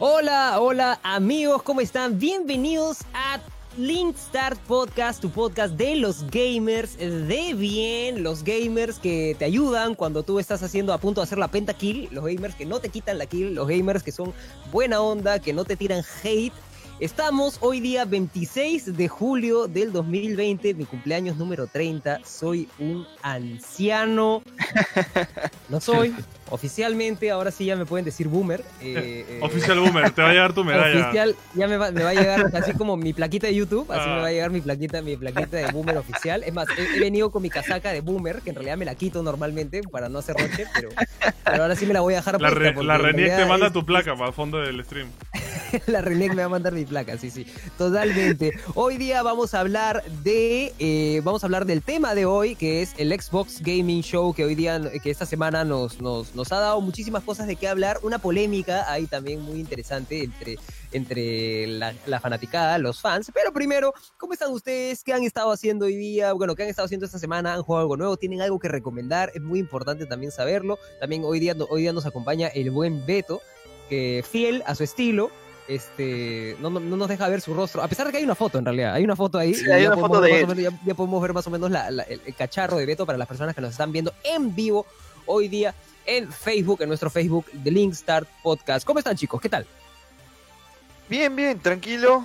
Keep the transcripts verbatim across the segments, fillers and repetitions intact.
Hola, hola amigos, ¿cómo están? Bienvenidos a Link Start Podcast, tu podcast de los gamers de bien, los gamers que te ayudan cuando tú estás haciendo a punto de hacer la pentakill, los gamers que no te quitan la kill, los gamers que son buena onda, que no te tiran hate. Estamos hoy día veintiséis de julio del dos mil veinte, mi cumpleaños número treinta, soy un anciano, no soy, oficialmente, ahora sí ya me pueden decir boomer. Eh, eh, Oficial boomer, te va a llegar tu medalla. Oficial, ya me va, me va a llegar, así como mi plaquita de YouTube, así ah. me va a llegar mi plaquita, mi plaquita de boomer oficial. Es más, he, he venido con mi casaca de boomer, que en realidad me la quito normalmente para no hacer roche, pero, pero ahora sí me la voy a dejar La, puesta. re, la Reniec te manda es, tu placa para el fondo del stream. La Reniec me va a mandar mi placa, sí, sí, totalmente. Hoy día vamos a hablar de, eh, vamos a hablar del tema de hoy, que es el Xbox Gaming Show, que hoy día, que esta semana nos, nos, nos ha dado muchísimas cosas de qué hablar, una polémica ahí también muy interesante entre, entre la, la fanaticada, los fans. Pero primero, ¿cómo están ustedes? ¿Qué han estado haciendo hoy día? Bueno, ¿qué han estado haciendo esta semana? ¿Han jugado algo nuevo? ¿Tienen algo que recomendar? Es muy importante también saberlo. También hoy día, hoy día nos acompaña el buen Beto, que fiel a su estilo, este no, no, no nos deja ver su rostro, a pesar de que hay una foto en realidad, hay una foto ahí, sí, hay una foto de él. Menos, ya, ya podemos ver más o menos la, la, el, el cacharro de Beto para las personas que nos están viendo en vivo hoy día en Facebook, en nuestro Facebook de Link Start Podcast. ¿Cómo están, chicos? ¿Qué tal? Bien, bien, tranquilo.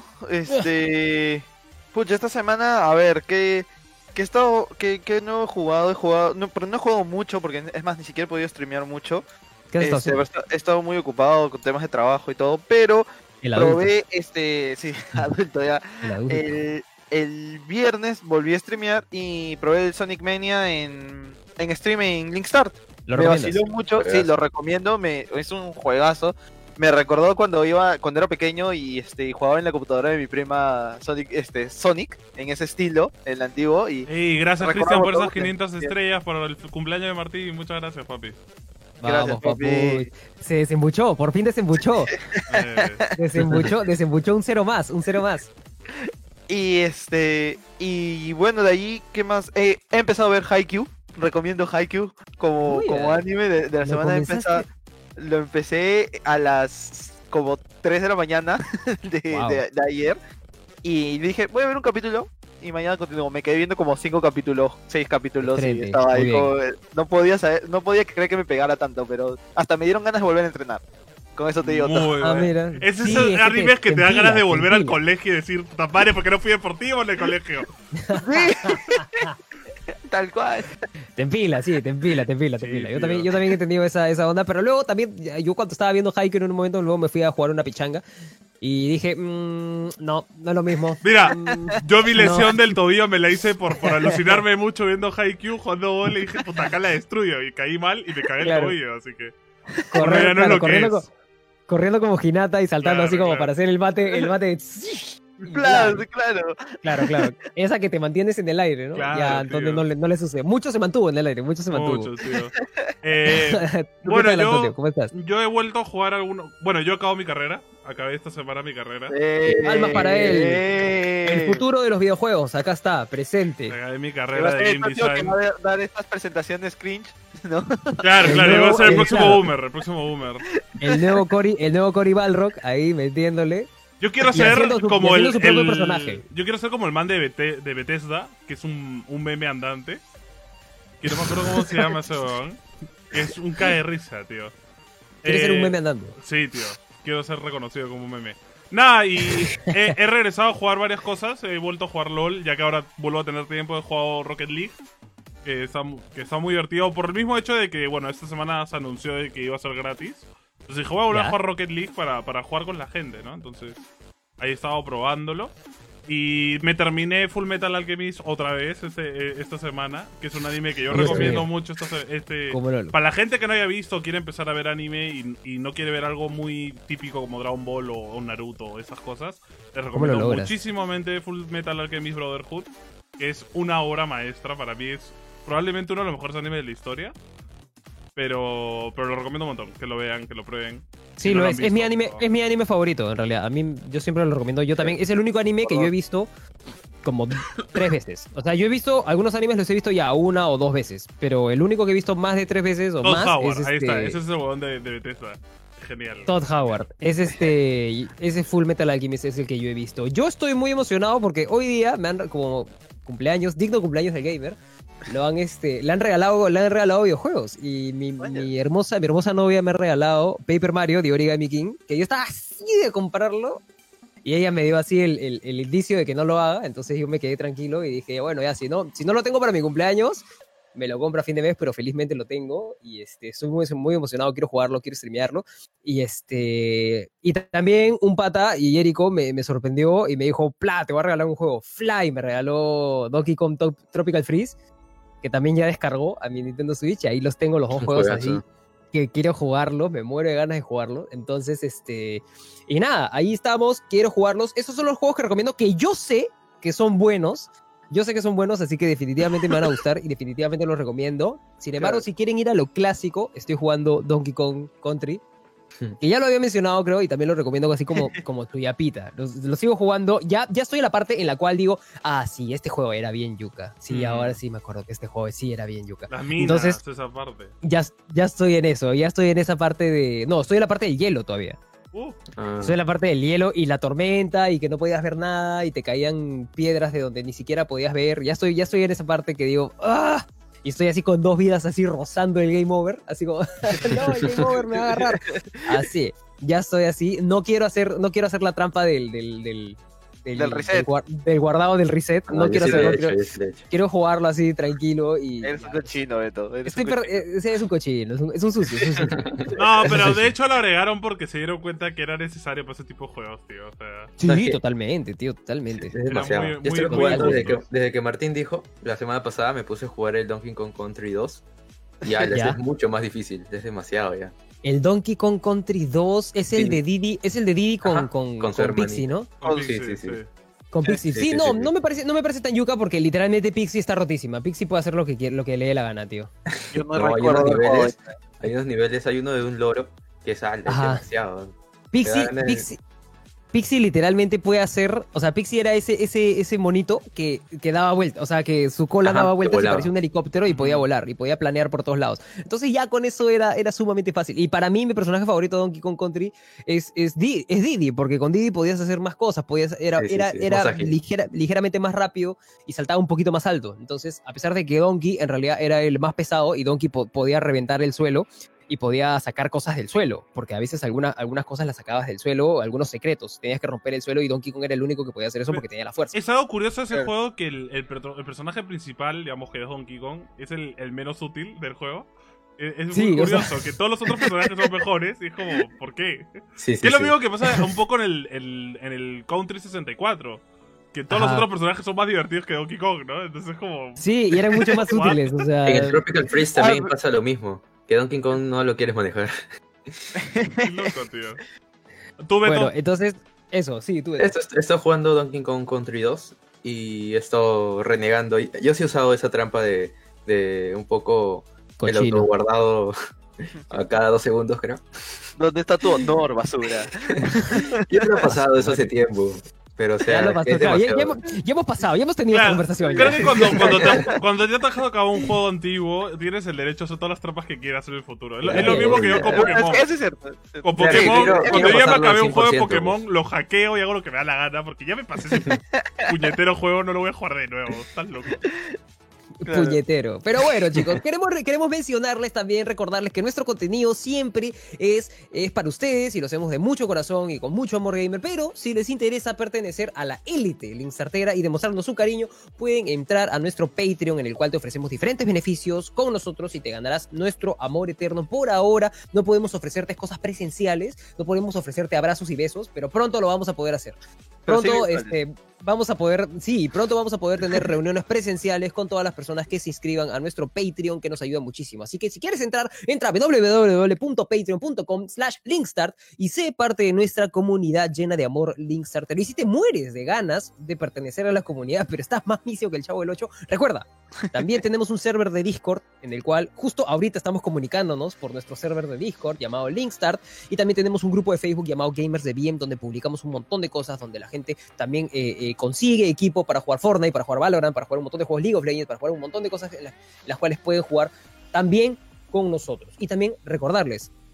Este, pucha, esta semana, a ver, ¿qué, qué he estado, qué, qué no he jugado? He jugado, no, pero no he jugado mucho, porque es más, ni siquiera he podido streamear mucho. ¿Qué has estado este, haciendo? He estado muy ocupado con temas de trabajo y todo, pero probé, este, sí, adulto ya. El, adulto. el, el viernes volví a streamear y probé el Sonic Mania en, en stream en Link Start. ¿Lo me vaciló mucho, sí, lo recomiendo, me, es un juegazo. Me recordó cuando iba, cuando era pequeño y este jugaba en la computadora de mi prima Sonic, este, Sonic, en ese estilo, el antiguo. Y hey, gracias Cristian por esas quinientas estrellas por el cumpleaños de Martín, muchas gracias, papi. Vamos, papi. Se desembuchó, por fin desembuchó. desembuchó, desembuchó un cero más, un cero más. Y este, y bueno, de ahí, ¿qué más? Eh, he empezado a ver Haikyuu, recomiendo Haikyuu como, Uy, como anime de, de la semana. Empezado, lo empecé a las como tres de la mañana de, wow. de, de ayer. Y dije, voy a ver un capítulo. Y mañana continúo. Me quedé viendo como cinco capítulos, seis capítulos. Frente, y estaba ahí como, no podía saber, no podía creer que me pegara tanto, pero hasta me dieron ganas de volver a entrenar. Con eso te digo todo. Ah, mira. Es esos sí, animes es que, que te, te dan ganas de volver al colegio y decir, tapare porque no fui deportivo en el colegio. Sí. Tal cual. Te empila, sí, te empila, te empila, te empila. Sí, yo, también, yo también he tenido esa, esa onda, pero luego también, yo cuando estaba viendo Haikyuu en un momento, luego me fui a jugar una pichanga y dije, mmm, no, no es lo mismo. Mira, mm, yo mi lesión no. del tobillo me la hice por, por alucinarme mucho viendo Haikyuu, jugando gol, y dije, puta, acá la destruyo, y caí mal y me cagué claro. el tobillo, así que... Correr, no claro, es lo corriendo, que es. Co corriendo como Hinata y saltando claro, así como claro. para hacer el bate, el bate... Claro, claro. Claro, claro. Esa que te mantienes en el aire, ¿no? Claro, ya, entonces no le, no le sucede. Mucho se mantuvo en el aire, mucho se mantuvo. Mucho, tío. Eh, bueno, tal, yo, Antonio? ¿Cómo estás? yo he vuelto a jugar algunos... Bueno, yo acabo mi carrera. Acabé esta semana mi carrera. Eh, Almas para él. Eh, el futuro de los videojuegos, acá está, presente. Acabé mi carrera de Game Design. Que va a dar estas presentaciones cringe, ¿no? Claro, claro, nuevo, va a ser el, el próximo claro. boomer, el próximo boomer. El nuevo Cory, el nuevo Cory Balrog, ahí metiéndole. Yo quiero ser su, como el, su el personaje. Yo quiero ser como el man de, Bete, de Bethesda, que es un, un meme andante. Que no me acuerdo cómo se llama ese weón. Que es un cae de risa, tío. ¿Quieres eh, ser un meme andando? Sí, tío. Quiero ser reconocido como un meme. Nada, y he, he regresado a jugar varias cosas. He vuelto a jugar LOL, ya que ahora vuelvo a tener tiempo. He jugado Rocket League, que está, que está muy divertido. Por el mismo hecho de que, bueno, esta semana se anunció de que iba a ser gratis. Entonces dije, voy a volver ¿Ya? a jugar Rocket League para, para jugar con la gente, ¿no? Entonces, ahí he estado probándolo. Y me terminé Full Metal Alchemist otra vez este, esta semana, que es un anime que yo Yo recomiendo sé. mucho. Este, este no? Para la gente que no haya visto, quiere empezar a ver anime y, y no quiere ver algo muy típico como Dragon Ball o, o Naruto o esas cosas, les recomiendo muchísimamente Full Metal Alchemist Brotherhood, que es una obra maestra. Para mí es probablemente uno de los mejores animes de la historia. Pero, pero lo recomiendo un montón, que lo vean, que lo prueben. Sí, si no lo lo es. visto, Es mi anime, no. es mi anime favorito, en realidad. A mí, yo siempre lo recomiendo. Yo también. Es el único anime que yo he visto como tres veces. O sea, yo he visto, algunos animes los he visto ya una o dos veces. Pero el único que he visto más de tres veces o Todd más Howard, es ahí este... está. Ese es el huevón de, de Bethesda. genial. Todd Howard. Es este. Ese Full Metal Alchemist es el que yo he visto. Yo estoy muy emocionado porque hoy día me han como cumpleaños, digno cumpleaños del gamer. Lo han este, le han regalado, le han regalado videojuegos. Y mi, mi hermosa, mi hermosa novia me ha regalado Paper Mario de Origami King, que yo estaba así de comprarlo. Y ella me dio así el, el, el indicio de que no lo haga. Entonces yo me quedé tranquilo y dije, bueno, ya, si no, si no lo tengo para mi cumpleaños, me lo compro a fin de mes, pero felizmente lo tengo. Y este, estoy muy, muy emocionado, quiero jugarlo, quiero streamearlo. Y este y también un pata, y Jericho, me, me sorprendió y me dijo, Pla, te voy a regalar un juego. Fly, me regaló Donkey Kong Top, Tropical Freeze, que también ya descargó a mi Nintendo Switch. Y ahí los tengo los dos juegos así. Que quiero jugarlo, me muero de ganas de jugarlo. Entonces, este... Y nada, ahí estamos, quiero jugarlos. Esos son los juegos que recomiendo, que yo sé que son buenos. Yo sé que son buenos, así que definitivamente me van a gustar y definitivamente los recomiendo. Sin embargo, claro, si quieren ir a lo clásico, estoy jugando Donkey Kong Country, que ya lo había mencionado, creo, y también lo recomiendo así como, como tuyapita. Lo, lo sigo jugando. Ya, ya estoy en la parte en la cual digo, ah, sí, este juego era bien yuca. Sí, mm. ahora sí me acuerdo que este juego sí era bien yuca. Las minas, entonces, esa parte. Ya, ya estoy en eso, ya estoy en esa parte de... No, estoy en la parte del hielo todavía. Uh. Ah. Estoy en la parte del hielo y la tormenta y que no podías ver nada y te caían piedras de donde ni siquiera podías ver. Ya estoy, ya estoy en esa parte que digo, ¡ah! Y estoy así con dos vidas así rozando el game over, así como, no, el game over me va a agarrar. Así, ya estoy así. No quiero hacer, no quiero hacer la trampa del, del, del, del, del reset. Del, guard, del guardado del reset. No, no quiero sí hacerlo. Hecho, quiero, quiero jugarlo así tranquilo y... Eres un cochino, Beto. Eres Estoy un per... cochino. es, es un cochino, es un, es un sucio, es un sucio. No, pero de hecho lo agregaron porque se dieron cuenta que era necesario para ese tipo de juegos, tío. O sea... Sí, no, es que... totalmente, tío, totalmente. Es demasiado. Muy, Yo estoy jugando desde que, desde que Martín dijo, la semana pasada me puse a jugar el Donkey Kong Country dos. Y ya, ya es mucho más difícil, es demasiado ya. El Donkey Kong Country dos es el sí. de Diddy, es el de Diddy con, Ajá, con, con, con Pixie, ¿no? Con sí, sí, sí. Con Pixie. Sí, sí, sí no, sí, sí. no me parece, no me parece tan yuca porque literalmente Pixie está rotísima. Pixie puede hacer lo que quiere, lo que le dé la gana, tío. Yo no, no recuerdo hay unos niveles, hay unos niveles, hay uno de un loro que es alto, es demasiado. Pixie, Pixie, Pixie literalmente puede hacer, o sea, Pixie era ese, ese, ese monito que, que daba vueltas, o sea, que su cola Ajá, daba vueltas y parecía un helicóptero y podía volar y podía planear por todos lados. Entonces ya con eso era, era sumamente fácil. Y para mí mi personaje favorito de Donkey Kong Country es, es, Diddy, es Diddy, porque con Diddy podías hacer más cosas, podías, era, sí, sí, era, sí, era ligera, ligeramente más rápido y saltaba un poquito más alto. Entonces, a pesar de que Donkey en realidad era el más pesado y Donkey po podía reventar el suelo, y podía sacar cosas del suelo, porque a veces alguna, algunas cosas las sacabas del suelo, algunos secretos, tenías que romper el suelo y Donkey Kong era el único que podía hacer eso porque tenía la fuerza. Es algo curioso ese claro. juego que el, el, el personaje principal, digamos que es Donkey Kong, es el, el menos útil del juego. Es, es sí, muy curioso, o sea... que todos los otros personajes son mejores y es como, ¿por qué? Sí, sí, que es lo sí. mismo que pasa un poco en el, el, en el Country sesenta y cuatro. Que todos Ajá. los otros personajes son más divertidos que Donkey Kong, ¿no? Entonces es como... Sí, y eran mucho más útiles, o sea... En el Tropical Freeze también ah, pasa lo mismo. Que Donkey Kong no lo quieres manejar. Qué loco, tío. ¿Tú, Beto? Bueno, entonces, eso, sí, tú, Beto. Esto, estoy jugando Donkey Kong Country dos y he estado renegando. Yo sí he usado esa trampa de, de un poco Cochino. El autoguardado a cada dos segundos, creo. ¿Dónde está tu honor, basura? Yo lo he pasado eso hace tiempo. Pero o sea, ya, pasó, es claro, ya, ya, hemos, ya hemos pasado, ya hemos tenido claro, conversación. Creo ya. que cuando, cuando, te, cuando ya te has dejado acabar un juego antiguo, tienes el derecho a hacer todas las trampas que quieras en el futuro. Es, es lo mismo que yo con Pokémon. Eso es cierto. Con Pokémon, claro, cuando yo ya me acabé un juego de Pokémon, lo hackeo y hago lo que me da la gana, porque ya me pasé ese puñetero juego, no lo voy a jugar de nuevo. Estás loco. Claro. Puñetero. Pero bueno, chicos, queremos, queremos mencionarles también, recordarles que nuestro contenido siempre es, es para ustedes y lo hacemos de mucho corazón y con mucho amor gamer, pero si les interesa pertenecer a la élite Linkstartera y demostrarnos su cariño, pueden entrar a nuestro Patreon, en el cual te ofrecemos diferentes beneficios con nosotros y te ganarás nuestro amor eterno. Por ahora no podemos ofrecerte cosas presenciales, no podemos ofrecerte abrazos y besos, pero pronto lo vamos a poder hacer. Pronto, sí, este, vamos a poder, sí, pronto vamos a poder tener reuniones presenciales con todas las personas que se inscriban a nuestro Patreon, que nos ayuda muchísimo. Así que si quieres entrar, entra a w w w punto patreon punto com slash linkstart y sé parte de nuestra comunidad llena de amor Linkstarter. Y si te mueres de ganas de pertenecer a la comunidad, pero estás más misio que el Chavo del ocho, recuerda, también tenemos un server de Discord, en el cual justo ahorita estamos comunicándonos por nuestro server de Discord llamado Linkstart, y también tenemos un grupo de Facebook llamado Gamers de B M, donde publicamos un montón de cosas, donde la gente también eh, eh, consigue equipo para jugar Fortnite, para jugar Valorant, para jugar un montón de juegos League of Legends, para jugar un montón de cosas en las, en las cuales pueden jugar también con nosotros. Y también recordarles,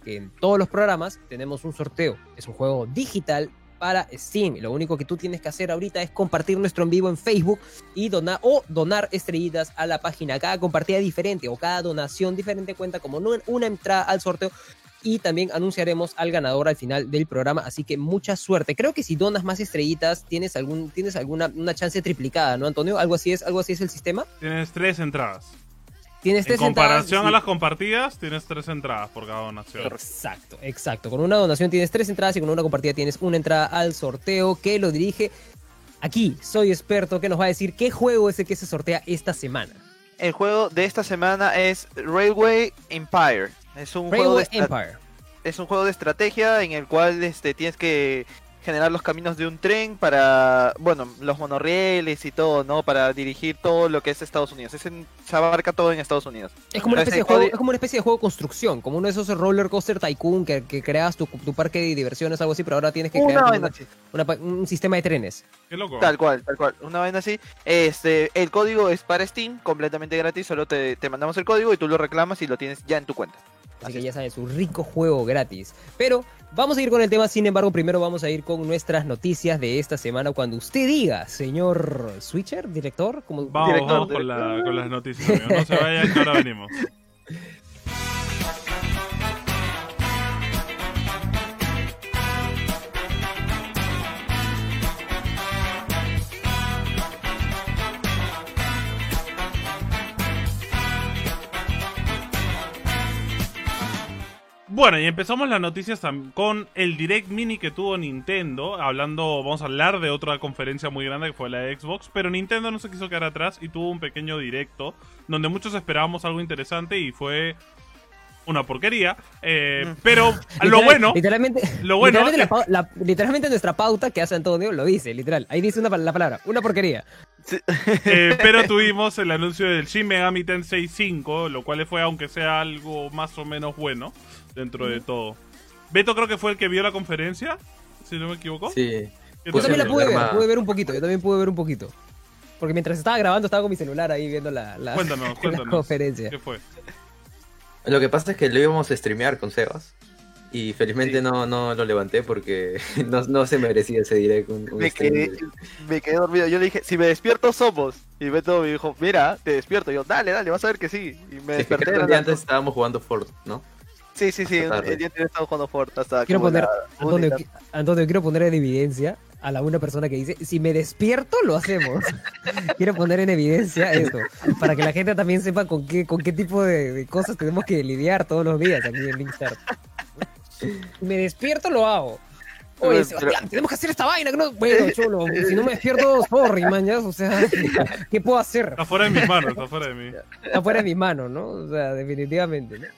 que en todos los programas tenemos un sorteo. Es un juego digital para Steam. Lo único que tú tienes que hacer ahorita es compartir nuestro en vivo en Facebook y donar o donar estrellitas a la página. Cada compartida diferente o cada donación diferente cuenta como una entrada al sorteo y también anunciaremos al ganador al final del programa, así que mucha suerte. Creo que si donas más estrellitas tienes algún tienes alguna una chance triplicada, ¿no, Antonio? Algo así es, algo así es el sistema. Tienes tres entradas. Tienes tres en comparación entradas, a sí. las compartidas, tienes tres entradas por cada donación. Exacto, exacto. Con una donación tienes tres entradas y con una compartida tienes una entrada al sorteo que lo dirige aquí. Soy experto que nos va a decir qué juego es el que se sortea esta semana. El juego de esta semana es Railway Empire. Es un Railway juego de Empire. Es un juego de estrategia en el cual este tienes que generar los caminos de un tren para, bueno, los monorrieles y todo, ¿no? Para dirigir todo lo que es Estados Unidos. Es en, se abarca todo en Estados Unidos. Es como, una Entonces, especie de juego, es como una especie de juego de construcción, como uno de esos roller coaster tycoon que, que creas tu, tu parque de diversiones, algo así, pero ahora tienes que Una crear vaina una, así. una, un sistema de trenes. Qué loco. Tal cual, tal cual. Una vaina así. Este, el código es para Steam, completamente gratis. Solo te, te mandamos el código y tú lo reclamas y lo tienes ya en tu cuenta. Así, Así que es. ya sabes, un rico juego gratis. Pero vamos a ir con el tema, sin embargo, primero vamos a ir con nuestras noticias de esta semana. Cuando usted diga, señor Switcher, director, como Vamos, Director, vamos con, la, con las noticias, amigos. No se vayan, que ahora venimos. Bueno, y empezamos las noticias con el Direct Mini que tuvo Nintendo. Hablando, vamos a hablar de otra conferencia muy grande que fue la de Xbox. Pero Nintendo no se quiso quedar atrás y tuvo un pequeño directo donde muchos esperábamos algo interesante y fue una porquería. Eh, pero lo bueno, literalmente, lo bueno literalmente, la pau- la- literalmente nuestra pauta que hace Antonio lo dice, literal. Ahí dice una, pa- la palabra, una porquería. Eh, pero tuvimos el anuncio del Shin Megami Tensei cinco, lo cual fue, aunque sea algo más o menos bueno dentro de todo. Beto creo que fue el que vio la conferencia, si no me equivoco. Sí. ¿Qué Yo Pues también la el pude ver, arma- pude ver un poquito, yo también pude ver un poquito. Porque mientras estaba grabando estaba con mi celular ahí viendo la, la, Cuéntanos, la cuéntanos. conferencia. ¿Qué fue? Lo que pasa es que lo íbamos a streamear con Sebas. Y felizmente Sí. no, no lo levanté porque no, no se merecía ese direct. Un, un Me stream quedé, de- me quedé dormido. Yo le dije, si me despierto somos. Y Beto me dijo, mira, te despierto. Y yo, dale, dale, vas a ver que sí. Y me Sí, es que desperté. creo que de el día la- antes estábamos jugando Ford, ¿no? Sí, sí, sí. hasta El tarde. día anterior estábamos jugando Fort hasta Quiero como poner, la una y Antonio, tanto. qui- Antonio, quiero poner en evidencia a la una persona que dice, si me despierto, lo hacemos. Quiero poner en evidencia esto, para que la gente también sepa con qué, con qué tipo de, de cosas tenemos que lidiar todos los días aquí en Linkstart. Si me despierto, lo hago. Oye, Pero- Sebastián, tenemos que hacer esta vaina. Que no... Bueno, cholo, si no me despierto, sorry, man, ya, o sea, ¿qué puedo hacer? Está fuera de mis manos, está fuera de mí. Está fuera de mis manos, ¿no? O sea, definitivamente, ¿no?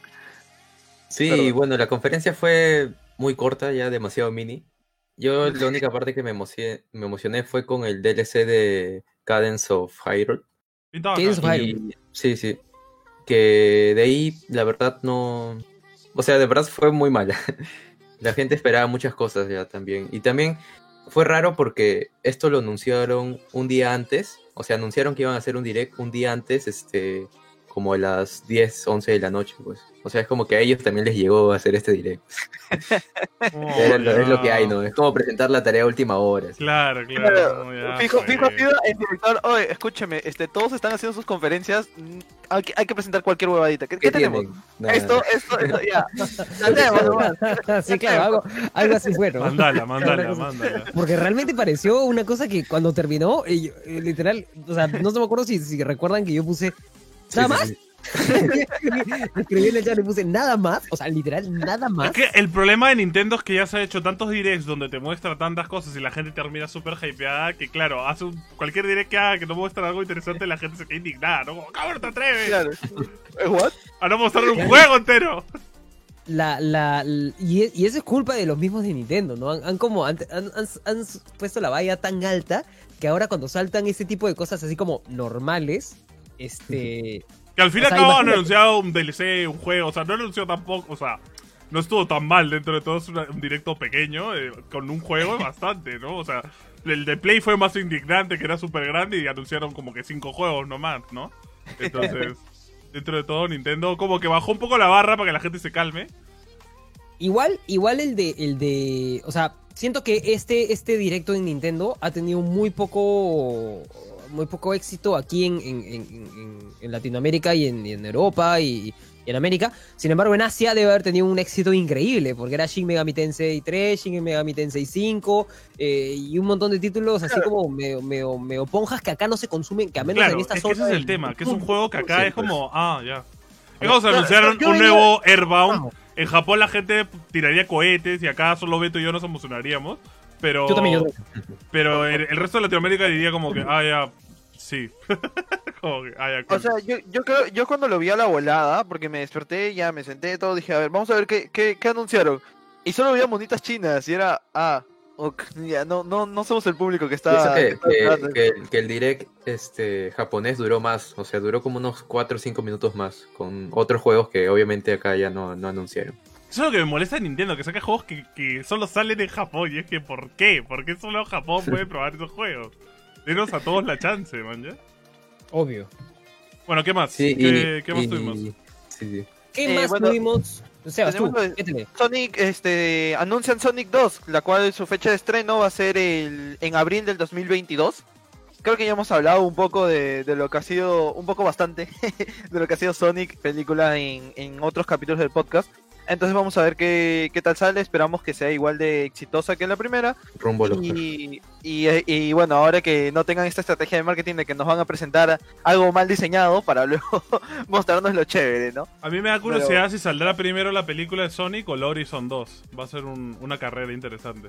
Sí, Perdón. bueno, la conferencia fue muy corta, ya demasiado mini. Yo la única parte que me emocioné, me emocioné fue con el D L C de Cadence of Hyrule. Pintaba ¿Qué acá. es Hyrule? Y, sí, sí. Que de ahí, la verdad, no... O sea, de verdad fue muy mala. La gente esperaba muchas cosas ya también. Y también fue raro porque esto lo anunciaron un día antes. O sea, anunciaron que iban a hacer un direct un día antes, este... como a las diez, once de la noche, pues. O sea, es como que a ellos también les llegó a hacer este direct. Oh, Era lo- es lo ya. que hay, ¿no? Es como presentar la tarea a última hora. así. Claro, claro. Claro, ya fijo, fue. fijo ha sido el director, oye, escúcheme, este, todos están haciendo sus conferencias, mm, hay que, hay que presentar cualquier huevadita. ¿Qué, ¿Qué qué tenemos? tienen? Nada. Esto, esto, esto, ya. Ya tenemos, nomás. Sí, claro, algo, algo así fue, ¿no? Mándala, mándala, Una cosa- mándala. Porque realmente pareció una cosa que cuando terminó, eh, yo, eh, literal, o sea, no se me acuerdo si, si recuerdan que yo puse Sí, ¿nada sí, más? sí. Escribí en el chat y puse nada más, o sea, literal, nada más. Es que el problema de Nintendo es que ya se ha hecho tantos directs donde te muestra tantas cosas y la gente termina súper hypeada que, claro, hace un- cualquier direct que haga que no muestra algo interesante, la gente se queda indignada, ¿no? Como, cabrón, te atreves Claro. ¿Eh, what? a no mostrar un juego entero. La, la, l- y, e- y eso es culpa de los mismos de Nintendo, ¿no? Han, han como han, han- han- han puesto la valla tan alta que ahora cuando saltan ese tipo de cosas así como normales, este... Que al fin y O al sea, cabo han imagínate. anunciado un D L C, un juego, o sea, no anunció tampoco, o sea, no estuvo tan mal dentro de todo, es una- un directo pequeño, eh, con un juego bastante, ¿no? O sea, el de Play fue más indignante, que era súper grande, y anunciaron como que cinco juegos nomás, ¿no? Entonces, dentro de todo, Nintendo como que bajó un poco la barra para que la gente se calme. Igual, igual el de, el de, o sea, siento que este, este directo en Nintendo ha tenido muy poco, muy poco éxito aquí en, en, en, en, en Latinoamérica y en, y en Europa y, y en América. Sin embargo, en Asia debe haber tenido un éxito increíble, porque era Shin Megami Tensei tres, Shin Megami Tensei cinco eh, y un montón de títulos así claro. como medio, medio, medio ponjas que acá no se consumen, que a menos claro, en esta es zona. Que ese es el tema, que es un juego que acá sí, es pues. como, ah, ya. Es como si anunciaron un nuevo Airbound. En Japón la gente tiraría cohetes y acá solo Beto y yo nos emocionaríamos. Pero, yo también, yo pero el, el resto de Latinoamérica diría como que, ah, ya, sí. como que, ah, ya, o sea, yo, yo creo, yo cuando lo vi a la volada, porque me desperté, ya me senté, todo, dije, a ver, vamos a ver qué, qué, qué anunciaron. Y solo veía monitas chinas y era, ah, okay, ya, no, no, no somos el público que está... Que, que, está que, que, que el direct este, japonés duró más, o sea, duró como unos cuatro o cinco minutos más, con otros juegos que obviamente acá ya no, no anunciaron. Eso es lo que me molesta de Nintendo, que saca juegos que, que solo salen en Japón. Y es que, ¿por qué? ¿Por qué solo Japón puede probar esos juegos? Denos a todos la chance, man, ¿ya? Obvio. Bueno, ¿qué más? Sí, ¿Qué, y, ¿qué más y, tuvimos? Sí, sí. ¿Qué Eh, más bueno, tuvimos? Sebas, tú, métele. Sonic, este, anuncian Sonic dos, la cual su fecha de estreno va a ser el, en abril del dos mil veintidós. Creo que ya hemos hablado un poco de, de lo que ha sido, un poco bastante, de lo que ha sido Sonic, película en, en otros capítulos del podcast. Entonces vamos a ver qué, qué tal sale, esperamos que sea igual de exitosa que la primera. Rumbo a los y, y, y, y bueno, ahora que no tengan esta estrategia de marketing de que nos van a presentar algo mal diseñado para luego mostrarnos lo chévere, ¿no? A mí me da curiosidad Pero... si saldrá primero la película de Sonic o la Horizon dos. Va a ser un, una carrera interesante.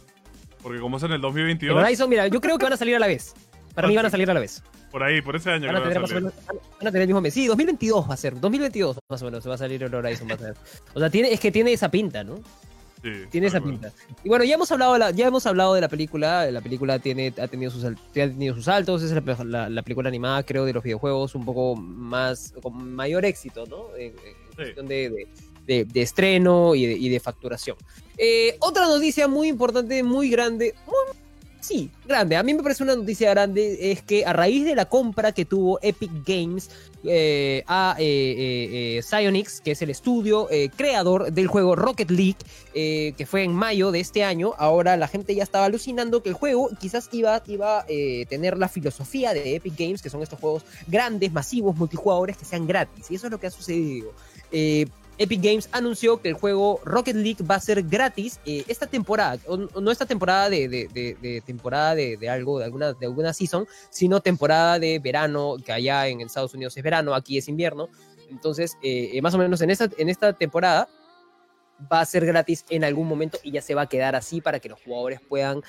Porque como es en el dos mil veintidós... El Horizon, mira, yo creo que van a salir a la vez. Para mí van a salir a la vez. Por ahí, por ese año van a, creo tener que va a más o menos, van a tener el mismo mes. Sí, dos mil veintidós va a ser. dos mil veintidós más o menos va a salir el Horizon. Va a ser. O sea, tiene, es que tiene esa pinta, ¿no? Sí, tiene esa bueno. pinta. Y bueno, ya hemos hablado de la, ya hemos hablado de la película. La película tiene, ha, tenido sus, ha tenido sus altos. Es la, la, la película animada, creo, de los videojuegos un poco más, con mayor éxito, ¿no? En, en sí. cuestión de, de, de, de estreno y de, y de facturación. Eh, otra noticia muy importante, muy grande, muy Sí, grande. A mí me parece una noticia grande, es que a raíz de la compra que tuvo Epic Games eh, a eh, eh, eh, Psyonix, que es el estudio eh, creador del juego Rocket League, eh, que fue en mayo de este año, ahora la gente ya estaba alucinando que el juego quizás iba, iba a eh, tener la filosofía de Epic Games, que son estos juegos grandes, masivos, multijugadores, que sean gratis. Y eso es lo que ha sucedido. Eh, Epic Games anunció que el juego Rocket League va a ser gratis eh, esta temporada, o, no esta temporada de, de, de, de temporada de, de algo, de alguna, de alguna season, sino temporada de verano, que allá en Estados Unidos es verano, aquí es invierno. Entonces, eh, más o menos en esta, en esta temporada va a ser gratis en algún momento y ya se va a quedar así para que los jugadores puedan,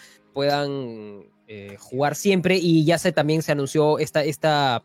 puedan eh, jugar siempre. Y ya se también se anunció esta... esta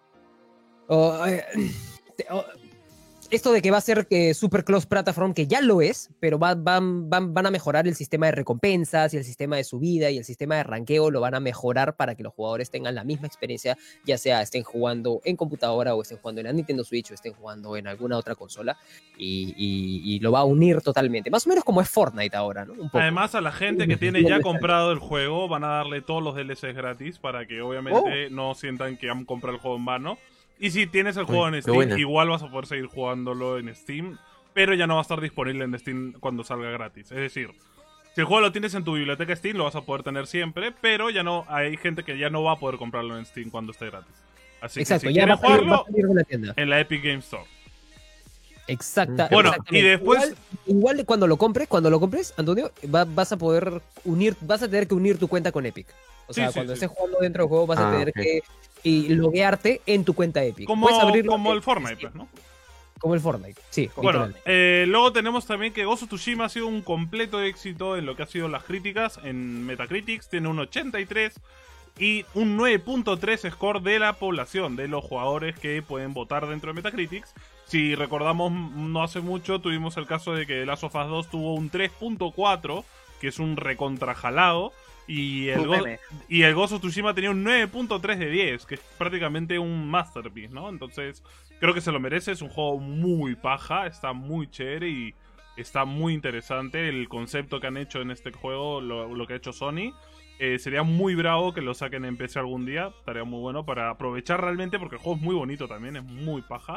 oh, eh, oh, esto de que va a ser eh, Super Close Platform, que ya lo es, pero va, van, van, van a mejorar el sistema de recompensas y el sistema de subida y el sistema de ranqueo lo van a mejorar para que los jugadores tengan la misma experiencia, ya sea estén jugando en computadora o estén jugando en la Nintendo Switch o estén jugando en alguna otra consola y, y, y lo va a unir totalmente. Más o menos como es Fortnite ahora, ¿no? Un poco. Además, a la gente que tiene ya comprado el juego van a darle todos los D L Cs gratis para que obviamente oh. no sientan que han comprado el juego en vano. Y si tienes el juego Uy, en Steam, igual vas a poder seguir jugándolo en Steam, pero ya no va a estar disponible en Steam cuando salga gratis. Es decir, si el juego lo tienes en tu biblioteca Steam, lo vas a poder tener siempre, pero ya no hay gente que ya no va a poder comprarlo en Steam cuando esté gratis. Así Exacto, que si ya quieres va jugarlo, a salir de la tienda. En la Epic Games Store. Exacta. Bueno, y después... Igual, igual cuando lo compres, cuando lo compres, Antonio, va, vas a poder unir, vas a tener que unir tu cuenta con Epic. O sea, sí, cuando sí, estés sí. jugando dentro del juego vas ah, a tener okay. que y loguearte en tu cuenta Epic. Como, como el Fortnite, pues, ¿no? Como el Fortnite, sí. Bueno, eh, luego tenemos también que Ghost of Tsushima ha sido un completo éxito en lo que ha sido las críticas en Metacritic. Tiene un ochenta y tres y un nueve punto tres score de la población, de los jugadores que pueden votar dentro de Metacritic. Si recordamos, no hace mucho tuvimos el caso de que Last of Us dos tuvo un tres punto cuatro, que es un recontrajalado. Y el, Go y el Ghost of Tsushima tenía un nueve punto tres de diez, que es prácticamente un masterpiece, ¿no? Entonces, creo que se lo merece. Es un juego muy paja, está muy chévere y está muy interesante el concepto que han hecho en este juego, lo, lo que ha hecho Sony. Eh, sería muy bravo que lo saquen en P C algún día, estaría muy bueno para aprovechar realmente, porque el juego es muy bonito también, es muy paja.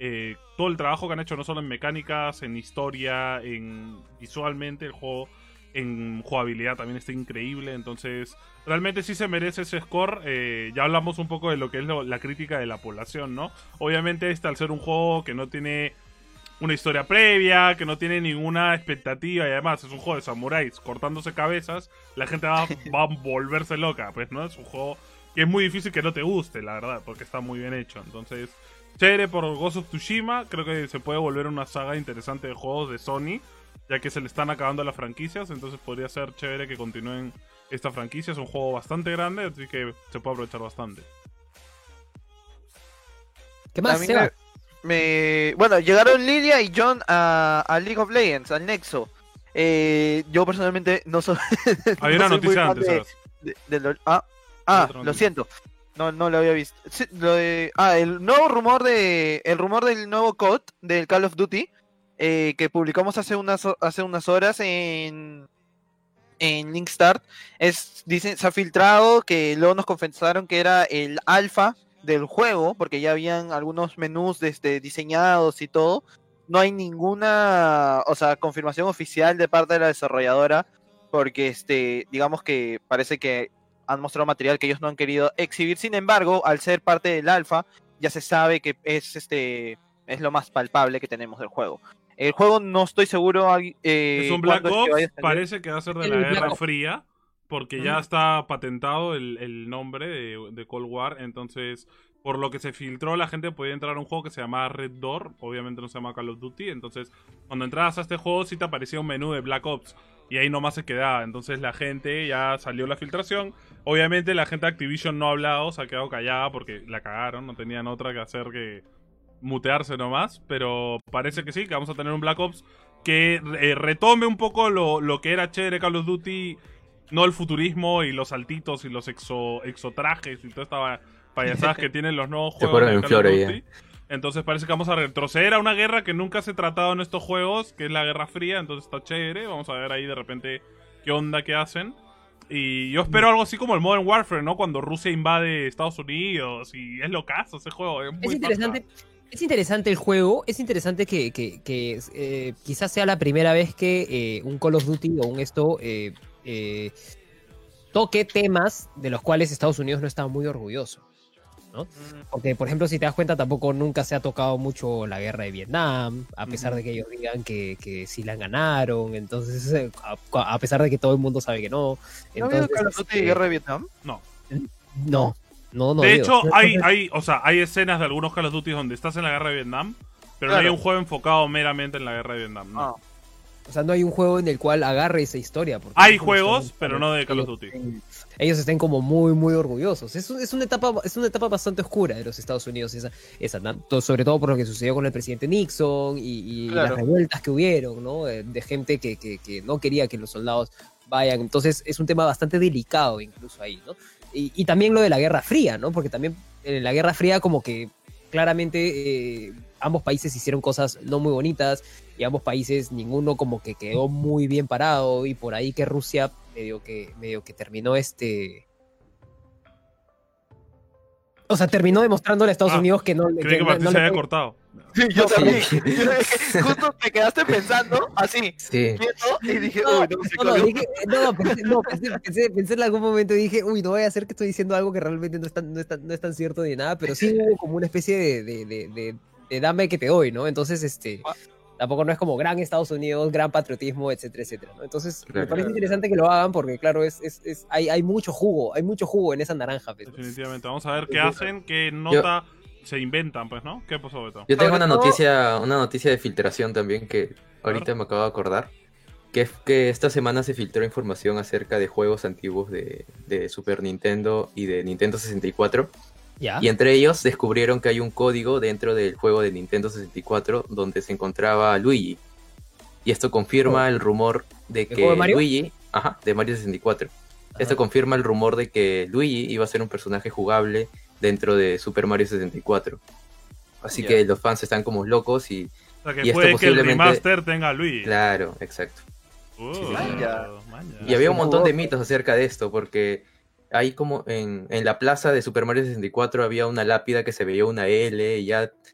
eh, todo el trabajo que han hecho, no solo en mecánicas, en historia, en visualmente el juego, en jugabilidad también está increíble. Entonces, realmente sí se merece ese score. Eh, ya hablamos un poco de lo que es lo, la crítica de la población, ¿no? Obviamente este, al ser un juego que no tiene una historia previa, que no tiene ninguna expectativa, y además es un juego de samuráis cortándose cabezas, la gente va, va a volverse loca, pues, ¿no? Es un juego que es muy difícil que no te guste, la verdad, porque está muy bien hecho. Entonces, chévere por Ghost of Tsushima. Creo que se puede volver una saga interesante de juegos de Sony, ya que se le están acabando las franquicias. Entonces podría ser chévere que continúen esta franquicia. Es un juego bastante grande, así que se puede aprovechar bastante. ¿Qué más, Seba? Me... Bueno, llegaron Lilia y John a, a League of Legends, al Nexo. Eh, yo personalmente no soy. Había no una soy muy noticia fan antes, de, ¿sabes? de, de lo- Ah, ah Otra lo noticia. siento. No, no lo había visto. Sí, lo de... Ah, el nuevo rumor de. El rumor del nuevo C O D del Call of Duty. Eh, que publicamos hace unas, ho- hace unas horas en. En Linkstart. Es, dicen, se ha filtrado que luego nos confesaron que era el alfa del juego, porque ya habían algunos menús este, diseñados y todo. No hay ninguna, o sea, confirmación oficial de parte de la desarrolladora, porque este, digamos que parece que han mostrado material que ellos no han querido exhibir. Sin embargo, al ser parte del alfa, ya se sabe que es este es lo más palpable que tenemos del juego. El juego no estoy seguro eh, Es un Black cuándo es que vaya a Ops, salir. parece que va a ser de El la Black Guerra Ops. Fría, porque ya Ujú. está patentado el, el nombre de, de Cold War. Entonces, por lo que se filtró, la gente podía entrar a un juego que se llamaba Red Door. Obviamente no se llama Call of Duty. Entonces, cuando entrabas a este juego, sí te aparecía un menú de Black Ops, y ahí nomás se quedaba. Entonces la gente, ya salió la filtración. Obviamente la gente de Activision no ha hablado, se ha quedado callada porque la cagaron, no tenían otra que hacer que mutearse nomás. Pero parece que sí, que vamos a tener un Black Ops que eh, retome un poco lo, lo que era chévere Call of Duty. No el futurismo y los saltitos y los exo, exotrajes y toda esta payasadas que tienen los nuevos Se juegos fueron de en Call flor of ahí, Duty. eh. Entonces parece que vamos a retroceder a una guerra que nunca se ha tratado en estos juegos, que es la Guerra Fría. Entonces está chévere. Vamos a ver ahí de repente qué onda que hacen. Y yo espero algo así como el Modern Warfare, ¿no? Cuando Rusia invade Estados Unidos. Y es locazo ese juego. Es, muy Es interesante. paja. Es interesante el juego, es interesante que, que, que, eh, quizás sea la primera vez que eh, un Call of Duty o un esto eh, eh, toque temas de los cuales Estados Unidos no está muy orgulloso, ¿no? Porque, por ejemplo, si te das cuenta, tampoco nunca se ha tocado mucho la guerra de Vietnam, a pesar Ujú. de que ellos digan que, que sí la ganaron. Entonces, eh, a, a pesar de que todo el mundo sabe que no. ¿No ha habido Entonces, Call of Duty este, Guerra de Vietnam? No. no, no, no De digo. hecho, hay, Entonces, hay, o sea, hay escenas de algunos Call of Duty donde estás en la guerra de Vietnam, pero no Claro. hay un juego enfocado meramente en la guerra de Vietnam. No. Ah. o sea, no hay un juego en el cual agarre esa historia. porque Hay ellos juegos, están- pero no de Call of ellos Duty. estén- Ellos estén como muy, muy orgullosos. Es, un- es, una etapa, es una etapa bastante oscura de los Estados Unidos, esa, esa, ¿no? To- sobre todo por lo que sucedió con el presidente Nixon y, y Claro. las revueltas que hubieron, ¿no? De, de gente que, que, que no quería que los soldados vayan. Entonces es un tema bastante delicado incluso ahí, ¿no? Y, y también lo de la Guerra Fría, ¿no? Porque también en la Guerra Fría como que claramente eh, ambos países hicieron cosas no muy bonitas y ambos países ninguno como que quedó muy bien parado, y por ahí que Rusia medio que, medio que terminó este... O sea, terminó demostrándole a Estados Ah, Unidos que no... Creí que que no- Martín no se le había puede- cortado. Sí, yo No, también. sí. Yo- es que justo te quedaste pensando así, Sí. quieto, y dije, No, uy, no sé no, no, cuál- dije- no, pensé, no, pensé- pensé- pensé en algún momento y dije, uy, no voy a hacer que estoy diciendo algo que realmente no es tan, no es tan, no es tan cierto ni nada, pero sí hubo como una especie de, de, de, de- de dame que te doy, ¿no? Entonces, este, tampoco no es como gran Estados Unidos, gran patriotismo, etcétera, etcétera, ¿no? Entonces, me Claro. parece interesante que lo hagan porque, claro, es, es, es, hay, hay mucho jugo, hay mucho jugo en esa naranja, pues. Definitivamente. Vamos a ver qué hacen, qué nota se inventan, pues, ¿no? ¿Qué pasó, Beto? Yo tengo Sobre una todo- noticia, una noticia de filtración también que ahorita me acabo de acordar. Que es que esta semana se filtró información acerca de juegos antiguos de, de Super Nintendo y de Nintendo sesenta y cuatro. ¿Ya? Y entre ellos descubrieron que hay un código dentro del juego de Nintendo sesenta y cuatro donde se encontraba Luigi. Y esto confirma Oh. el rumor de ¿El que juego de Mario? Luigi... Ajá, de Mario sesenta y cuatro. Esto Ajá. confirma el rumor de que Luigi iba a ser un personaje jugable dentro de Super Mario sesenta y cuatro. Así Ya. que los fans están como locos y... O sea, que y esto puede que el posiblemente- remaster tenga a Luigi. Claro, exacto. Uh, Sí, sí, sí. Vaya. maña. Y había un Como montón de vos. mitos acerca de esto, porque hay como en, en la plaza de Super Mario sesenta y cuatro había una lápida que se veía una L, y ya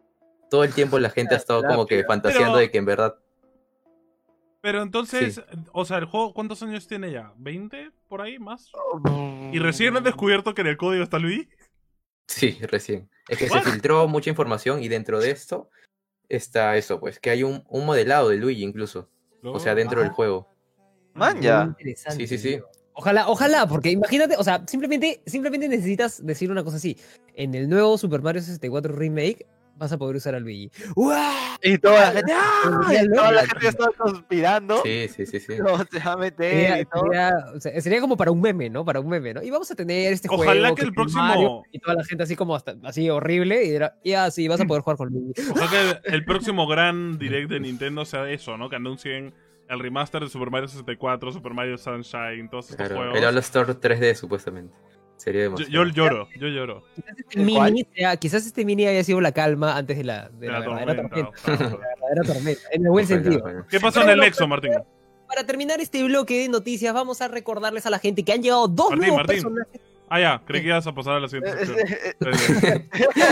todo el tiempo la gente ha estado como que fantaseando Pero- de que en verdad... Pero entonces, Sí. o sea, el juego, ¿cuántos años tiene ya? ¿veinte? ¿Por ahí? ¿Más? ¿Y recién han descubierto que en el código está Luigi? Sí, recién. Es que What? se filtró mucha información y dentro de esto está eso, pues, que hay un, un modelado de Luigi incluso. O sea, dentro del juego. Man, ya. Muy interesante, Sí, sí, sí. tío. Ojalá, ojalá, porque imagínate, o sea, simplemente, simplemente necesitas decir una cosa así. En el nuevo Super Mario sesenta y cuatro Remake vas a poder usar a Luigi. ¡Uah! Y toda la gente, ¡ah! Sería Y toda la loco. gente estaba conspirando. Sí, sí, sí, sí. No, se va a meter Sería, y todo. sería- o sea, sería como para un meme, ¿no? Para un meme, ¿no? Y vamos a tener este Ojalá juego que el es próximo- Mario, y toda la gente así como hasta, así horrible y era, ya sí, vas a poder jugar con Luigi. Ojalá que el, el próximo gran direct de Nintendo sea eso, ¿no? Que anuncien el remaster de Super Mario sesenta y cuatro, Super Mario Sunshine, todos estos Claro, juegos. el All Star tres D supuestamente. Sería Yo, demasiado. yo lloro, yo lloro. Este ¿El cuál? mini sea- quizás este mini haya sido la calma antes de la, de De la la verdadera tormenta, tormenta. ojalá. La verdadera tormenta, en el buen Ojalá, sentido. ojalá. ¿Qué pasó en Pero el bueno, Nexo, Martín? Para terminar este bloque de noticias, vamos a recordarles a la gente que han llegado dos Martín, nuevos Martín. personajes. Ah, ya, creí que ibas a pasar a la siguiente Eh, sección.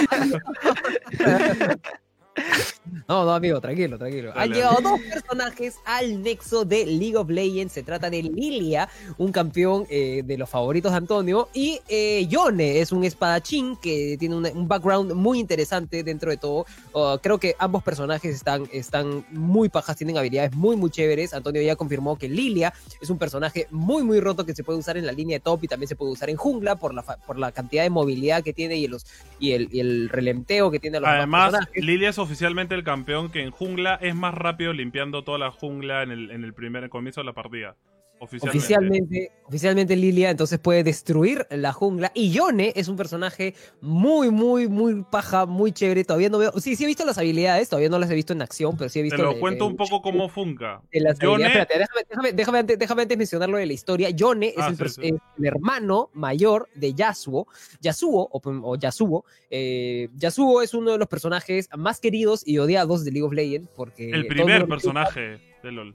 No, no, amigo, tranquilo, tranquilo. Dale, Han dale. llegado dos personajes al nexo de League of Legends. Se trata de Lilia, un campeón eh, de los favoritos de Antonio, y eh, Yone es un espadachín que tiene una- un background muy interesante dentro de todo. Uh, creo que ambos personajes están, están muy pajas, tienen habilidades muy, muy chéveres. Antonio ya confirmó que Lilia es un personaje muy, muy roto que se puede usar en la línea de top y también se puede usar en jungla por la, fa- por la cantidad de movilidad que tiene y, los, y, el, y el relenteo que tiene a los demás Además, personajes. Lilia es oficialmente el campeón que en jungla es más rápido limpiando toda la jungla en el, en el primer comienzo de la partida. Oficialmente. Oficialmente, oficialmente Lilia entonces puede destruir la jungla. Y Yone es un personaje muy, muy, muy paja, muy chévere. Todavía no veo. Sí, sí he visto las habilidades, todavía no las he visto en acción, pero sí he Te visto. lo el- cuento el- un poco cómo funca. de las Yone- habilidades. Espérate, déjame, déjame, déjame antes, déjame antes mencionar lo de la historia. Yone es, Ah, el, sí, pers- sí. es el hermano mayor de Yasuo. Yasuo, o, o Yasuo. eh, Yasuo es uno de los personajes más queridos y odiados de League of Legends. Porque El todo primer mundo- personaje de LOL.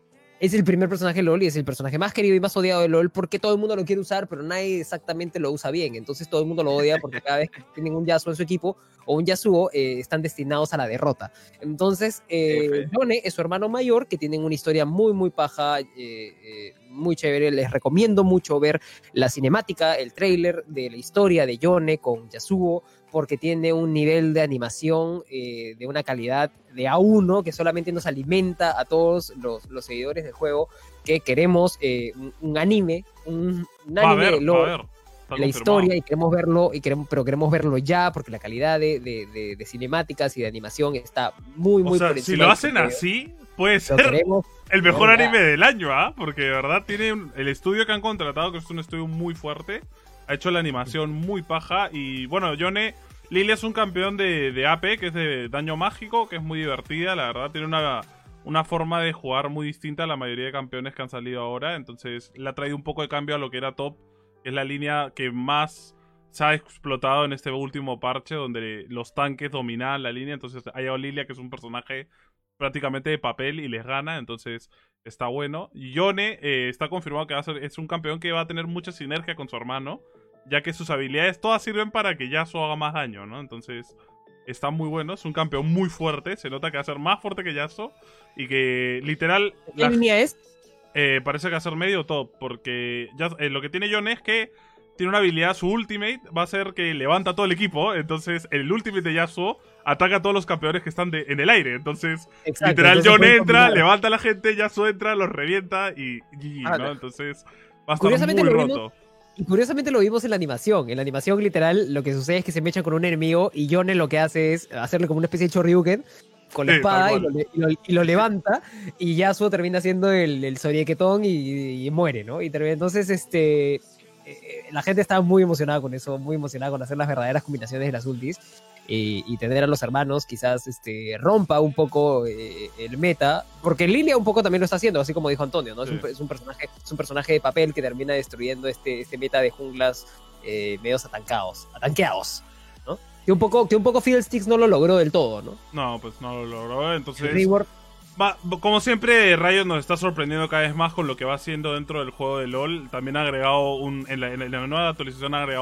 Es el primer personaje de LoL y es el personaje más querido y más odiado de LoL porque todo el mundo lo quiere usar, pero nadie exactamente lo usa bien. Entonces todo el mundo lo odia porque cada vez que tienen un Yasuo en su equipo o un Yasuo eh, están destinados a la derrota. Entonces, eh, F. Yone es su hermano mayor que tienen una historia muy, muy paja, eh, eh, muy chévere. Les recomiendo mucho ver la cinemática, el tráiler de la historia de Yone con Yasuo, porque tiene un nivel de animación eh, de una calidad de A uno que solamente nos alimenta a todos los, los seguidores del juego que queremos eh, un, un anime, un, un Va a anime ver, de va LoL, a ver. Está la confirmado. historia y queremos verlo, y queremos, pero queremos verlo ya porque la calidad de, de, de- de cinemáticas y de animación está muy, muy O sea, por si encima lo del hacen promedio. así, puede Lo ser queremos. el mejor ya. anime del año, ¿ah? Porque de verdad tiene un- el estudio que han contratado, que es un estudio muy fuerte, ha hecho la animación muy paja. Y bueno, Yone, Lilia es un campeón de, de A P, que es de daño mágico, que es muy divertida, la verdad tiene una, una forma de jugar muy distinta a la mayoría de campeones que han salido ahora. Entonces le ha traído un poco de cambio a lo que era top, que es la línea que más se ha explotado en este último parche, donde los tanques dominaban la línea. Entonces ha llegado Lilia, que es un personaje prácticamente de papel y les gana, entonces está bueno. Y Yone eh, está confirmado que va a ser, es un campeón que va a tener mucha sinergia con su hermano, ya que sus habilidades todas sirven para que Yasuo haga más daño, ¿no? Entonces está muy bueno, es un campeón muy fuerte, se nota que va a ser más fuerte que Yasuo y que literal ¿Qué la- línea es? eh, parece que va a ser medio top, porque ya, eh, lo que tiene Yone es que tiene una habilidad, su ultimate va a ser que levanta todo el equipo, entonces el ultimate de Yasuo ataca a todos los campeones que están de- en el aire, entonces Exacto, literal entonces Yone pueden entra, combinar. levanta a la gente, Yasuo entra, los revienta y G G, Ah, ¿no? no. Entonces va a estar Curiosamente muy lo vimos- roto. Y curiosamente lo vimos en la animación. En la animación, literal, lo que sucede es que se mechan con un enemigo y Yone lo que hace es hacerle como una especie de Shoryuken con la Sí, espada tal y lo, cual. y, lo, y lo levanta y Yasuo termina siendo el, el Soriequetón y, y muere, ¿no? Y termina, entonces, este... eh, la gente está muy emocionada con eso, muy emocionada con hacer las verdaderas combinaciones de las ultis y, y tener a los hermanos quizás este, rompa un poco eh, el meta, porque Lilia un poco también lo está haciendo, así como dijo Antonio, ¿no? Es, Sí. un, es un personaje, es un personaje de papel que termina destruyendo este, este meta de junglas eh, medios atancados, atanqueados, ¿no? Que un poco, que un poco Fiddlesticks no lo logró del todo, ¿no? No, pues no lo logró, entonces... El rework, Va- como siempre, Riot nos está sorprendiendo cada vez más con lo que va haciendo dentro del juego de LoL. También ha agregado, un, en, la, en la nueva actualización ha agregado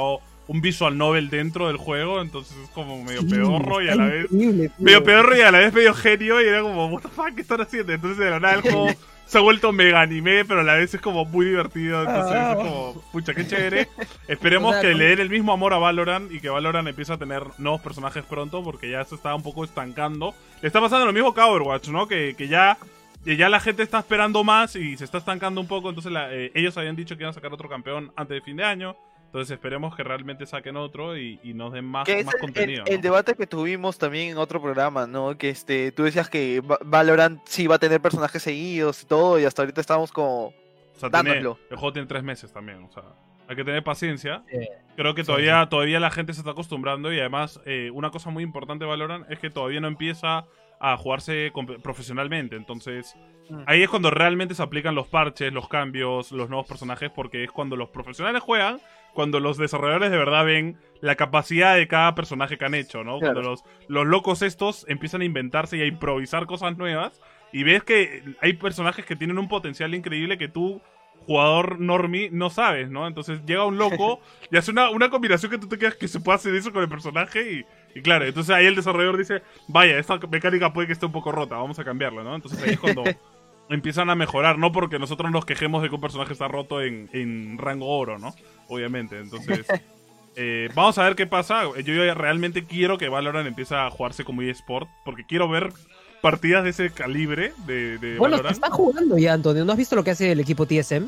un visual novel dentro del juego, entonces es como medio Sí, pedorro y a la vez... increíble, tío. Medio pedorro y a la vez medio genio y era como, what the fuck, ¿qué están haciendo? Entonces de la nada el juego se ha vuelto mega anime, pero a la vez es como muy divertido, entonces es como, pucha, qué chévere. Esperemos O sea, que con- le den el mismo amor a Valorant y que Valorant empiece a tener nuevos personajes pronto, porque ya se está un poco estancando. Le está pasando lo mismo que a Overwatch, ¿no? Que, que ya... que ya la gente está esperando más y se está estancando un poco, entonces la- eh, ellos habían dicho que iban a sacar otro campeón antes de fin de año, entonces esperemos que realmente saquen otro y, y nos den más, Que es más el, contenido. el- el ¿no? debate que tuvimos también en otro programa, ¿no? Que este, tú decías que Va- Valorant sí va a tener personajes seguidos y todo, y hasta ahorita estamos como... O sea, tiene- dándoslo. el juego tiene tres meses también, o sea, hay que tener paciencia. Sí. Creo que Sí, todavía, todavía la gente se está acostumbrando y además eh, una cosa muy importante de Valorant es que todavía no empieza a jugarse comp- profesionalmente, entonces Mm. ahí es cuando realmente se aplican los parches, los cambios, los nuevos personajes, porque es cuando los profesionales juegan, cuando los desarrolladores de verdad ven la capacidad de cada personaje que han hecho, ¿no? Claro. Cuando los, los locos estos empiezan a inventarse y a improvisar cosas nuevas y ves que hay personajes que tienen un potencial increíble que tú, jugador normie, no sabes, ¿no? Entonces llega un loco y hace una, una combinación que tú te quedas que se puede hacer eso con el personaje y, y claro, entonces ahí el desarrollador dice, vaya, esta mecánica puede que esté un poco rota, vamos a cambiarla, ¿no? Entonces ahí es cuando empiezan a mejorar, no porque nosotros nos quejemos de que un personaje está roto en, en rango oro, ¿no? Obviamente, entonces... eh, vamos a ver qué pasa. Yo, yo realmente quiero que Valorant empiece a jugarse como eSport, porque quiero ver partidas de ese calibre de, de Bueno, se Valorant. está jugando ya, Antonio. ¿No has visto lo que hace el equipo T S M?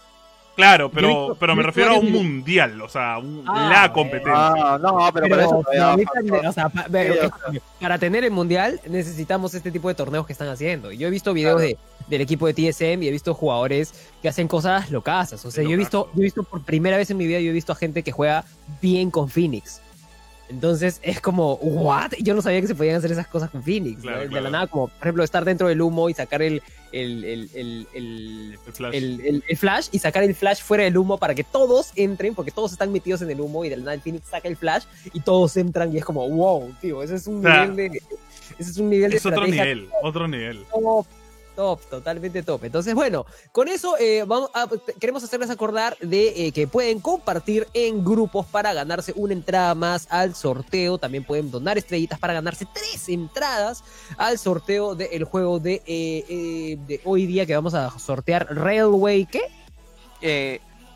Claro, Yo he pero, visto- pero yo me he visto refiero a un varios mundial, o sea, un- Ah, la bueno. competencia. Ah, no, pero, para eso pero todavía ahorita, falta. o sea, pa- ve- Sí, o escúchame, para tener el mundial necesitamos este tipo de torneos que están haciendo. Yo he visto videos Claro. de, del equipo de T S M y he visto jugadores que hacen cosas locasas. O sea, Qué yo he visto, locazo. yo he visto por primera vez en mi vida, yo he visto a gente que juega bien con Phoenix. Entonces es como, ¿what? Yo no sabía que se podían hacer esas cosas con Phoenix. ¿no? Claro, De claro. la nada, como por ejemplo estar dentro del humo y sacar el, el, el, el, el- El flash. el, el- el flash y sacar el flash fuera del humo para que todos entren, porque todos están metidos en el humo y de la nada el Phoenix saca el flash y todos entran y es como, wow, tío, ese es un O sea, nivel de... Ese es un nivel de Es otro estrategia nivel, otro nivel. top, top, totalmente top. Entonces, bueno, con eso eh, vamos a- queremos hacerles acordar de eh, que pueden compartir en grupos para ganarse una entrada más al sorteo. También pueden donar estrellitas para ganarse tres entradas al sorteo del juego de, eh, eh, de hoy día que vamos a sortear Railway, ¿qué? Eh,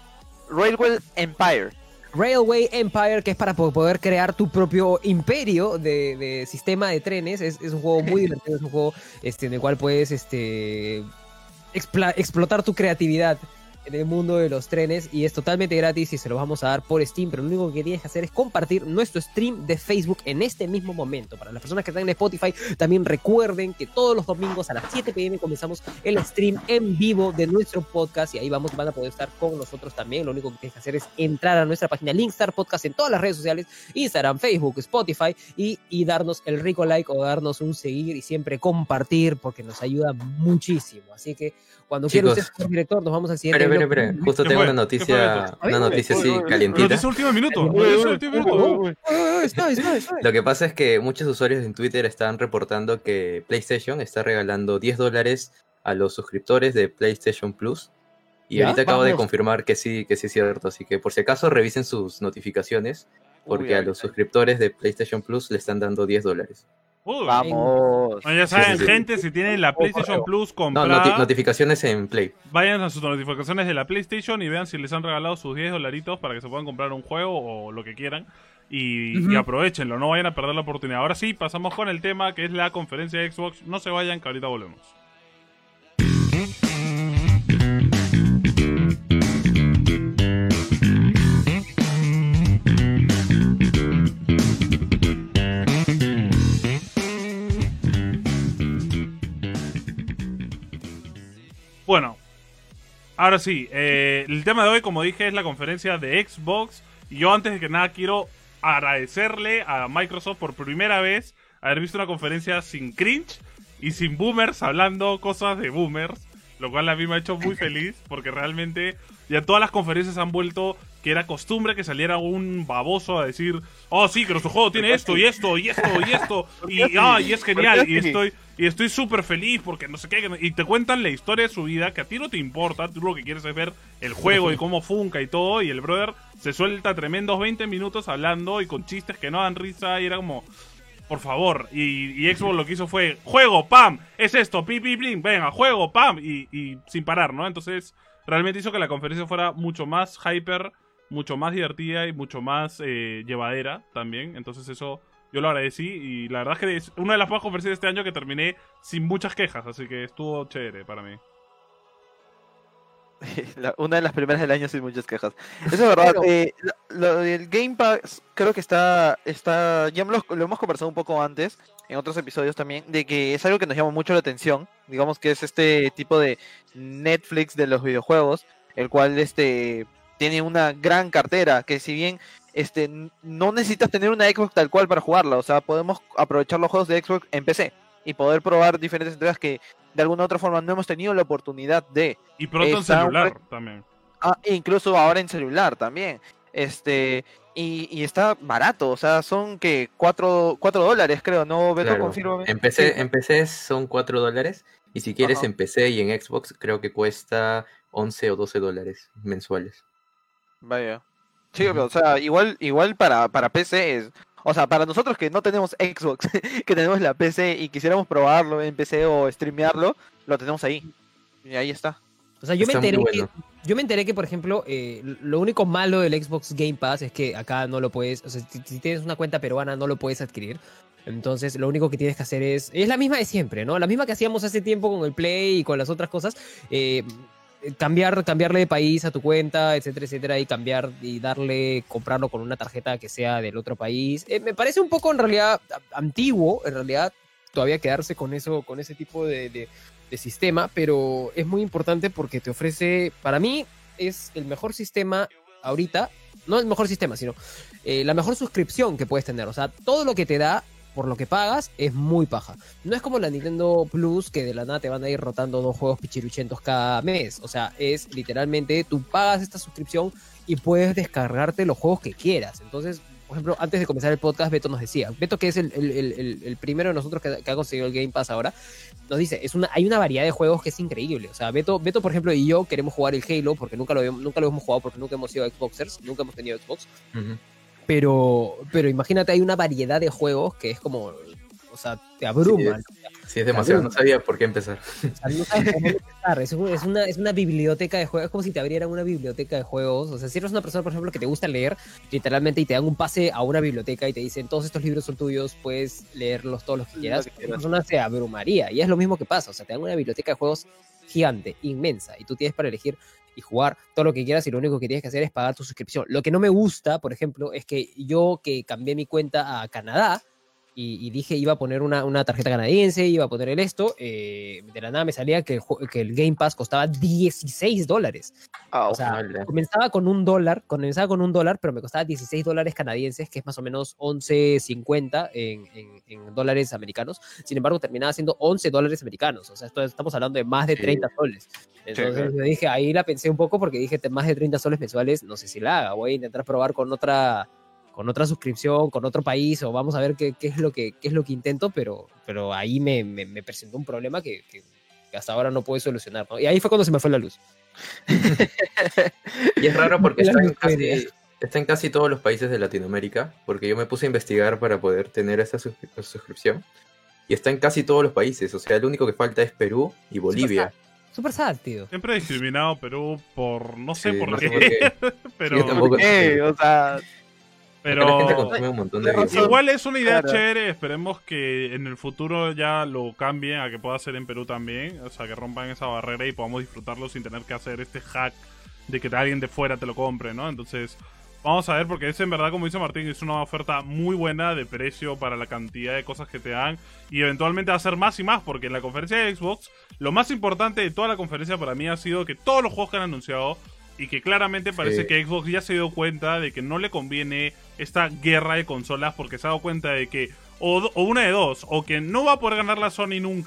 Railway Empire. Railway Empire, que es para po- poder crear tu propio imperio de, de sistema de trenes. Es, es un juego muy divertido, es un juego este, en el cual puedes este, expla- explotar tu creatividad en el mundo de los trenes y es totalmente gratis y se lo vamos a dar por Steam, pero lo único que tienes que hacer es compartir nuestro stream de Facebook en este mismo momento. Para las personas que están en Spotify, también recuerden que todos los domingos a las siete pe eme comenzamos el stream en vivo de nuestro podcast y ahí vamos, van a poder estar con nosotros también. Lo único que tienes que hacer es entrar a nuestra página Linkstar Podcast en todas las redes sociales, Instagram, Facebook, Spotify y, y darnos el rico like o darnos un seguir y siempre compartir porque nos ayuda muchísimo. Así que cuando quiera Chicos. usted, señor director, nos vamos al siguiente. Espera, espera, bloque. espera. Justo ¿Qué tengo fue? una ¿Qué fue, noticia, Beto? una noticia así Uy, uy, uy. calientita. Noticia último minuto. Uy, Noticia último uy, minuto. uy, uy. Ah, está, está, está. Lo que pasa es que muchos usuarios en Twitter están reportando que PlayStation está regalando diez dólares a los suscriptores de PlayStation Plus. Y ¿Ya? ahorita acabo de Vamos. confirmar que sí, que sí es cierto. Así que por si acaso revisen sus notificaciones. Porque Uy, a ay, los ay. suscriptores de PlayStation Plus le están dando diez dólares. Uy. Vamos. Bueno, ya saben, Sí, sí, sí. gente, si tienen la PlayStation Plus No, comprada, noti- notificaciones en Play. vayan a sus notificaciones de la PlayStation y vean si les han regalado sus diez dolaritos para que se puedan comprar un juego o lo que quieran. Y, Ujú. y aprovechenlo, no vayan a perder la oportunidad. Ahora sí, pasamos con el tema que es la conferencia de Xbox. No se vayan, que ahorita volvemos. Bueno, ahora sí, eh, el tema de hoy, como dije, es la conferencia de Xbox. Y yo antes de que nada quiero agradecerle a Microsoft por primera vez haber visto una conferencia sin cringe y sin boomers hablando cosas de boomers. Lo cual a mí me ha hecho muy feliz porque realmente ya todas las conferencias han vuelto que era costumbre que saliera un baboso a decir, oh sí, que nuestro juego tiene esto y esto y esto y esto y, ah, y es genial y estoy y estoy súper feliz porque no sé qué, y te cuentan la historia de su vida que a ti no te importa, tú lo que quieres es ver el juego y cómo funca y todo, y el brother se suelta tremendos veinte minutos hablando y con chistes que no dan risa y era como... Por favor, y, y Xbox lo que hizo fue, juego, pam, es esto, pi, pi, pim, venga, juego, pam, y, y sin parar, ¿no? Entonces, realmente hizo que la conferencia fuera mucho más hyper, mucho más divertida y mucho más eh, llevadera también. Entonces eso yo lo agradecí y la verdad es que es una de las pocas conferencias de este año que terminé sin muchas quejas, así que estuvo chévere para mí. La, una de las primeras del año sin muchas quejas. Eso es verdad. Pero... Eh, lo, lo del Game Pass creo que está, está ya lo, lo hemos conversado un poco antes, en otros episodios también, de que es algo que nos llama mucho la atención. Digamos que es este tipo de Netflix de los videojuegos, el cual este tiene una gran cartera, que si bien este no necesitas tener una Xbox tal cual para jugarla, o sea, podemos aprovechar los juegos de Xbox en P C y poder probar diferentes entregas que de alguna u otra forma no hemos tenido la oportunidad de. Y pronto en celular también. Ah, incluso ahora en celular también. Este, y, y está barato, o sea, son que cuatro dólares creo, ¿no? Beto, claro. confírmame. En P C, en P C son cuatro dólares, y si quieres Ajá. en P C y en Xbox creo que cuesta once o doce dólares mensuales. Vaya. Sí, uh-huh. O sea, igual, igual para, para P C es... O sea, para nosotros que no tenemos Xbox, que tenemos la P C y quisiéramos probarlo en P C o streamearlo, lo tenemos ahí. Y ahí está. O sea, yo, me enteré, bueno. que, yo me enteré que, por ejemplo, eh, lo único malo del Xbox Game Pass es que acá no lo puedes... O sea, si, si tienes una cuenta peruana no lo puedes adquirir. Entonces, lo único que tienes que hacer es... Es la misma de siempre, ¿no? La misma que hacíamos hace tiempo con el Play y con las otras cosas. Eh... Cambiar, cambiarle de país a tu cuenta, etcétera, etcétera, y cambiar y darle, comprarlo con una tarjeta que sea del otro país. Eh, me parece un poco en realidad antiguo, en realidad todavía quedarse con eso, con ese tipo de, de, de sistema, pero es muy importante porque te ofrece, para mí, es el mejor sistema ahorita, no el mejor sistema, sino eh, la mejor suscripción que puedes tener. O sea, todo lo que te da por lo que pagas es muy paja. No es como la Nintendo Plus, que de la nada te van a ir rotando dos juegos pichiruchentos cada mes. O sea, es literalmente, tú pagas esta suscripción y puedes descargarte los juegos que quieras. Entonces, por ejemplo, antes de comenzar el podcast, Beto nos decía, Beto, que es el, el, el, el primero de nosotros que, que ha conseguido el Game Pass ahora, nos dice, es una, hay una variedad de juegos que es increíble. O sea, Beto, Beto, por ejemplo, y yo queremos jugar el Halo, porque nunca lo, nunca lo hemos jugado, porque nunca hemos sido Xboxers, nunca hemos tenido Xbox. Uh-huh. Pero, pero imagínate, hay una variedad de juegos que es como, o sea, te abruma. Sí, es, sí, es demasiado, no sabía por qué empezar. O sea, no sabes por dónde empezar. Es, es, una, es una biblioteca de juegos, es como si te abrieran una biblioteca de juegos. O sea, si eres una persona, por ejemplo, que te gusta leer, literalmente, y te dan un pase a una biblioteca y te dicen, todos estos libros son tuyos, puedes leerlos todos los que quieras, la persona se abrumaría. Y es lo mismo que pasa, o sea, te dan una biblioteca de juegos gigante, inmensa, y tú tienes para elegir y jugar todo lo que quieras y lo único que tienes que hacer es pagar tu suscripción. Lo que no me gusta, por ejemplo, es que yo que cambié mi cuenta a Canadá y, y dije iba a poner una, una tarjeta canadiense, iba a poner el esto, eh, de la nada me salía que el, que el Game Pass costaba dieciséis dólares. Oh, o sea, vale. comenzaba con un dólar, comenzaba con un dólar, pero me costaba dieciséis dólares canadienses, que es más o menos once cincuenta en, en, en dólares americanos. Sin embargo, terminaba siendo once dólares americanos. O sea, esto, estamos hablando de más de treinta sí. soles. Entonces, sí, yo dije, ahí la pensé un poco porque dije, más de treinta soles mensuales, no sé si la haga. Voy a intentar probar con otra... con otra suscripción, con otro país, o vamos a ver qué, qué, es, lo que, qué es lo que intento, pero, pero ahí me, me, me presentó un problema que, que, que hasta ahora no puedo solucionar, ¿no? Y ahí fue cuando se me fue la luz. Y es raro porque está en, casi, está en casi todos los países de Latinoamérica, porque yo me puse a investigar para poder tener esa suscri- suscripción, y está en casi todos los países, o sea, el único que falta es Perú y Bolivia. Súper sad, tío. Siempre he discriminado Perú por... no sé sí, por, no qué. Sé por qué. Pero... Sí, tampoco eh, o sea... Pero la gente consume un montón de videos. Igual es una idea claro. chévere, esperemos que en el futuro ya lo cambien a que pueda ser en Perú también, o sea, que rompan esa barrera y podamos disfrutarlo sin tener que hacer este hack de que alguien de fuera te lo compre, ¿no? Entonces, vamos a ver, porque es en verdad, como dice Martín, es una oferta muy buena de precio para la cantidad de cosas que te dan y eventualmente va a ser más y más, porque en la conferencia de Xbox, lo más importante de toda la conferencia para mí ha sido que todos los juegos que han anunciado y que claramente parece sí. que Xbox ya se dio cuenta de que no le conviene esta guerra de consolas porque se ha dado cuenta de que o, o una de dos, o que no va a poder ganar la Sony nunca,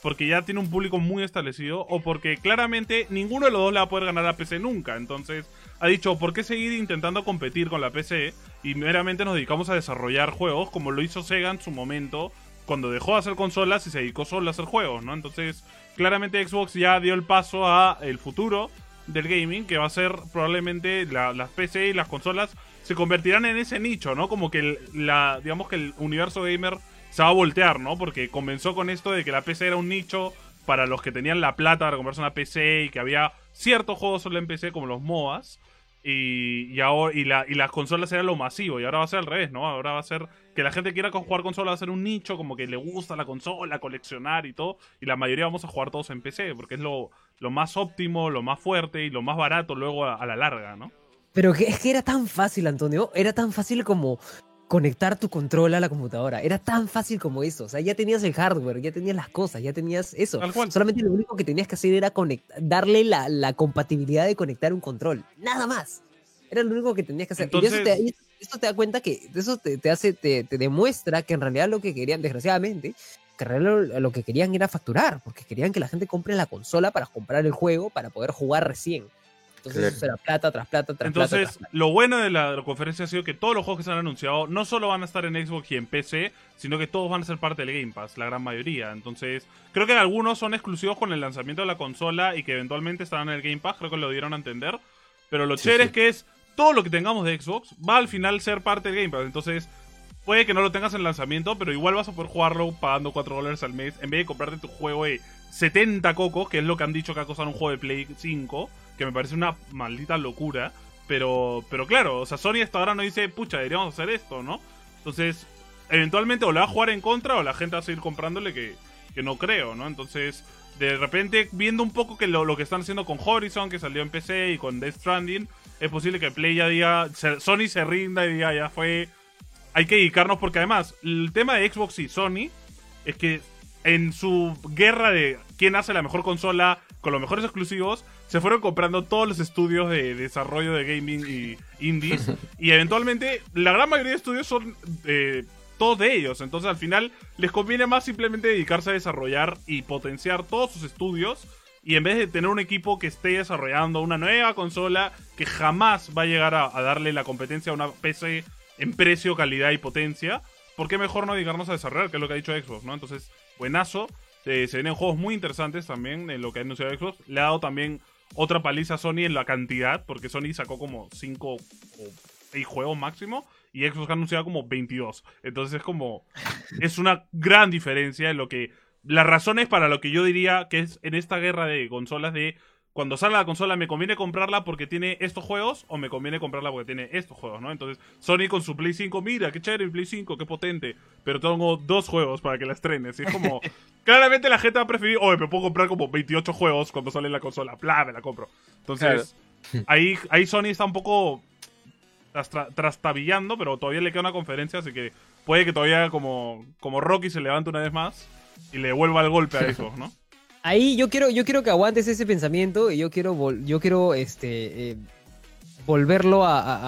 porque ya tiene un público muy establecido, o porque claramente ninguno de los dos le va a poder ganar a P C nunca. Entonces ha dicho, ¿por qué seguir intentando competir con la P C? Y meramente nos dedicamos a desarrollar juegos, como lo hizo Sega en su momento, cuando dejó de hacer consolas y se dedicó solo a hacer juegos, ¿no? Entonces, claramente Xbox ya dio el paso a el futuro del gaming, que va a ser probablemente la, las P C y las consolas se convertirán en ese nicho, ¿no? Como que el, la, digamos que el universo gamer se va a voltear, ¿no? Porque comenzó con esto de que la P C era un nicho para los que tenían la plata para comprarse una P C y que había ciertos juegos solo en P C como los M O A S. Y, y, ahora, y, la, y las consolas eran lo masivo. Y ahora va a ser al revés, ¿no? Ahora va a ser que la gente quiera jugar consola, va a ser un nicho, como que le gusta la consola, coleccionar y todo. Y la mayoría vamos a jugar todos en P C, porque es lo, lo más óptimo, lo más fuerte y lo más barato luego a, a la larga, ¿no? Pero que, es que era tan fácil, Antonio. Era tan fácil como conectar tu control a la computadora. Era tan fácil como eso. O sea, ya tenías el hardware, ya tenías las cosas, ya tenías eso. Tal cual. Solamente lo único que tenías que hacer era conectar, darle la, la compatibilidad de conectar un control. Nada más. Era lo único que tenías que hacer. Entonces... Y de eso te, esto te da cuenta que eso te, te hace, te, te demuestra que en realidad lo que querían, desgraciadamente, que en realidad lo, lo que querían era facturar, porque querían que la gente compre la consola para comprar el juego, para poder jugar recién. Entonces claro. Eso era plata tras plata tras Entonces, plata. Entonces, lo bueno de la, de la conferencia ha sido que todos los juegos que se han anunciado no solo van a estar en Xbox y en P C, sino que todos van a ser parte del Game Pass, la gran mayoría. Entonces, creo que algunos son exclusivos con el lanzamiento de la consola y que eventualmente estarán en el Game Pass, creo que lo dieron a entender. Pero lo sí, chévere sí. es que es todo lo que tengamos de Xbox va al final ser parte del Game Pass. Entonces, puede que no lo tengas en lanzamiento, pero igual vas a poder jugarlo pagando cuatro dólares al mes en vez de comprarte tu juego de setenta cocos, que es lo que han dicho que va a costar un juego de Play cinco, que me parece una maldita locura. Pero, pero claro, o sea, Sony hasta ahora no dice, pucha, deberíamos hacer esto, ¿no? Entonces, eventualmente o le va a jugar en contra o la gente va a seguir comprándole, que, que no creo, ¿no? Entonces, de repente, viendo un poco que lo, lo que están haciendo con Horizon, que salió en P C, y con Death Stranding, es posible que Play ya diga, Sony se rinda y diga, ya fue, hay que dedicarnos, porque además, el tema de Xbox y Sony es que en su guerra de quién hace la mejor consola con los mejores exclusivos, se fueron comprando todos los estudios de desarrollo de gaming y indies, y eventualmente la gran mayoría de estudios son eh, todos de ellos. Entonces al final les conviene más simplemente dedicarse a desarrollar y potenciar todos sus estudios, y en vez de tener un equipo que esté desarrollando una nueva consola que jamás va a llegar a, a darle la competencia a una P C en precio, calidad y potencia, ¿por qué mejor no dedicarnos a desarrollar? Que es lo que ha dicho Xbox, ¿no? Entonces, buenazo. Eh, se vienen juegos muy interesantes también en lo que ha anunciado Xbox. Le ha dado también otra paliza a Sony en la cantidad, porque Sony sacó como cinco o seis juegos máximo y Xbox ha anunciado como veintidós. Entonces es como, es una gran diferencia en lo que, las razones para lo que yo diría que es en esta guerra de consolas de cuando salga la consola, ¿me conviene comprarla porque tiene estos juegos o me conviene comprarla porque tiene estos juegos, ¿no? Entonces, Sony con su Play cinco, mira, qué chévere mi Play cinco, qué potente, pero tengo dos juegos para que la estrenes. Y es como, claramente la gente va a preferir, oye, me puedo comprar como veintiocho juegos cuando sale la consola, bla, me la compro. Entonces, claro. ahí, ahí Sony está un poco trastra, trastabillando, pero todavía le queda una conferencia, así que puede que todavía como, como Rocky se levante una vez más y le vuelva el golpe a eso, ¿no? Ahí yo quiero, yo quiero que aguantes ese pensamiento y yo quiero, yo quiero este, eh, volverlo a, a,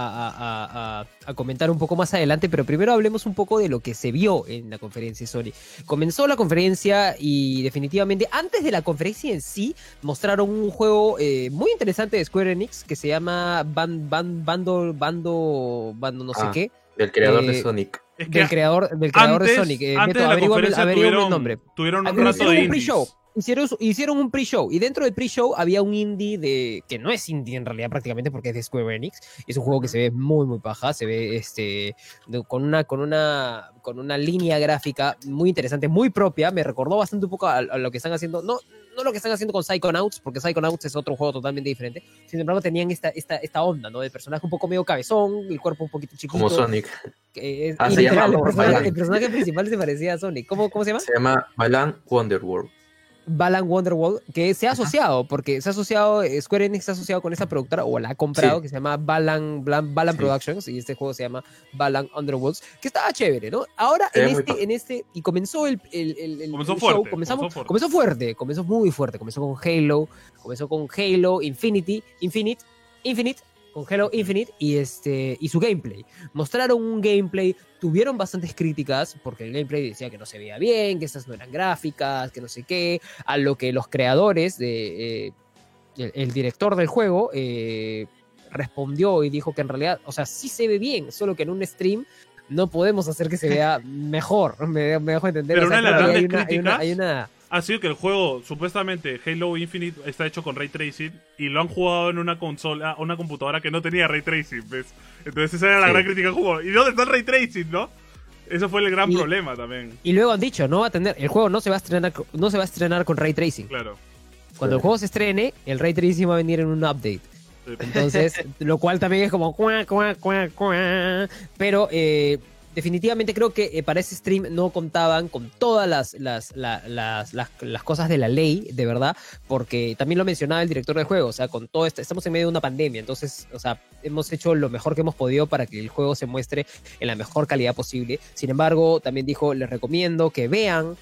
a, a, a comentar un poco más adelante, pero primero hablemos un poco de lo que se vio en la conferencia de Sony. Comenzó la conferencia y definitivamente antes de la conferencia en sí mostraron un juego eh, muy interesante de Square Enix que se llama Ban, Ban, Bando, Bando, Bando no sé ah, qué. Del creador eh, de Sonic. Es que del creador, del creador antes, de Sonic. Eh, antes Beto, de la conferencia averigua tuvieron, el nombre. Tuvieron un rato de indies. Hicieron, hicieron un pre-show y dentro del pre-show había un indie de que no es indie en realidad prácticamente porque es de Square Enix. Es un juego que se ve muy muy paja, se ve este de, con una con una con una línea gráfica muy interesante, muy propia. Me recordó bastante un poco a, a lo que están haciendo, no no lo que están haciendo con Psychonauts, porque Psychonauts es otro juego totalmente diferente. Sin embargo, tenían esta esta esta onda, ¿no? De personaje un poco medio cabezón, el cuerpo un poquito chiquito. Como Sonic. Que es, ah, y se literal, llama el, personaje, el personaje principal se parecía a Sonic. ¿Cómo, cómo se llama? Se llama Balan Wonderworld. Balan Wonderworld, que se ha asociado, Ajá. porque se ha asociado, Square Enix se ha asociado con esa productora, o la ha comprado, sí. que se llama Balan, Balan, Balan sí. Productions, y este juego se llama Balan Underworlds, que estaba chévere, ¿no? Ahora, en este, en este, y comenzó el, el, el, el comenzó el fuerte, show, comenzamos, comenzó fuerte. comenzó fuerte, comenzó muy fuerte, comenzó con Halo, comenzó con Halo, Infinity, Infinite, Infinite, con Halo Infinite y, este, y su gameplay. Mostraron un gameplay, tuvieron bastantes críticas, porque el gameplay decía que no se veía bien, que estas no eran gráficas, que no sé qué, a lo que los creadores, de, eh, el, el director del juego, eh, respondió y dijo que en realidad, o sea, sí se ve bien, solo que en un stream no podemos hacer que se vea mejor, me, me dejo entender. Pero o sea, una de las grandes hay una, hay críticas una, hay una... ha sido que el juego, supuestamente, Halo Infinite está hecho con Ray Tracing y lo han jugado en una consola, una computadora que no tenía Ray Tracing, ¿ves? Entonces esa era la Sí. gran crítica del juego. ¿Y dónde está el Ray Tracing, no? Eso fue el gran Y- problema también. Y luego han dicho, no va a tener, el juego no se va a estrenar, co- no se va a estrenar con Ray Tracing. Claro. Cuando el juego se estrene, el Ray Tracing va a venir en un update. Sí. Entonces, lo cual también es como cuá, cuá, cuá, cuá. Pero eh, definitivamente creo que eh, para ese stream no contaban con todas las, las, la- las, las, las cosas de la ley, de verdad, porque también lo mencionaba el director del juego, o sea, con todo esto, estamos en medio de una pandemia, entonces, o sea, hemos hecho lo mejor que hemos podido para que el juego se muestre en la mejor calidad posible. Sin embargo, también dijo, les recomiendo que vean,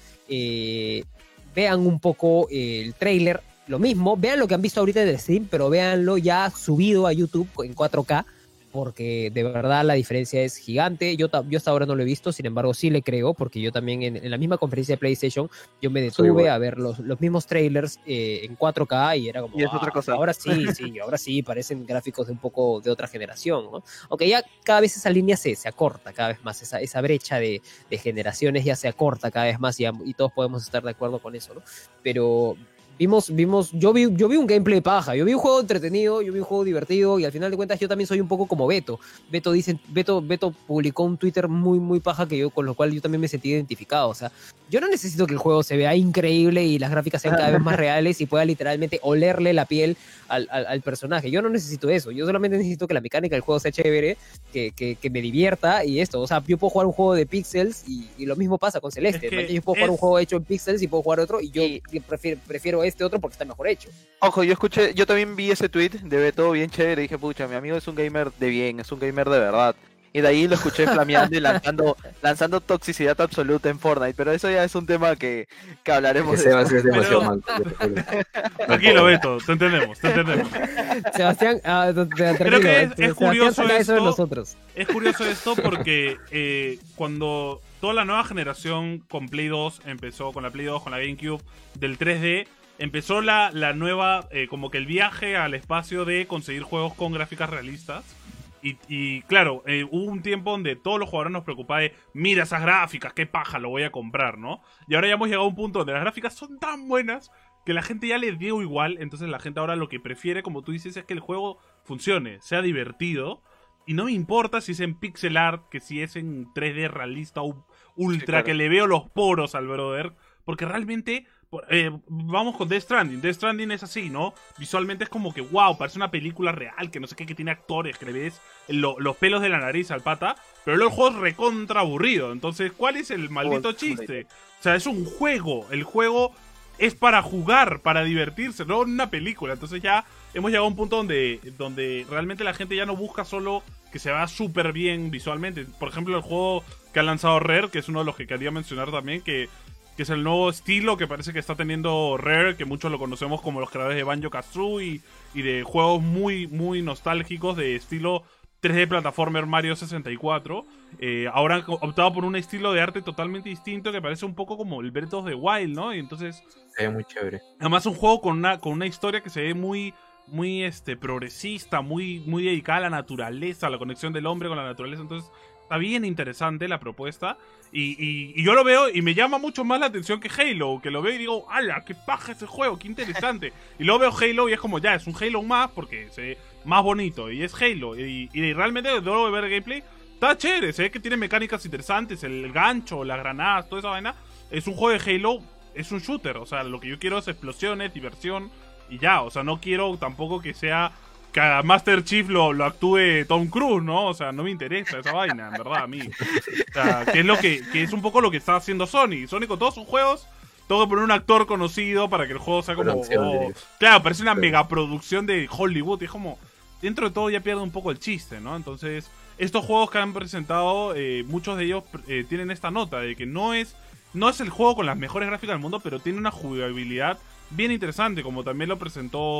eh, vean un poco eh, el tráiler. Lo mismo, vean lo que han visto ahorita en el stream, pero véanlo ya subido a YouTube en cuatro K, porque de verdad la diferencia es gigante. Yo, ta- yo hasta ahora no lo he visto, sin embargo sí le creo, porque yo también en, en la misma conferencia de PlayStation, yo me Soy detuve igual. a ver los, los mismos trailers eh, en cuatro K y era como, Y es "Ah, otra cosa". ahora sí, sí, ahora sí, parecen gráficos de un poco de otra generación, ¿no? Aunque ya cada vez esa línea se, se acorta cada vez más, esa, esa brecha de, de generaciones ya se acorta cada vez más y, am- y todos podemos estar de acuerdo con eso, ¿no? Pero vimos, vimos, yo vi, yo vi un gameplay paja, yo vi un juego entretenido, yo vi un juego divertido y al final de cuentas yo también soy un poco como Beto. Beto dice, Beto, Beto publicó un Twitter muy, muy paja que yo, con lo cual yo también me sentí identificado. O sea, yo no necesito que el juego se vea increíble y las gráficas sean cada vez más reales y pueda literalmente olerle la piel al, al, al personaje. Yo no necesito eso, yo solamente necesito que la mecánica del juego sea chévere, que, que, que me divierta y esto. O sea, yo puedo jugar un juego de pixels y, y lo mismo pasa con Celeste. Es que ¿no? Yo puedo jugar es- un juego hecho en pixels y puedo jugar otro y yo Y- prefiero, prefiero este otro porque está mejor hecho. Ojo, yo escuché, yo también vi ese tweet de Beto bien chévere y dije, pucha, mi amigo es un gamer de bien, es un gamer de verdad. Y de ahí lo escuché flameando y lanzando, lanzando toxicidad absoluta en Fortnite, pero eso ya es un tema que, que hablaremos Que Sebas después. es demasiado Pero- manco. yo te juro. Tranquilo, Beto, te entendemos, te entendemos. Sebastián, ah, t- t- tranquilo, Creo que es- eh, es Sebastián curioso saca eso de esto. nosotros. Es curioso esto porque eh, cuando toda la nueva generación con Play dos empezó, con la Play dos, con la GameCube, del tres D, empezó la, la nueva, eh, como que el viaje al espacio de conseguir juegos con gráficas realistas. Y, y claro, eh, hubo un tiempo donde todos los jugadores nos preocupaban de, mira esas gráficas, qué paja, lo voy a comprar, ¿no? Y ahora ya hemos llegado a un punto donde las gráficas son tan buenas que la gente ya les dio igual. Entonces la gente ahora lo que prefiere, como tú dices, es que el juego funcione, sea divertido. Y no me importa si es en pixel art, que si es en tres D realista u- ultra, Sí, claro. que le veo los poros al brother. Porque realmente, por- eh, vamos con Death Stranding. Death Stranding es así, ¿no? Visualmente es como que, wow, parece una película real, que no sé qué, que tiene actores, que le ves lo- los pelos de la nariz al pata. Pero luego el juego es recontra aburrido. Entonces, ¿cuál es el maldito Oh, chiste? O sea, es un juego. El juego es para jugar, para divertirse, no una película. Entonces ya hemos llegado a un punto donde, donde realmente la gente ya no busca solo que se vea súper bien visualmente. Por ejemplo, el juego que ha lanzado Rare, que es uno de los que quería mencionar también, que, que es el nuevo estilo que parece que está teniendo Rare, que muchos lo conocemos como los creadores de Banjo-Kazooie y, y de juegos muy, muy nostálgicos de estilo tres D plataformer Mario sesenta y cuatro. Eh, ahora han optado por un estilo de arte totalmente distinto que parece un poco como el Breath of the Wild, ¿no? Y entonces, Se ve muy chévere. además un juego con una, con una historia que se ve muy, muy este, progresista, muy, muy dedicada a la naturaleza, a la conexión del hombre con la naturaleza. Entonces, está bien interesante la propuesta. Y, y, y yo lo veo y me llama mucho más la atención que Halo, que lo veo y digo, ¡hala! ¡Qué paja ese juego! ¡Qué interesante! Y luego veo Halo y es como, ya, es un Halo más porque se ve más bonito. Y es Halo. Y, y realmente, luego de ver el gameplay, está chévere. Se ve que tiene mecánicas interesantes, el gancho, las granadas, toda esa vaina. Es un juego de Halo, es un shooter. O sea, lo que yo quiero es explosiones, diversión y ya. O sea, no quiero tampoco que sea que a Master Chief lo, lo actúe Tom Cruise, ¿no? O sea, no me interesa esa vaina, en verdad, a mí. O sea, que es lo que, que es un poco lo que está haciendo Sony. Sony con todos sus juegos, tengo que poner un actor conocido para que el juego sea como... Producción, oh, diría. claro, parece una Sí. megaproducción de Hollywood. Y es como, dentro de todo ya pierde un poco el chiste, ¿no? Entonces, estos juegos que han presentado, eh, muchos de ellos eh, tienen esta nota de que no es, no es el juego con las mejores gráficas del mundo, pero tiene una jugabilidad bien interesante, como también lo presentó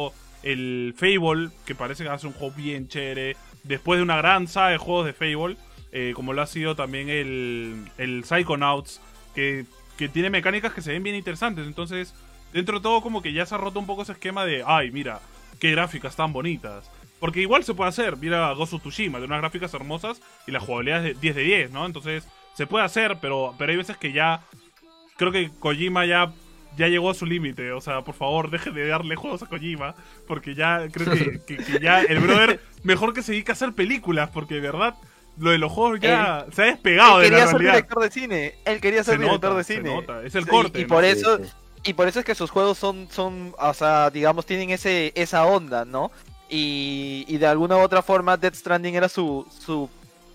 el Fable, que parece que va a ser un juego bien chévere, después de una gran saga de juegos de Fable, eh, como lo ha sido también el, el Psychonauts, que, que tiene mecánicas que se ven bien interesantes. Entonces, dentro de todo, como que ya se ha roto un poco ese esquema de, ay, mira, qué gráficas tan bonitas. Porque igual se puede hacer, mira Ghost of Tsushima, de unas gráficas hermosas y la jugabilidad es de diez de diez, ¿no? Entonces, se puede hacer, pero, pero hay veces que ya, creo que Kojima ya... ya llegó a su límite, o sea, por favor, deje de darle juegos a Kojima, porque ya creo que, que, que ya el brother mejor que se dedica a hacer películas, porque de verdad lo de los juegos ya él, se ha despegado de la realidad. Él quería ser director de cine, él quería ser se director nota, de cine. Se nota. Es el corte. Y, y ¿no? por eso, sí, sí. y por eso es que sus juegos son, son, o sea, digamos, tienen ese, esa onda, ¿no? Y, y de alguna u otra forma Death Stranding era su, su,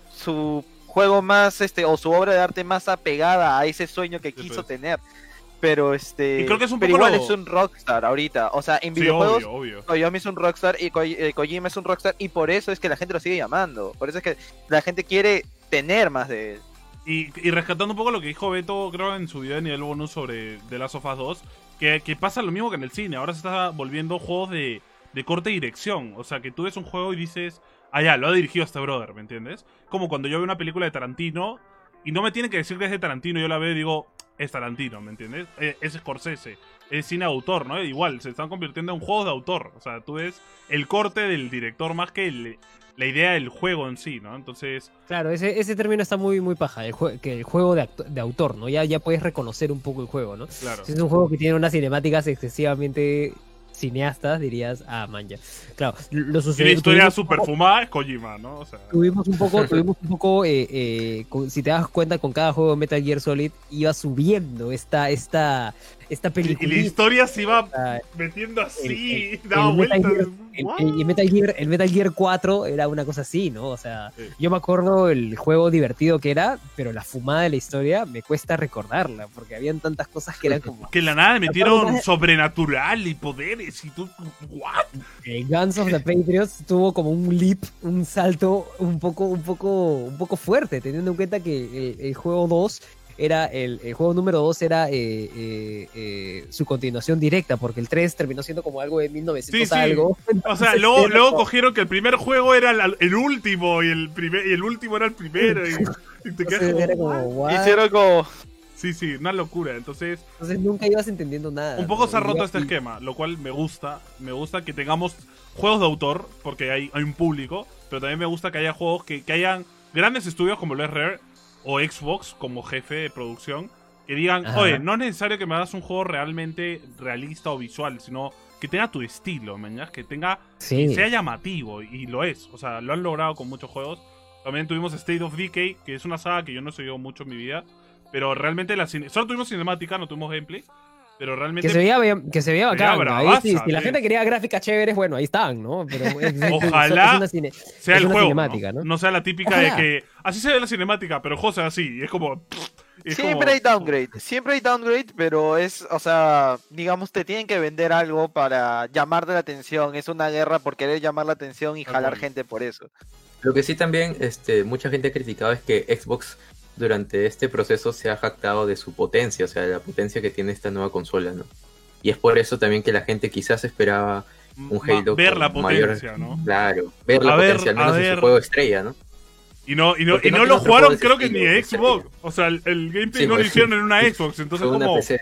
su juego más, este, o su obra de arte más apegada a ese sueño que sí, quiso pues. tener. Pero este, y creo que es un pero poco igual lo... es un rockstar ahorita, o sea, en sí, videojuegos obvio, obvio. Kojima es un rockstar y Ko eh, Kojima es un rockstar y por eso es que la gente lo sigue llamando, por eso es que la gente quiere tener más de él. Y, y rescatando un poco lo que dijo Beto, creo, en su video de nivel bonus sobre The Last of Us dos, que, que pasa lo mismo que en el cine, ahora se está volviendo juegos de, de corte y dirección, o sea, que tú ves un juego y dices, ah, ya, lo ha dirigido este brother, ¿me entiendes? Como cuando yo veo una película de Tarantino y no me tiene que decir que es de Tarantino, yo la veo y digo, es Tarantino, ¿me entiendes? Es, es Scorsese, es cine de autor, ¿no? Igual, se están convirtiendo en juegos de autor, o sea, tú ves el corte del director más que el, la idea del juego en sí, ¿no? Entonces... Claro, ese, ese término está muy, muy paja, el que el juego de, de autor, ¿no? Ya, ya puedes reconocer un poco el juego, ¿no? Claro. Si es un juego que tiene unas cinemáticas excesivamente cineastas, dirías, ah, man, ya. Claro, lo sucedió. Tiene historia súper fumada, es Kojima, ¿no? O sea... Tuvimos un poco, tuvimos un poco, eh, eh, con, si te das cuenta, con cada juego de Metal Gear Solid iba subiendo esta, esta, esta película. Y la historia se iba Ah, metiendo así, el- el- daba el Metal vueltas. Gear- el, el- el Metal Gear, el Metal Gear cuatro era una cosa así, ¿no? O sea, Sí. yo me acuerdo el juego divertido que era, pero la fumada de la historia me cuesta recordarla, porque habían tantas cosas que eran como... Que en la nada le metieron Aparte- sobrenatural y poderes y tú... ¿What? El Guns of the Patriots tuvo como un leap, un salto un poco, un poco, un poco fuerte, teniendo en cuenta que el, el juego dos era el, el juego número dos era eh, eh, eh, su continuación directa, porque el tres terminó siendo como algo de mil novecientos Sí, sí. algo. O sea, Entonces, luego, era luego como- cogieron que el primer juego era el, el último y el primer y el último era el primero y, y te quedas entonces era como, como, "What?". what? Hicieron como, Sí, sí, una locura. Entonces, Entonces nunca ibas entendiendo nada. un poco ¿no? se ha roto Y- este esquema, lo cual me gusta. Me gusta que tengamos juegos de autor, porque hay, hay un público, pero también me gusta que haya juegos que, que hayan grandes estudios como lo es Rare o Xbox como jefe de producción, que digan, Ajá. oye, no es necesario que me hagas un juego realmente realista o visual, sino que tenga tu estilo, ¿me entiendes? Que tenga, Sí. que sea llamativo, y lo es. O sea, lo han logrado con muchos juegos. También tuvimos State of Decay, que es una saga que yo no he seguido mucho en mi vida, pero realmente la cine... Solo tuvimos cinemática, no tuvimos gameplay, pero realmente... Que se veía, bien- que se veía Se veía bacán. ¿no? Ahí bravaza, sí, si la sí. gente quería gráficas chéveres, bueno, ahí están, ¿no? Pero es- es- Ojalá es una cine- sea es el una juego, cinemática, ¿no? ¿no? No sea la típica Ojalá. de que... Así se ve la cinemática, pero el juego se ve así, y es como... es siempre como- hay downgrade, siempre hay downgrade, pero es, o sea, digamos, te tienen que vender algo para llamarte la atención, es una guerra por querer llamar la atención y Tal jalar cual. gente por eso. Lo que sí también este, mucha gente ha criticado es que Xbox durante este proceso se ha jactado de su potencia, o sea, de la potencia que tiene esta nueva consola, ¿no? Y es por eso también que la gente quizás esperaba un Halo ver con la mayor- potencia, ¿no? Claro, ver la A ver, potencia, al a menos en ver. su juego estrella, ¿no? Y no, y no, Porque y no no tiene lo otro jugaron, juego de creo que ni ese de estilo, Xbox. O sea, el, el gameplay Sí, no lo pues, hicieron en una Xbox, entonces Fue una como... P C.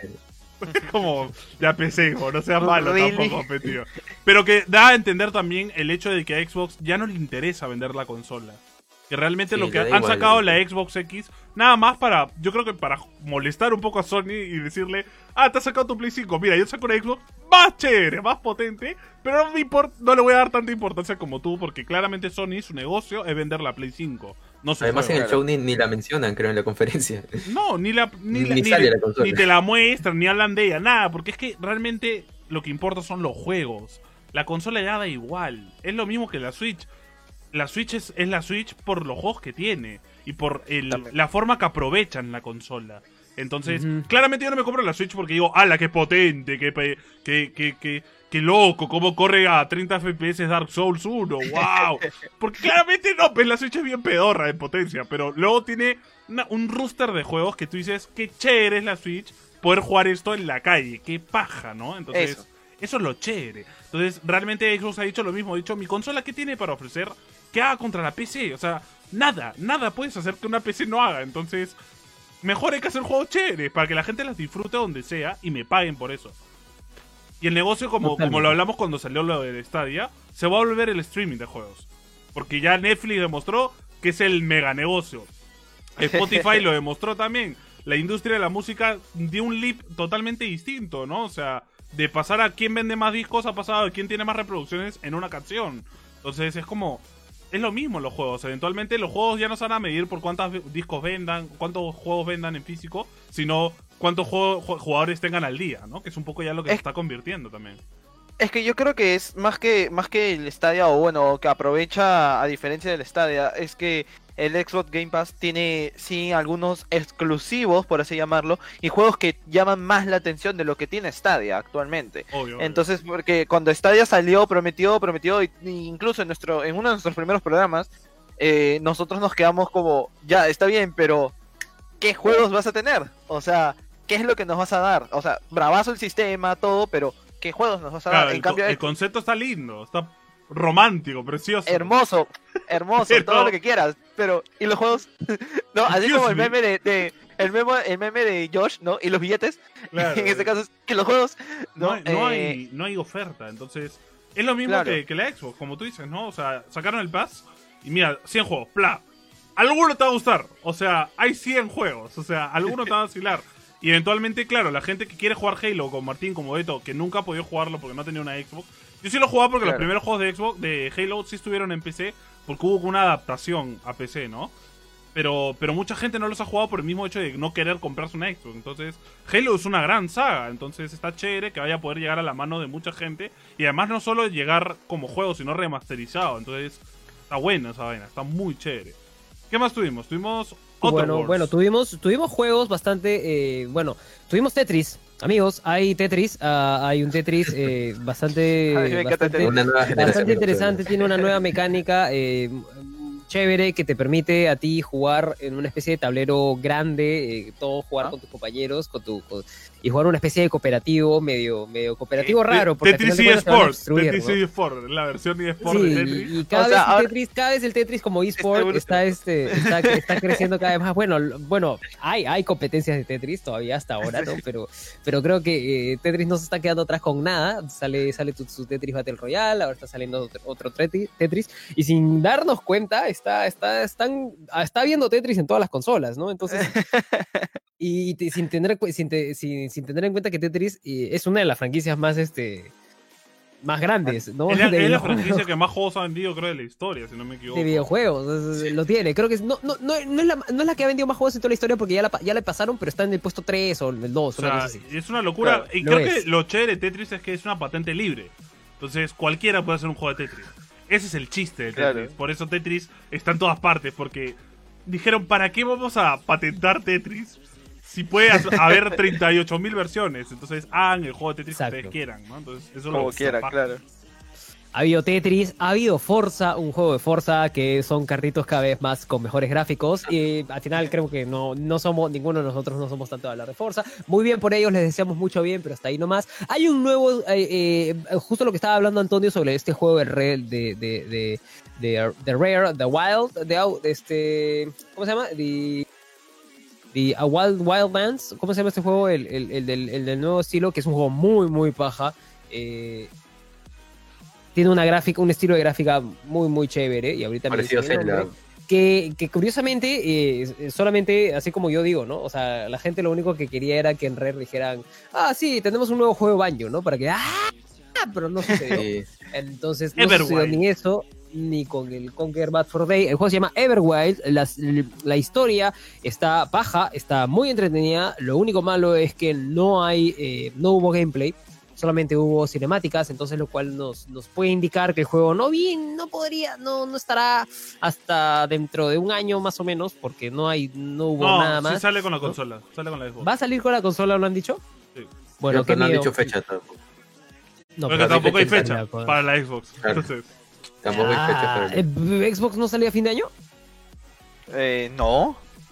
como ya P C, hijo, no sea malo Really? tampoco, pe, tío. Pero que da a entender también el hecho de que a Xbox ya no le interesa vender la consola. Que realmente Sí, lo que le da han igual, sacado le da la Xbox X, nada más para, yo creo que para molestar un poco a Sony y decirle, ah, te has sacado tu Play cinco, mira, yo saco una Xbox más chévere, más potente, pero no, me import- no le voy a dar tanta importancia como tú, porque claramente Sony, su negocio es vender la Play cinco, no su Además en juego. el show ni, ni la mencionan, creo, en la conferencia. No, ni la ni, la- Ni ni- sale la consola. ni te la muestran, ni hablan de ella, nada, porque es que realmente lo que importa son los juegos. La consola ya da igual. Es lo mismo que la Switch. La Switch es, es la Switch por los juegos que tiene y por el- la forma que aprovechan la consola. Entonces, Ujú. claramente yo no me compro la Switch porque digo, ¡ala, qué potente! ¡Qué, pe- qué, qué, qué, qué loco! ¿Cómo corre a treinta F P S Dark Souls uno? ¡Wow! Porque claramente no, pues la Switch es bien pedorra en potencia, pero luego tiene una- un roster de juegos que tú dices, qué chévere es la Switch poder jugar esto en la calle, qué paja, ¿no? Entonces, Eso. Eso es lo chévere. Entonces, realmente Xbox ha dicho lo mismo. Ha dicho, mi consola, ¿qué tiene para ofrecer? ¿Qué haga contra la P C? O sea, nada, nada puedes hacer que una P C no haga. Entonces, mejor hay que hacer juegos chéveres para que la gente las disfrute donde sea y me paguen por eso. Y el negocio, como, como lo hablamos cuando salió lo de Stadia, se va a volver el streaming de juegos. Porque ya Netflix demostró que es el mega negocio. Spotify lo demostró también. La industria de la música dio un leap totalmente distinto, ¿no? O sea, de pasar a quién vende más discos a pasar a quién tiene más reproducciones en una canción. Entonces es como... Es lo mismo en los juegos. Eventualmente los juegos ya no se van a medir por cuántos discos vendan, cuántos juegos vendan en físico, sino cuántos juego, jugadores tengan al día, ¿no? Que es un poco ya lo que es, se está convirtiendo también. Es que yo creo que es más que más que el Stadia, o bueno, que aprovecha, a diferencia del Stadia, es que el Xbox Game Pass tiene, sí, algunos exclusivos, por así llamarlo, y juegos que llaman más la atención de lo que tiene Stadia actualmente. Obvio, Entonces, obvio. Porque cuando Stadia salió, prometió, prometió, y, y incluso en nuestro en uno de nuestros primeros programas, eh, nosotros nos quedamos como, ya, está bien, pero ¿qué juegos vas a tener? O sea, ¿qué es lo que nos vas a dar? O sea, bravazo el sistema, todo, pero ¿qué juegos nos vas a claro, dar? En el, cambio, el concepto está lindo, está romántico, precioso. Hermoso, hermoso, pero... todo lo que quieras. Pero, ¿y los juegos? No, así Excuse como el meme de, de el, meme, el meme de Josh, ¿no? Y los billetes. Claro, en este caso es que los juegos. No, no, hay, no, eh... hay, no hay oferta. Entonces, es lo mismo claro. que, que la Xbox, como tú dices, ¿no? O sea, sacaron el Pass y mira, cien juegos, ¡pla! Alguno te va a gustar. O sea, hay cien juegos. O sea, alguno te va a vacilar. Y eventualmente, claro, la gente que quiere jugar Halo, con Martín, como Beto, que nunca ha podido jugarlo porque no tenía una Xbox. Yo sí lo jugaba porque claro. los primeros juegos de Xbox, de Halo, sí estuvieron en P C, porque hubo una adaptación a P C, ¿no? Pero, pero mucha gente no los ha jugado por el mismo hecho de no querer comprarse una Xbox. Entonces, Halo es una gran saga. Entonces está chévere que vaya a poder llegar a la mano de mucha gente. Y además no solo llegar como juego, sino remasterizado. Entonces, está buena esa vaina, está muy chévere. ¿Qué más tuvimos? Tuvimos... Bueno, bueno, tuvimos, tuvimos juegos bastante, eh, bueno, tuvimos Tetris, amigos, hay Tetris, uh, hay un Tetris eh, bastante, bastante, bastante interesante, tiene una nueva mecánica eh, chévere que te permite a ti jugar en una especie de tablero grande, eh, todo jugar ¿Ah? con tus compañeros, con tu, con, y jugar una especie de cooperativo, medio, medio cooperativo eh, raro. Porque Tetris eSports, Tetris eSports, la versión eSports sí, de Tetris. Y cada, o sea, vez ahora... Tetris, cada vez el Tetris como eSport está, este, está, está creciendo cada vez más. Bueno, bueno hay, hay competencias de Tetris todavía hasta ahora, ¿no? Pero, pero creo que eh, Tetris no se está quedando atrás con nada. Sale, sale tu, su Tetris Battle Royale, ahora está saliendo otro, otro Tetris, y sin darnos cuenta, está, está, están, está viendo Tetris en todas las consolas, ¿no? Entonces... Y te, sin, tener, sin, te, sin, sin tener en cuenta que Tetris eh, es una de las franquicias más este más grandes, ¿no? Es la, es la franquicia que más juegos ha vendido, creo, de la historia, si no me equivoco. De videojuegos, sí. Lo tiene. Creo que no, no, no, no, es la, no es la que ha vendido más juegos en toda la historia porque ya la, ya la pasaron, pero está en el puesto tres o en el dos. O sea, así. Es una locura. Claro, y creo es. que lo chévere de Tetris es que es una patente libre. Entonces, cualquiera puede hacer un juego de Tetris. Ese es el chiste de Tetris. Claro. Por eso Tetris está en todas partes, porque dijeron, ¿para qué vamos a patentar Tetris? Si puede haber treinta y ocho mil versiones, entonces hagan el juego de Tetris Exacto. que ustedes quieran, ¿no? Entonces, eso Como lo quieran, claro. Ha habido Tetris, ha habido Forza, un juego de Forza que son carritos cada vez más con mejores gráficos. Y al final creo que no, no somos, ninguno de nosotros no somos tanto de hablar de Forza. Muy bien por ellos, les deseamos mucho bien, pero hasta ahí nomás. Hay un nuevo, eh, eh, justo lo que estaba hablando Antonio sobre este juego de Rare, de, de, de, de, de Rare, The Wild, de, de este, ¿cómo se llama? The... The A Wild Wildlands, ¿cómo se llama este juego? El, el, el, del, el del nuevo estilo, que es un juego muy, muy paja. Eh, tiene una gráfica, un estilo de gráfica muy, muy chévere. Y ahorita me dice que, que curiosamente, eh, solamente, así como yo digo, ¿no? O sea, la gente lo único que quería era que en Rare dijeran, ah, sí, tenemos un nuevo juego de Banjo, ¿no? Para que, ah, pero no sucedió. Entonces, no Everwild. sucedió ni eso, ni con el Conquer Bad for Day. El juego se llama Everwild. La, la historia está paja, está muy entretenida. Lo único malo es que no hay, eh, no hubo gameplay, solamente hubo cinemáticas, entonces lo cual nos, nos puede indicar que el juego no bien, no podría, no, no estará hasta dentro de un año más o menos, porque no hay, no hubo no, nada más. Sí sale con la consola, ¿no? Sale con la Xbox. ¿Va a salir con la consola, lo han dicho? Sí. Bueno, que no han dicho fecha tampoco. No, pero tampoco hay fecha para, para la Xbox. Claro. Entonces... Tampoco hay fecha para... ¿Xbox no salía a fin de año? Eh, no.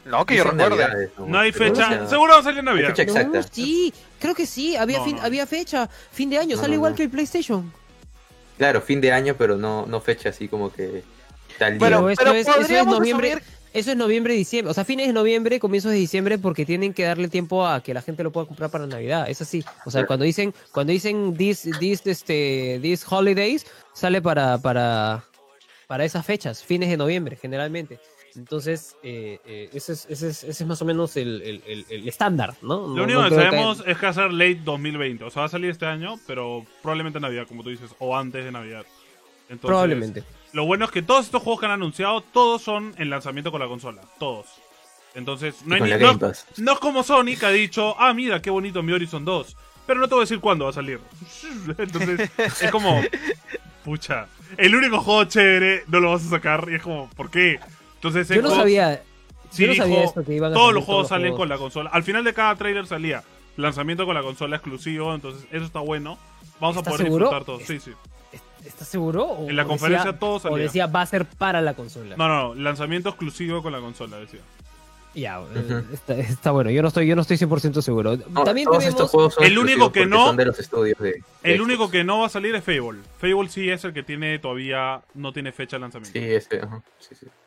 No, que yo Dicen recuerde. Navidades, ¿no? No hay Pero, fecha. o sea, Seguro va a salir en no hay Navidad. fecha exacta. No, sí, creo que sí, había, No, fin, no. había fecha, fin de año, No, sale no, igual no. que el PlayStation. Claro, fin de año, pero no, no fecha así como que tal Pero- día. eso, pero es, eso es podríamos noviembre, asumir- eso es noviembre, diciembre, o sea, fines de noviembre, comienzos de diciembre, porque tienen que darle tiempo a que la gente lo pueda comprar para Navidad, es así. O sea, Pero- cuando dicen, cuando dicen this, this, este, these holidays, sale para, para, para esas fechas, fines de noviembre, generalmente. Entonces, eh, eh, ese, es, ese, es, ese es más o menos el, el, el- el estándar, ¿no? Lo No- único no que creo sabemos es que va a ser late dos mil veinte. O sea, va a salir este año, pero probablemente en Navidad, como tú dices, o antes de Navidad. Entonces, Probablemente. Lo bueno es que todos estos juegos que han anunciado, todos son en lanzamiento con la consola. Todos. Entonces, no, hay con ni- la no, Game Pass. no es como Sony que ha dicho, ah, mira, qué bonito mi Horizon dos. Pero no te voy a decir cuándo va a salir. Entonces, es como, pucha, el único juego chévere no lo vas a sacar. Y es como, ¿por qué? Entonces, Yo no Xbox sabía, sí yo no sabía dijo, esto que iban a todos salir los juegos todos los salen juegos. con la consola. Al final de cada trailer salía lanzamiento con la consola exclusivo. Entonces, eso está bueno. Vamos a ¿Estás poder seguro? disfrutar todo. Sí, sí. ¿Estás seguro? O- En la o conferencia decía- todo O salía. decía va a ser para la consola. No, no, no, lanzamiento exclusivo con la consola, decía. Ya, eh, Ujú. está, está bueno. Yo no estoy, yo no estoy cien por ciento seguro. No, También todos tenemos... estos juegos son El único exclusivos que porque no- son de los estudios de, de El Xbox. único que no va a salir es Fable. Fable sí es el que tiene todavía no tiene fecha de lanzamiento. Sí, ese, ajá, sí, sí.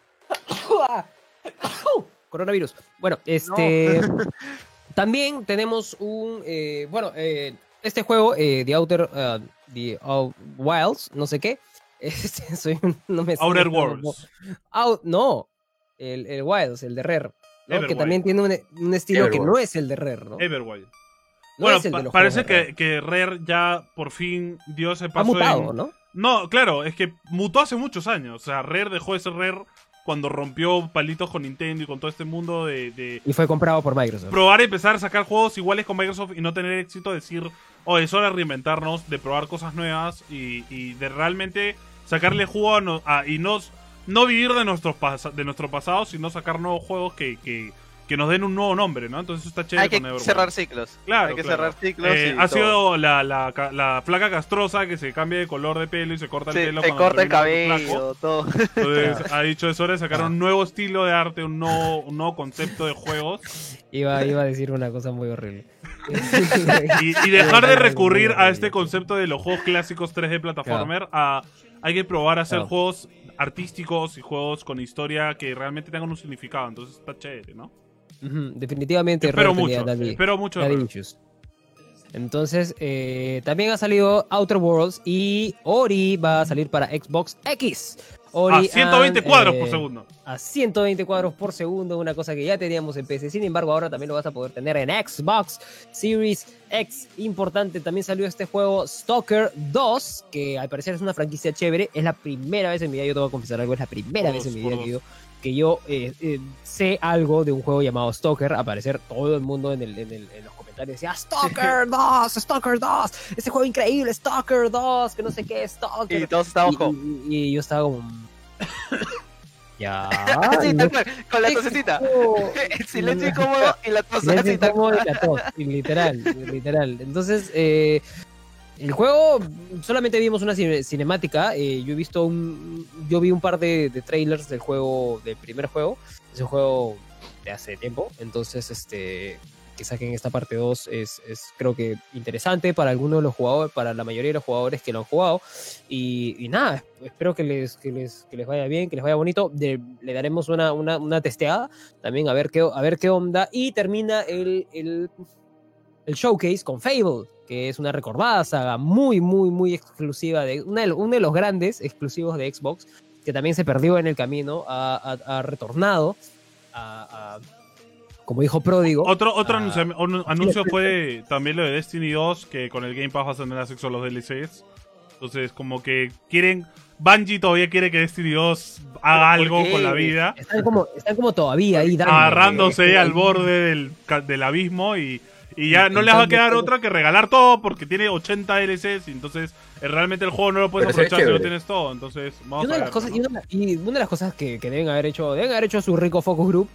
Coronavirus. Bueno, este... También tenemos un... eh, bueno, eh, este juego, eh, The Outer... uh, The Out- Wilds, no sé qué. Este, soy un- no me Outer no- Worlds. Out, no, el, el Wilds, el de Rare. ¿no? Que Everwild. también tiene un, un estilo que Everwild. no es el de Rare, ¿no? Everwild. No bueno, es el de pa- los parece juegos de que, que Rare ya por fin dio ese Ha paso mutado, en... ¿no? No, claro, es que mutó hace muchos años. O sea, Rare dejó de ser Rare cuando rompió palitos con Nintendo y con todo este mundo de, de Y fue comprado por Microsoft. probar y empezar a sacar juegos iguales con Microsoft y no tener éxito, decir, oh, es hora de reinventarnos, de probar cosas nuevas y, y de realmente sacarle jugo a, no- a- y no, no vivir de, nuestros pas- de nuestro pasado, sino sacar nuevos juegos que, que, que nos den un nuevo nombre, ¿no? Entonces eso está chévere Hay que con Everwild. cerrar ciclos. Claro, Hay que claro. cerrar ciclos. Eh, y ha todo. sido la, la, ca- la flaca castrosa que se cambia de color de pelo y se corta el Sí, pelo te cuando corta el termina de ser flaco. cabello, todo. Entonces ha dicho es hora de sacar un nuevo estilo de arte, un nuevo, un nuevo concepto de juegos Iba, iba a decir una cosa muy horrible. y, y dejar de recurrir a este concepto de los juegos clásicos tres D plataformer a hay que probar a hacer Claro. juegos artísticos y juegos con historia que realmente tengan un significado. Entonces está chévere, ¿no? Ujú, definitivamente Espero Rare tenía mucho, daddy- espero mucho de daddy Rare. issues. Entonces, eh, también ha salido Outer Worlds y Ori va a salir para Xbox X. Ori A ciento veinte and, cuadros eh, por segundo. A ciento veinte cuadros por segundo, una cosa que ya teníamos en P C. Sin embargo, ahora también lo vas a poder tener en Xbox Series X. Importante, también salió este juego Stalker dos, que al parecer es una franquicia chévere. Es la primera vez en mi vida, yo te voy a confesar algo, es la primera Por vez en dos, mi por vida que yo, dos. que yo eh, eh, sé algo de un juego llamado Stalker. Al parecer todo el mundo en, el, en, el, en los comentarios decía Stalker dos, Stalker dos, ese juego increíble, Stalker dos, que no sé qué, Stalker. Y todos estábamos Y- como. y- y yo estaba como... Ya. Sí, no tal cual, con la tosecita. juego. El silencio incómodo y la tos. Silencio así, tal incómodo cual. y la tos, y literal, literal. Entonces, eh, el juego solamente vimos una cine- cinemática. eh, yo he visto un, yo vi un par de, de trailers del juego, del primer juego. Es un juego de hace tiempo. Entonces, este, que saquen esta parte dos es, es creo que interesante para algunos de los jugadores, para la mayoría de los jugadores que lo han jugado. Y, y nada, espero que les, que les, que les vaya bien, que les vaya bonito. De- le daremos una, una, una testeada también a ver qué, a ver qué onda. Y termina el, el, el showcase con Fable, que es una recordada saga muy, muy, muy exclusiva, de una de, uno de los grandes exclusivos de Xbox, que también se perdió en el camino, ha, ha- ha retornado a, a- como dijo Pródigo. Otro, otro a- anuncio, un anuncio fue también lo de Destiny dos, que con el Game Pass vas a tener acceso a los D L Cs. Entonces, como que quieren... Bungie todavía quiere que Destiny dos haga ¿Por algo qué? con la vida, Están como, están como todavía ahí dándole. agarrándose Eh, al borde del, ca- del abismo y, y ya no les va a quedar Intentando- otra que regalar todo porque tiene ochenta D L Cs y entonces eh, realmente el juego no lo puedes Pero se ve aprovechar si no chévere. tienes todo. Entonces, Y vamos una, a de ver. las cosas, ¿no? y, una, y una de las cosas que, que deben haber hecho, deben haber hecho su rico focus group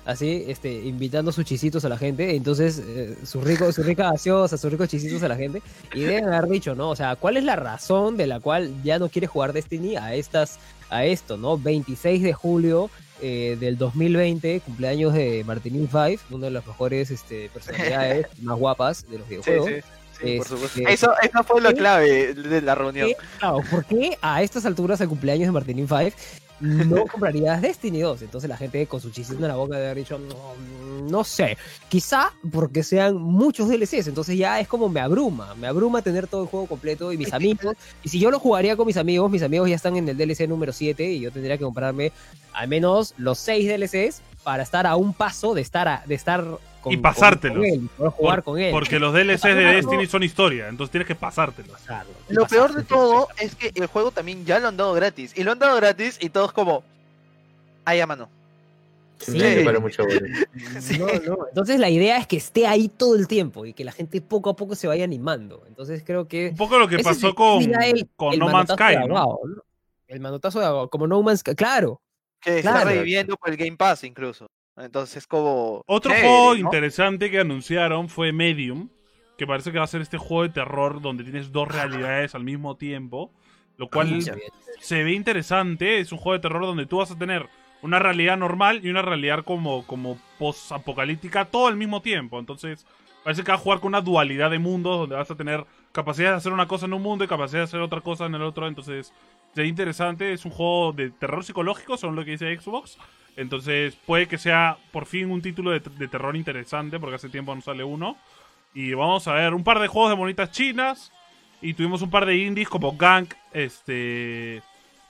así, este, invitando sus chisitos a la gente, entonces, eh, sus ricos, su rica gaseosa, sus ricos chisitos a la gente, y deben haber dicho, ¿no? O sea, ¿cuál es la razón de la cual ya no quiere jugar Destiny a estas, a esto, ¿no? veintiséis de julio eh, del dos mil veinte, cumpleaños de Martinin Five, una de las mejores este, personalidades más guapas de los videojuegos. Sí, sí. Sí, por supuesto. Este, Eso, eso fue la clave de la reunión. ¿Qué? Claro, ¿por qué a estas alturas, al cumpleaños de Martinin Five, no comprarías Destiny dos? Entonces la gente con su chisito en la boca debe haber dicho, no, no sé, quizá porque sean muchos D L Cs, entonces ya es como me abruma, me abruma tener todo el juego completo y mis amigos, y si yo lo jugaría con mis amigos, mis amigos ya están en el D L C número siete y yo tendría que comprarme al menos los seis D L Cs para estar a un paso de estar, a, de estar con, y pasártelos. Con, con él, poder jugar Por, con él. Porque los D L Cs de Destiny son historia, entonces tienes que pasártelos. Lo peor de todo es que el juego también ya lo han dado gratis. Y lo han dado gratis y todos como... Ay, a mano. Sí, sí. Para mucho sí. no, no. Entonces la idea es que esté ahí todo el tiempo y que la gente poco a poco se vaya animando. Entonces creo que... Un poco lo que pasó con, el, con el No Man's Sky, ¿no? Aguado, ¿no? El manotazo de agua, como No Man's Sky, claro. Que claro. está reviviendo por el Game Pass incluso. Entonces como... Otro chévere, juego ¿no? interesante que anunciaron fue Medium, que parece que va a ser este juego de terror donde tienes dos realidades al mismo tiempo, lo cual Ay, se ve interesante. Es un juego de terror donde tú vas a tener una realidad normal y una realidad como, como post-apocalíptica todo al mismo tiempo. Entonces parece que vas a jugar con una dualidad de mundos donde vas a tener capacidad de hacer una cosa en un mundo y capacidad de hacer otra cosa en el otro. Entonces se ve interesante. Es un juego de terror psicológico, según lo que dice Xbox. Entonces puede que sea por fin un título de, de terror interesante, porque hace tiempo no sale uno. Y vamos a ver un par de juegos de monitas chinas. Y tuvimos un par de indies como Gank, este...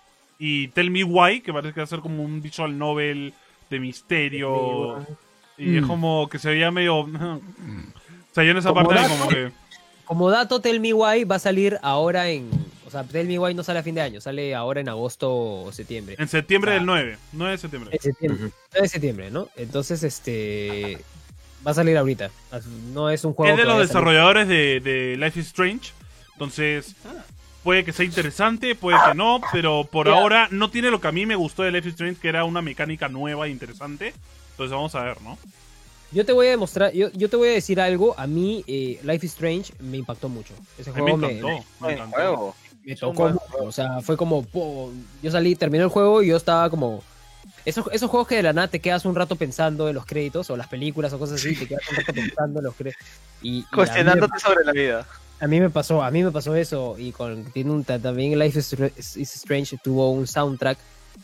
y Tell Me Why, que parece que va a ser como un visual novel de misterio. Y mm. es como que se veía medio... o sea, yo en esa como parte dato, como que... Como dato, Tell Me Why va a salir ahora en... O sea, Tell Me Why no sale a fin de año, sale ahora en agosto o septiembre. En septiembre o sea, del nueve, nueve de septiembre. En septiembre, uh-huh. nueve de septiembre, ¿no? Entonces, este... va a salir ahorita. No es un juego es de que los desarrolladores de, de Life is Strange. Entonces, puede que sea interesante, puede que no, pero por yeah. ahora no tiene lo que a mí me gustó de Life is Strange, que era una mecánica nueva e interesante. Entonces vamos a ver, ¿no? Yo te voy a demostrar, yo, yo te voy a decir algo. A mí, eh, Life is Strange me impactó mucho. Ese juego me encantó, me, me, me encantó. Me tocó mucho. O sea, fue como, po, yo salí, terminé el juego y yo estaba como... Esos, esos juegos que de la nada te quedas un rato pensando en los créditos, o las películas o cosas así, te quedas un rato pensando en los créditos. Y, y cuestionándote me, sobre la vida. A mí me pasó, a mí me pasó eso. Y con tiene un, también Life is Strange tuvo un soundtrack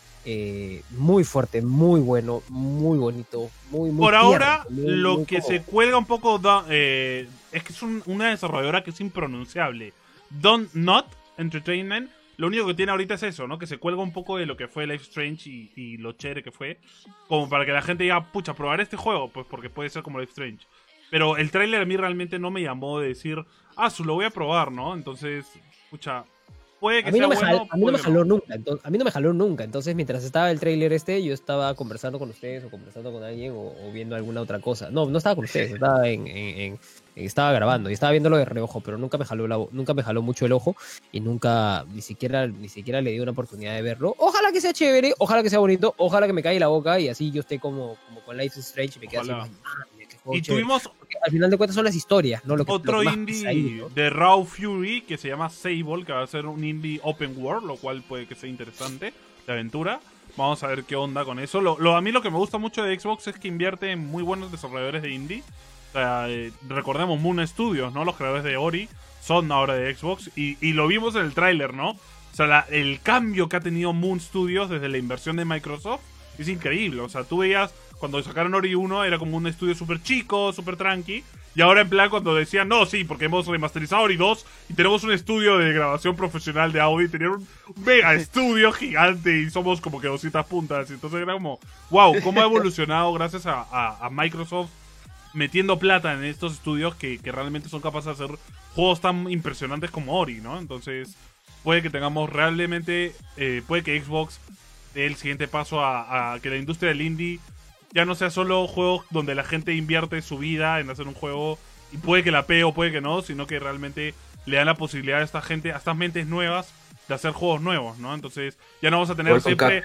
eh, muy fuerte, muy bueno, muy bonito, muy, muy Por tierno, ahora, muy, lo muy que como... se cuelga un poco da, eh, es que es un, una desarrolladora que es impronunciable. Don't Not Entertainment. Lo único que tiene ahorita es eso, ¿no? Que se cuelga un poco de lo que fue Life is Strange y, y lo chévere que fue. Como para que la gente diga, pucha, probar este juego, pues porque puede ser como Life is Strange. Pero el tráiler a mí realmente no me llamó de decir, ah, su lo voy a probar, ¿no? Entonces, pucha, puede que a mí sea no me bueno. Jal, a mí no me jaló no. nunca. Entonces, a mí no me jaló nunca. Entonces, mientras estaba el tráiler este, yo estaba conversando con ustedes o conversando con alguien o, o viendo alguna otra cosa. No, no estaba con ustedes, estaba en, en, en estaba grabando y estaba viéndolo de reojo, pero nunca me jaló la, nunca me jaló mucho el ojo y nunca ni siquiera ni siquiera le di una oportunidad de verlo. Ojalá que sea chévere, ojalá que sea bonito, ojalá que me caiga la boca y así yo esté como, como con Life is Strange y me quede así, ah, mira, qué juego y chévere. tuvimos porque al final de cuentas son las historias, no lo que otro lo que indie ahí, ¿no? de Raw Fury que se llama Sable, que va a ser un indie open world, lo cual puede que sea interesante de aventura. Vamos a ver qué onda con eso. Lo, lo, a mí lo que me gusta mucho de Xbox es que invierte en muy buenos desarrolladores de indie. O sea, eh, recordemos Moon Studios, ¿no? Los creadores de Ori son ahora de Xbox. Y, y lo vimos en el tráiler, ¿no? O sea, la, el cambio que ha tenido Moon Studios desde la inversión de Microsoft es increíble. O sea, tú veías cuando sacaron Ori uno era como un estudio súper chico, súper tranqui. Y ahora en plan cuando decían, no, sí, porque hemos remasterizado Ori dos y tenemos un estudio de grabación profesional de audio y tenían un mega estudio gigante y somos como que doscientas puntas. Y entonces era como, wow, cómo ha evolucionado gracias a, a, a Microsoft metiendo plata en estos estudios que, que realmente son capaces de hacer juegos tan impresionantes como Ori, ¿no? Entonces puede que tengamos realmente, eh, puede que Xbox dé el siguiente paso a, a que la industria del indie ya no sea solo juegos donde la gente invierte su vida en hacer un juego y puede que la pegue o puede que no, sino que realmente le dan la posibilidad a esta gente, a estas mentes nuevas de hacer juegos nuevos, ¿no? Entonces ya no vamos a tener siempre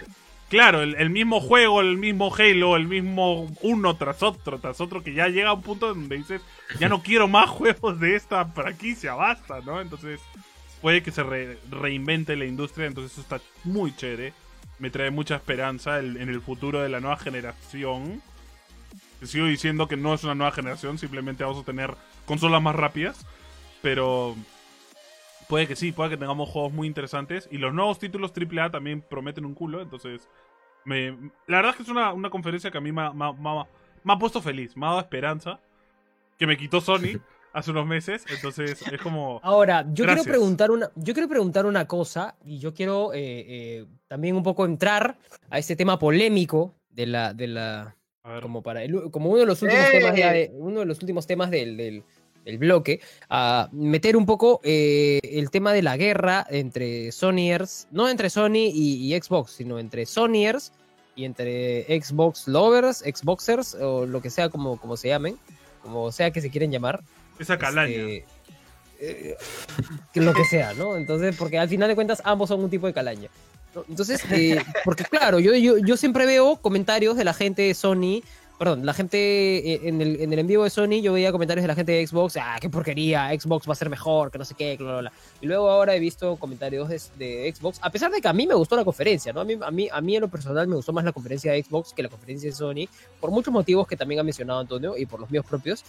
claro, el, el mismo juego, el mismo Halo, el mismo uno tras otro, tras otro, que ya llega a un punto donde dices, ya no quiero más juegos de esta franquicia, basta, ¿no? Entonces, puede que se re reinvente la industria, entonces eso está muy chévere. Me trae mucha esperanza el, en el futuro de la nueva generación. Sigo diciendo que no es una nueva generación, simplemente vamos a tener consolas más rápidas, pero puede que sí, puede que tengamos juegos muy interesantes. Y los nuevos títulos triple A también prometen un culo, entonces me, la verdad es que es una, una conferencia que a mí me, me, me, me ha puesto feliz, me ha dado esperanza, que me quitó Sony hace unos meses, entonces es como... Ahora, yo gracias. quiero preguntar una, yo quiero preguntar una cosa, y yo quiero eh, eh, también un poco entrar a ese tema polémico de la... De la como, para el, como uno de los últimos ¡Eh! temas, de, uno de los últimos temas del, del, del bloque, a meter un poco eh, el tema de la guerra entre Sonyers, no entre Sony y, y Xbox, sino entre Sonyers y entre Xbox lovers, Xboxers, o lo que sea como, como se llamen, como sea que se quieren llamar. Esa calaña. Este, eh, lo que sea, ¿no? Entonces, porque al final de cuentas ambos son un tipo de calaña. Entonces, eh, porque claro, yo, yo, yo siempre veo comentarios de la gente de Sony, perdón, la gente eh, en, el, en el en vivo de Sony, yo veía comentarios de la gente de Xbox, ah, qué porquería, Xbox va a ser mejor, que no sé qué, bla, bla, bla. Y luego ahora he visto comentarios de, de Xbox, a pesar de que a mí me gustó la conferencia, ¿no? A mí, a, mí, a mí en lo personal me gustó más la conferencia de Xbox que la conferencia de Sony, por muchos motivos que también ha mencionado Antonio y por los míos propios.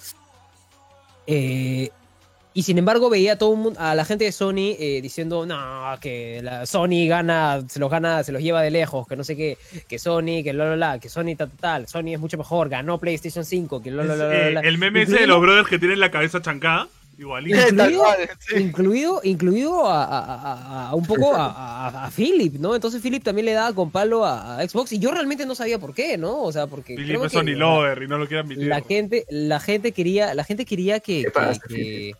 Eh... Y sin embargo veía a todo un mundo, a la gente de Sony eh, diciendo, no, que la Sony gana, se los gana, se los lleva de lejos, que no sé qué, que Sony, que la la la, que Sony tal, tal, Sony es mucho mejor, ganó PlayStation cinco, que la la la la, la. El meme ese de los brothers que tienen la cabeza chancada, igualito. Incluido, incluido, incluido a, a, a, a un poco a, a, a Philip, ¿no? Entonces Philip también le daba con palo a, a Xbox y yo realmente no sabía por qué, ¿no? O sea, porque Philip creo es que Sony Lover y no lo quiere admitir. La gente, la gente quería, la gente quería que, ¿Qué pasa, que, que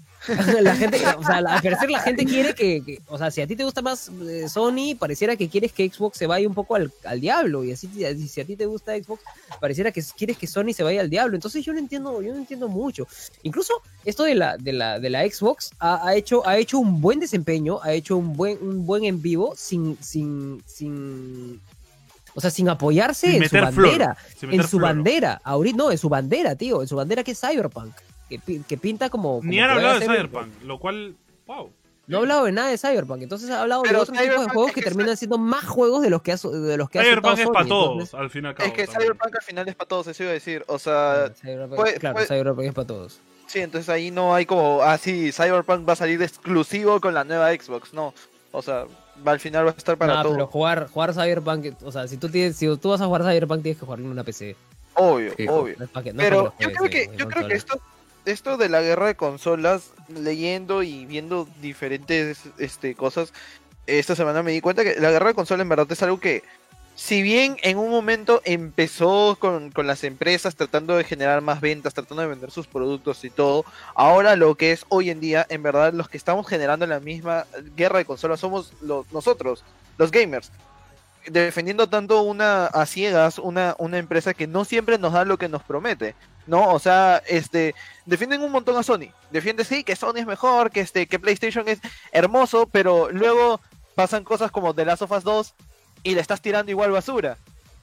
la gente, o sea, al parecer la gente quiere que, que, o sea, si a ti te gusta más eh, Sony, pareciera que quieres que Xbox se vaya un poco al, al diablo, y así, si a ti te gusta Xbox, pareciera que quieres que Sony se vaya al diablo. Entonces yo no entiendo, yo no entiendo mucho. Incluso esto de la, de la, de la Xbox ha, ha hecho, ha hecho un buen desempeño, ha hecho un buen, un buen en vivo sin, sin, sin o sea, sin apoyarse sin en su bandera, flor, en su flor. bandera, ahorita no, en su bandera, tío, en su bandera que es Cyberpunk. Que, que pinta como... como Ni han hablado de Cyberpunk, el... lo cual... ¡Wow! No ha hablado de nada de Cyberpunk, entonces ha hablado Pero de otros tipos de juegos que, que terminan siendo más juegos de los que ha, de los que Cyberpunk ha es para todos, entonces, al fin y al cabo. Es que también. Cyberpunk al final es para todos, eso iba a decir, o sea... Cyberpunk, puede, claro, puede... Cyberpunk es para todos. Sí, entonces ahí no hay como, ah, sí, Cyberpunk va a salir exclusivo con la nueva Xbox, no. O sea, va, al final va a estar para no, todos. Pero jugar, jugar Cyberpunk, o sea, si tú, tienes, si tú vas a jugar Cyberpunk tienes que jugarlo en una P C. Obvio, sí, obvio. No es pa que, no pero es yo creo que, yo creo que esto... Esto de la guerra de consolas, leyendo y viendo diferentes este, cosas, esta semana me di cuenta que la guerra de consolas en verdad es algo que, si bien en un momento empezó con, con las empresas tratando de generar más ventas, tratando de vender sus productos y todo, ahora lo que es hoy en día, en verdad, los que estamos generando la misma guerra de consolas somos los, nosotros, los gamers. Defendiendo tanto una a ciegas una, una empresa que no siempre nos da lo que nos promete, ¿no? O sea, este defienden un montón a Sony, defienden sí que Sony es mejor, que este que PlayStation es hermoso, pero luego pasan cosas como The Last of Us dos y le estás tirando igual basura.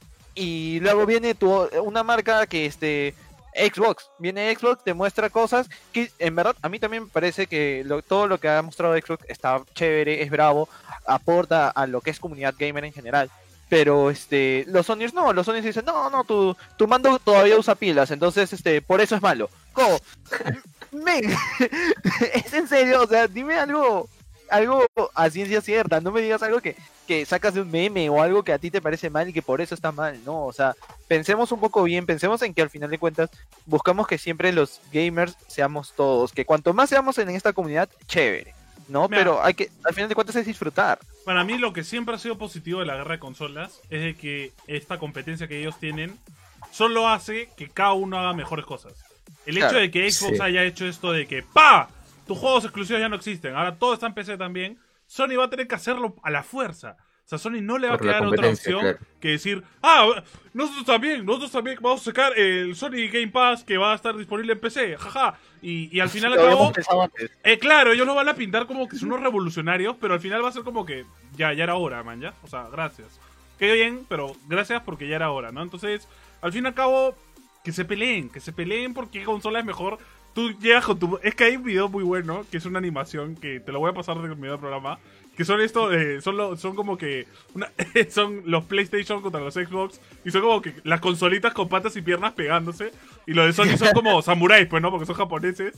Y luego viene tu, una marca que este Xbox, viene Xbox, te muestra cosas que en verdad a mí también me parece que lo, todo lo que ha mostrado Xbox está chévere, es bravo, aporta a lo que es comunidad gamer en general. Pero este los Sonyers no, los Sonyers dicen, no, no, tu, tu mando todavía usa pilas, entonces este por eso es malo. ¿Cómo? Men, ¿es en serio? O sea, dime algo algo a ciencia cierta, no me digas algo que, que sacas de un meme o algo que a ti te parece mal y que por eso está mal, no, o sea, pensemos un poco bien, pensemos en que al final de cuentas buscamos que siempre los gamers seamos todos, que cuanto más seamos en esta comunidad, chévere, ¿no? Mira, pero hay que, al final de cuentas es disfrutar. Para mí lo que siempre ha sido positivo de la guerra de consolas es de que esta competencia que ellos tienen solo hace que cada uno haga mejores cosas. El claro, hecho de que Xbox sí. haya hecho esto de que ¡pa! Tus juegos exclusivos ya no existen, ahora todo está en P C también. Sony va a tener que hacerlo a la fuerza. O sea, Sony no le va Por a quedar otra opción claro. que decir, ah, nosotros también, nosotros también vamos a sacar el Sony Game Pass que va a estar disponible en P C, jaja. Y, y al final acabó, eh, claro, ellos lo van a pintar como que son unos revolucionarios, pero al final va a ser como que ya, ya era hora, man, ya. O sea, gracias. qué bien, pero gracias porque ya era hora, ¿no? Entonces, al fin y al cabo, que se peleen, que se peleen porque qué consola es mejor. Tú llegas con tu... Es que hay un video muy bueno, que es una animación, que te lo voy a pasar de mi video del programa, que son esto, eh, son, lo, son como que... Una, son los PlayStation contra los Xbox, y son como que las consolitas con patas y piernas pegándose, y los de Sony son como samuráis, pues, ¿no? Porque son japoneses.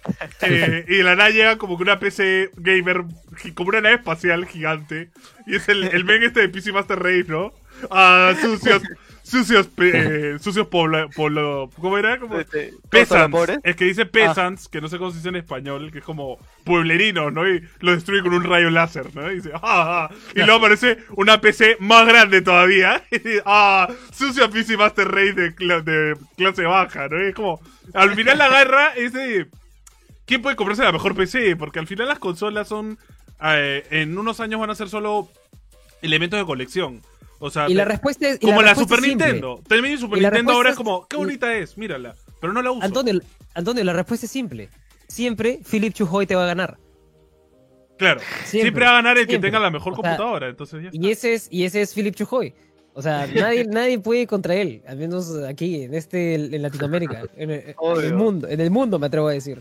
Eh, y de la nada llega como que una P C gamer, como una nave espacial gigante, y es el, el men este de P C Master Race, ¿no? Ah, sucios... Sucios, eh, sucios pobla, poblo, ¿cómo era? Como Este, peasants, es que dice peasants, ah. que no sé cómo se dice en español, que es como pueblerino, ¿no? Y lo destruye con un rayo láser, ¿no? Y dice, ah, ah. Y luego aparece una P C más grande todavía, y dice, ah, sucio P C Master Race de, de clase baja, ¿no? Y es como, al final la guerra es de, ¿quién puede comprarse la mejor P C? Porque al final las consolas son, eh, en unos años van a ser solo elementos de colección. O sea, y la respuesta es, como la, la respuesta Super Nintendo. Terminé Super Nintendo ahora es como, qué bonita es, mírala. Pero no la uso. Antonio, Antonio, la respuesta es simple. Siempre Philip Chujoy te va a ganar. Claro, siempre, siempre va a ganar el siempre. que tenga la mejor o computadora. Sea, entonces ya y, ese es, y ese es Philip Chujoy. O sea, nadie, nadie puede contra él. Al menos aquí, en este en Latinoamérica. En el, en el mundo, en el mundo me atrevo a decir.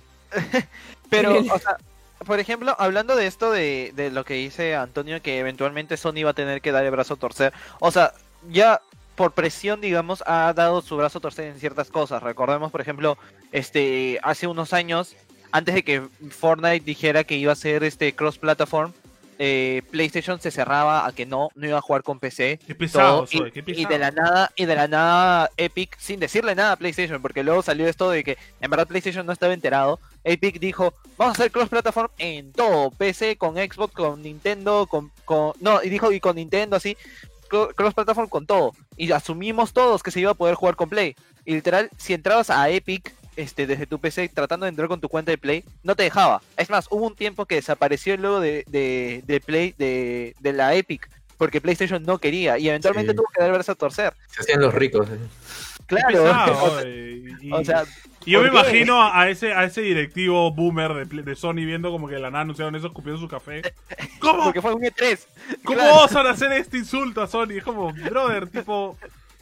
Pero, o sea, por ejemplo, hablando de esto de, de lo que dice Antonio, que eventualmente Sony va a tener que dar el brazo a torcer. O sea, ya por presión, digamos, ha dado su brazo a torcer en ciertas cosas. Recordemos, por ejemplo, este hace unos años, antes de que Fortnite dijera que iba a ser este cross-platform, eh, PlayStation se cerraba a que no, no iba a jugar con P C. Qué pesado, todo, soy, y, qué pesado. y de la nada, y de la nada Epic, sin decirle nada a PlayStation, porque luego salió esto de que en verdad PlayStation no estaba enterado. Epic dijo, vamos a hacer cross-platform en todo, P C, con Xbox, con Nintendo, con, con... No, y dijo, y con Nintendo, así, cross-platform con todo. Y asumimos todos que se iba a poder jugar con Play. Y literal, si entrabas a Epic, este, desde tu P C, tratando de entrar con tu cuenta de Play, no te dejaba. Es más, hubo un tiempo que desapareció el logo de, de, de Play, de, de la Epic, porque PlayStation no quería, y eventualmente sí. tuvo que dar verse a torcer. Se hacían los ricos. ¿eh? Claro. Pesado, o sea, y, o sea y yo me qué? imagino a ese a ese directivo boomer de, de Sony viendo como que de la nada anunciaron eso, escupiendo su café. ¿Cómo? Porque fue un E tres. ¿Cómo claro. osan hacer este insulto a Sony? Es como, brother, tipo,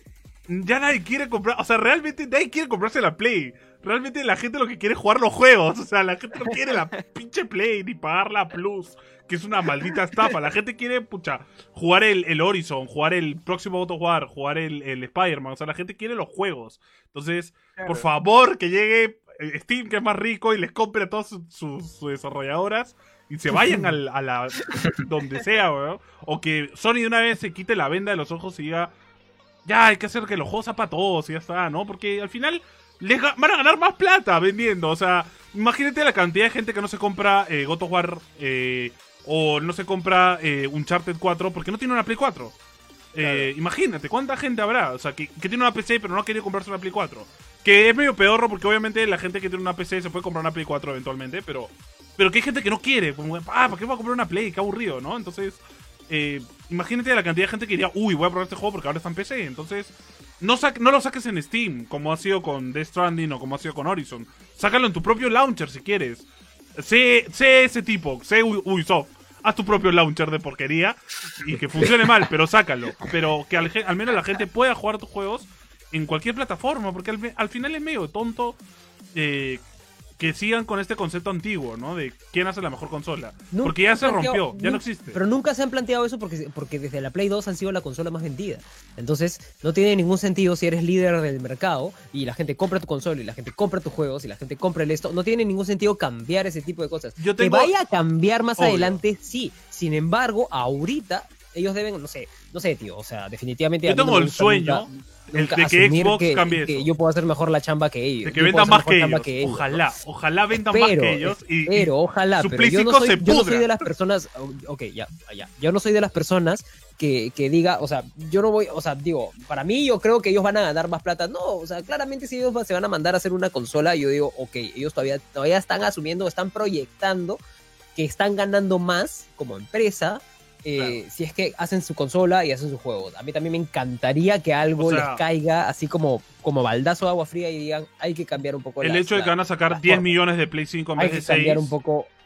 ya nadie quiere comprar, o sea, realmente nadie quiere comprarse la Play. Realmente la gente lo que quiere es jugar los juegos. O sea, la gente no quiere la pinche Play ni pagar la Plus, que es una maldita estafa. La gente quiere, pucha, jugar el, el Horizon, jugar el próximo God of War, jugar el, el Spider-Man. O sea, la gente quiere los juegos. Entonces, claro. por favor, que llegue Steam, que es más rico, y les compre a todas sus, sus, sus desarrolladoras y se vayan al, a la... donde sea, weón. O que Sony de una vez se quite la venda de los ojos y diga, ya, hay que hacer que los juegos sean para todos y ya está, ¿no? Porque al final... les van a ganar más plata vendiendo. O sea, imagínate la cantidad de gente que no se compra eh, God of War eh, o no se compra eh, Uncharted cuatro porque no tiene una Play cuatro. Eh, claro. Imagínate, ¿cuánta gente habrá? O sea, que, que tiene una P C pero no quiere comprarse una Play cuatro. Que es medio pedorro porque obviamente la gente que tiene una P C se puede comprar una Play cuatro eventualmente, pero pero que hay gente que no quiere. Como, ah, ¿para qué voy a comprar una Play? Qué aburrido, ¿no? Entonces, eh, imagínate la cantidad de gente que diría, uy, voy a probar este juego porque ahora está en P C. Entonces... No, no lo saques en Steam, como ha sido con Death Stranding o como ha sido con Horizon. Sácalo en tu propio launcher si quieres. Sé, sé ese tipo, sé Ubisoft. Haz tu propio launcher de porquería y que funcione mal, pero sácalo. Pero que al, al menos la gente pueda jugar tus juegos en cualquier plataforma, porque al, al final es medio tonto eh, que sigan con este concepto antiguo, ¿no? De quién hace la mejor consola. Nunca porque ya se rompió, ya no existe. Pero nunca se han planteado eso porque, porque desde la Play dos han sido la consola más vendida. Entonces, no tiene ningún sentido si eres líder del mercado y la gente compra tu consola y la gente compra tus juegos y la gente compra el esto. No tiene ningún sentido cambiar ese tipo de cosas. Yo tengo... Que vaya a cambiar más Obvio. adelante, sí. Sin embargo, ahorita ellos deben, no sé, no sé, tío. O sea, definitivamente... Yo tengo no el sueño... Nunca, El de que Xbox que, cambie que eso. yo puedo hacer mejor la chamba que ellos. De que vendan más que ellos. que ellos. Ojalá, ¿no? Ojalá vendan pero, más que ellos. Y, pero, y ojalá, su pero Play yo no, cinco soy, se yo no pudra. soy de las personas. Ok, ya, ya. Yo no soy de las personas que, que diga, o sea, yo no voy, o sea, digo, para mí yo creo que ellos van a ganar más plata. No, o sea, claramente si ellos se van a mandar a hacer una consola, yo digo, ok, ellos todavía, todavía están asumiendo, están proyectando que están ganando más como empresa. Eh, claro. Si es que hacen su consola y hacen sus juegos. A mí también me encantaría que algo o sea, les caiga así como, como baldazo de agua fría y digan, hay que cambiar un poco el las, hecho de que van a sacar diez millones de Play cinco en hay vez de que cambiar seis. un poco,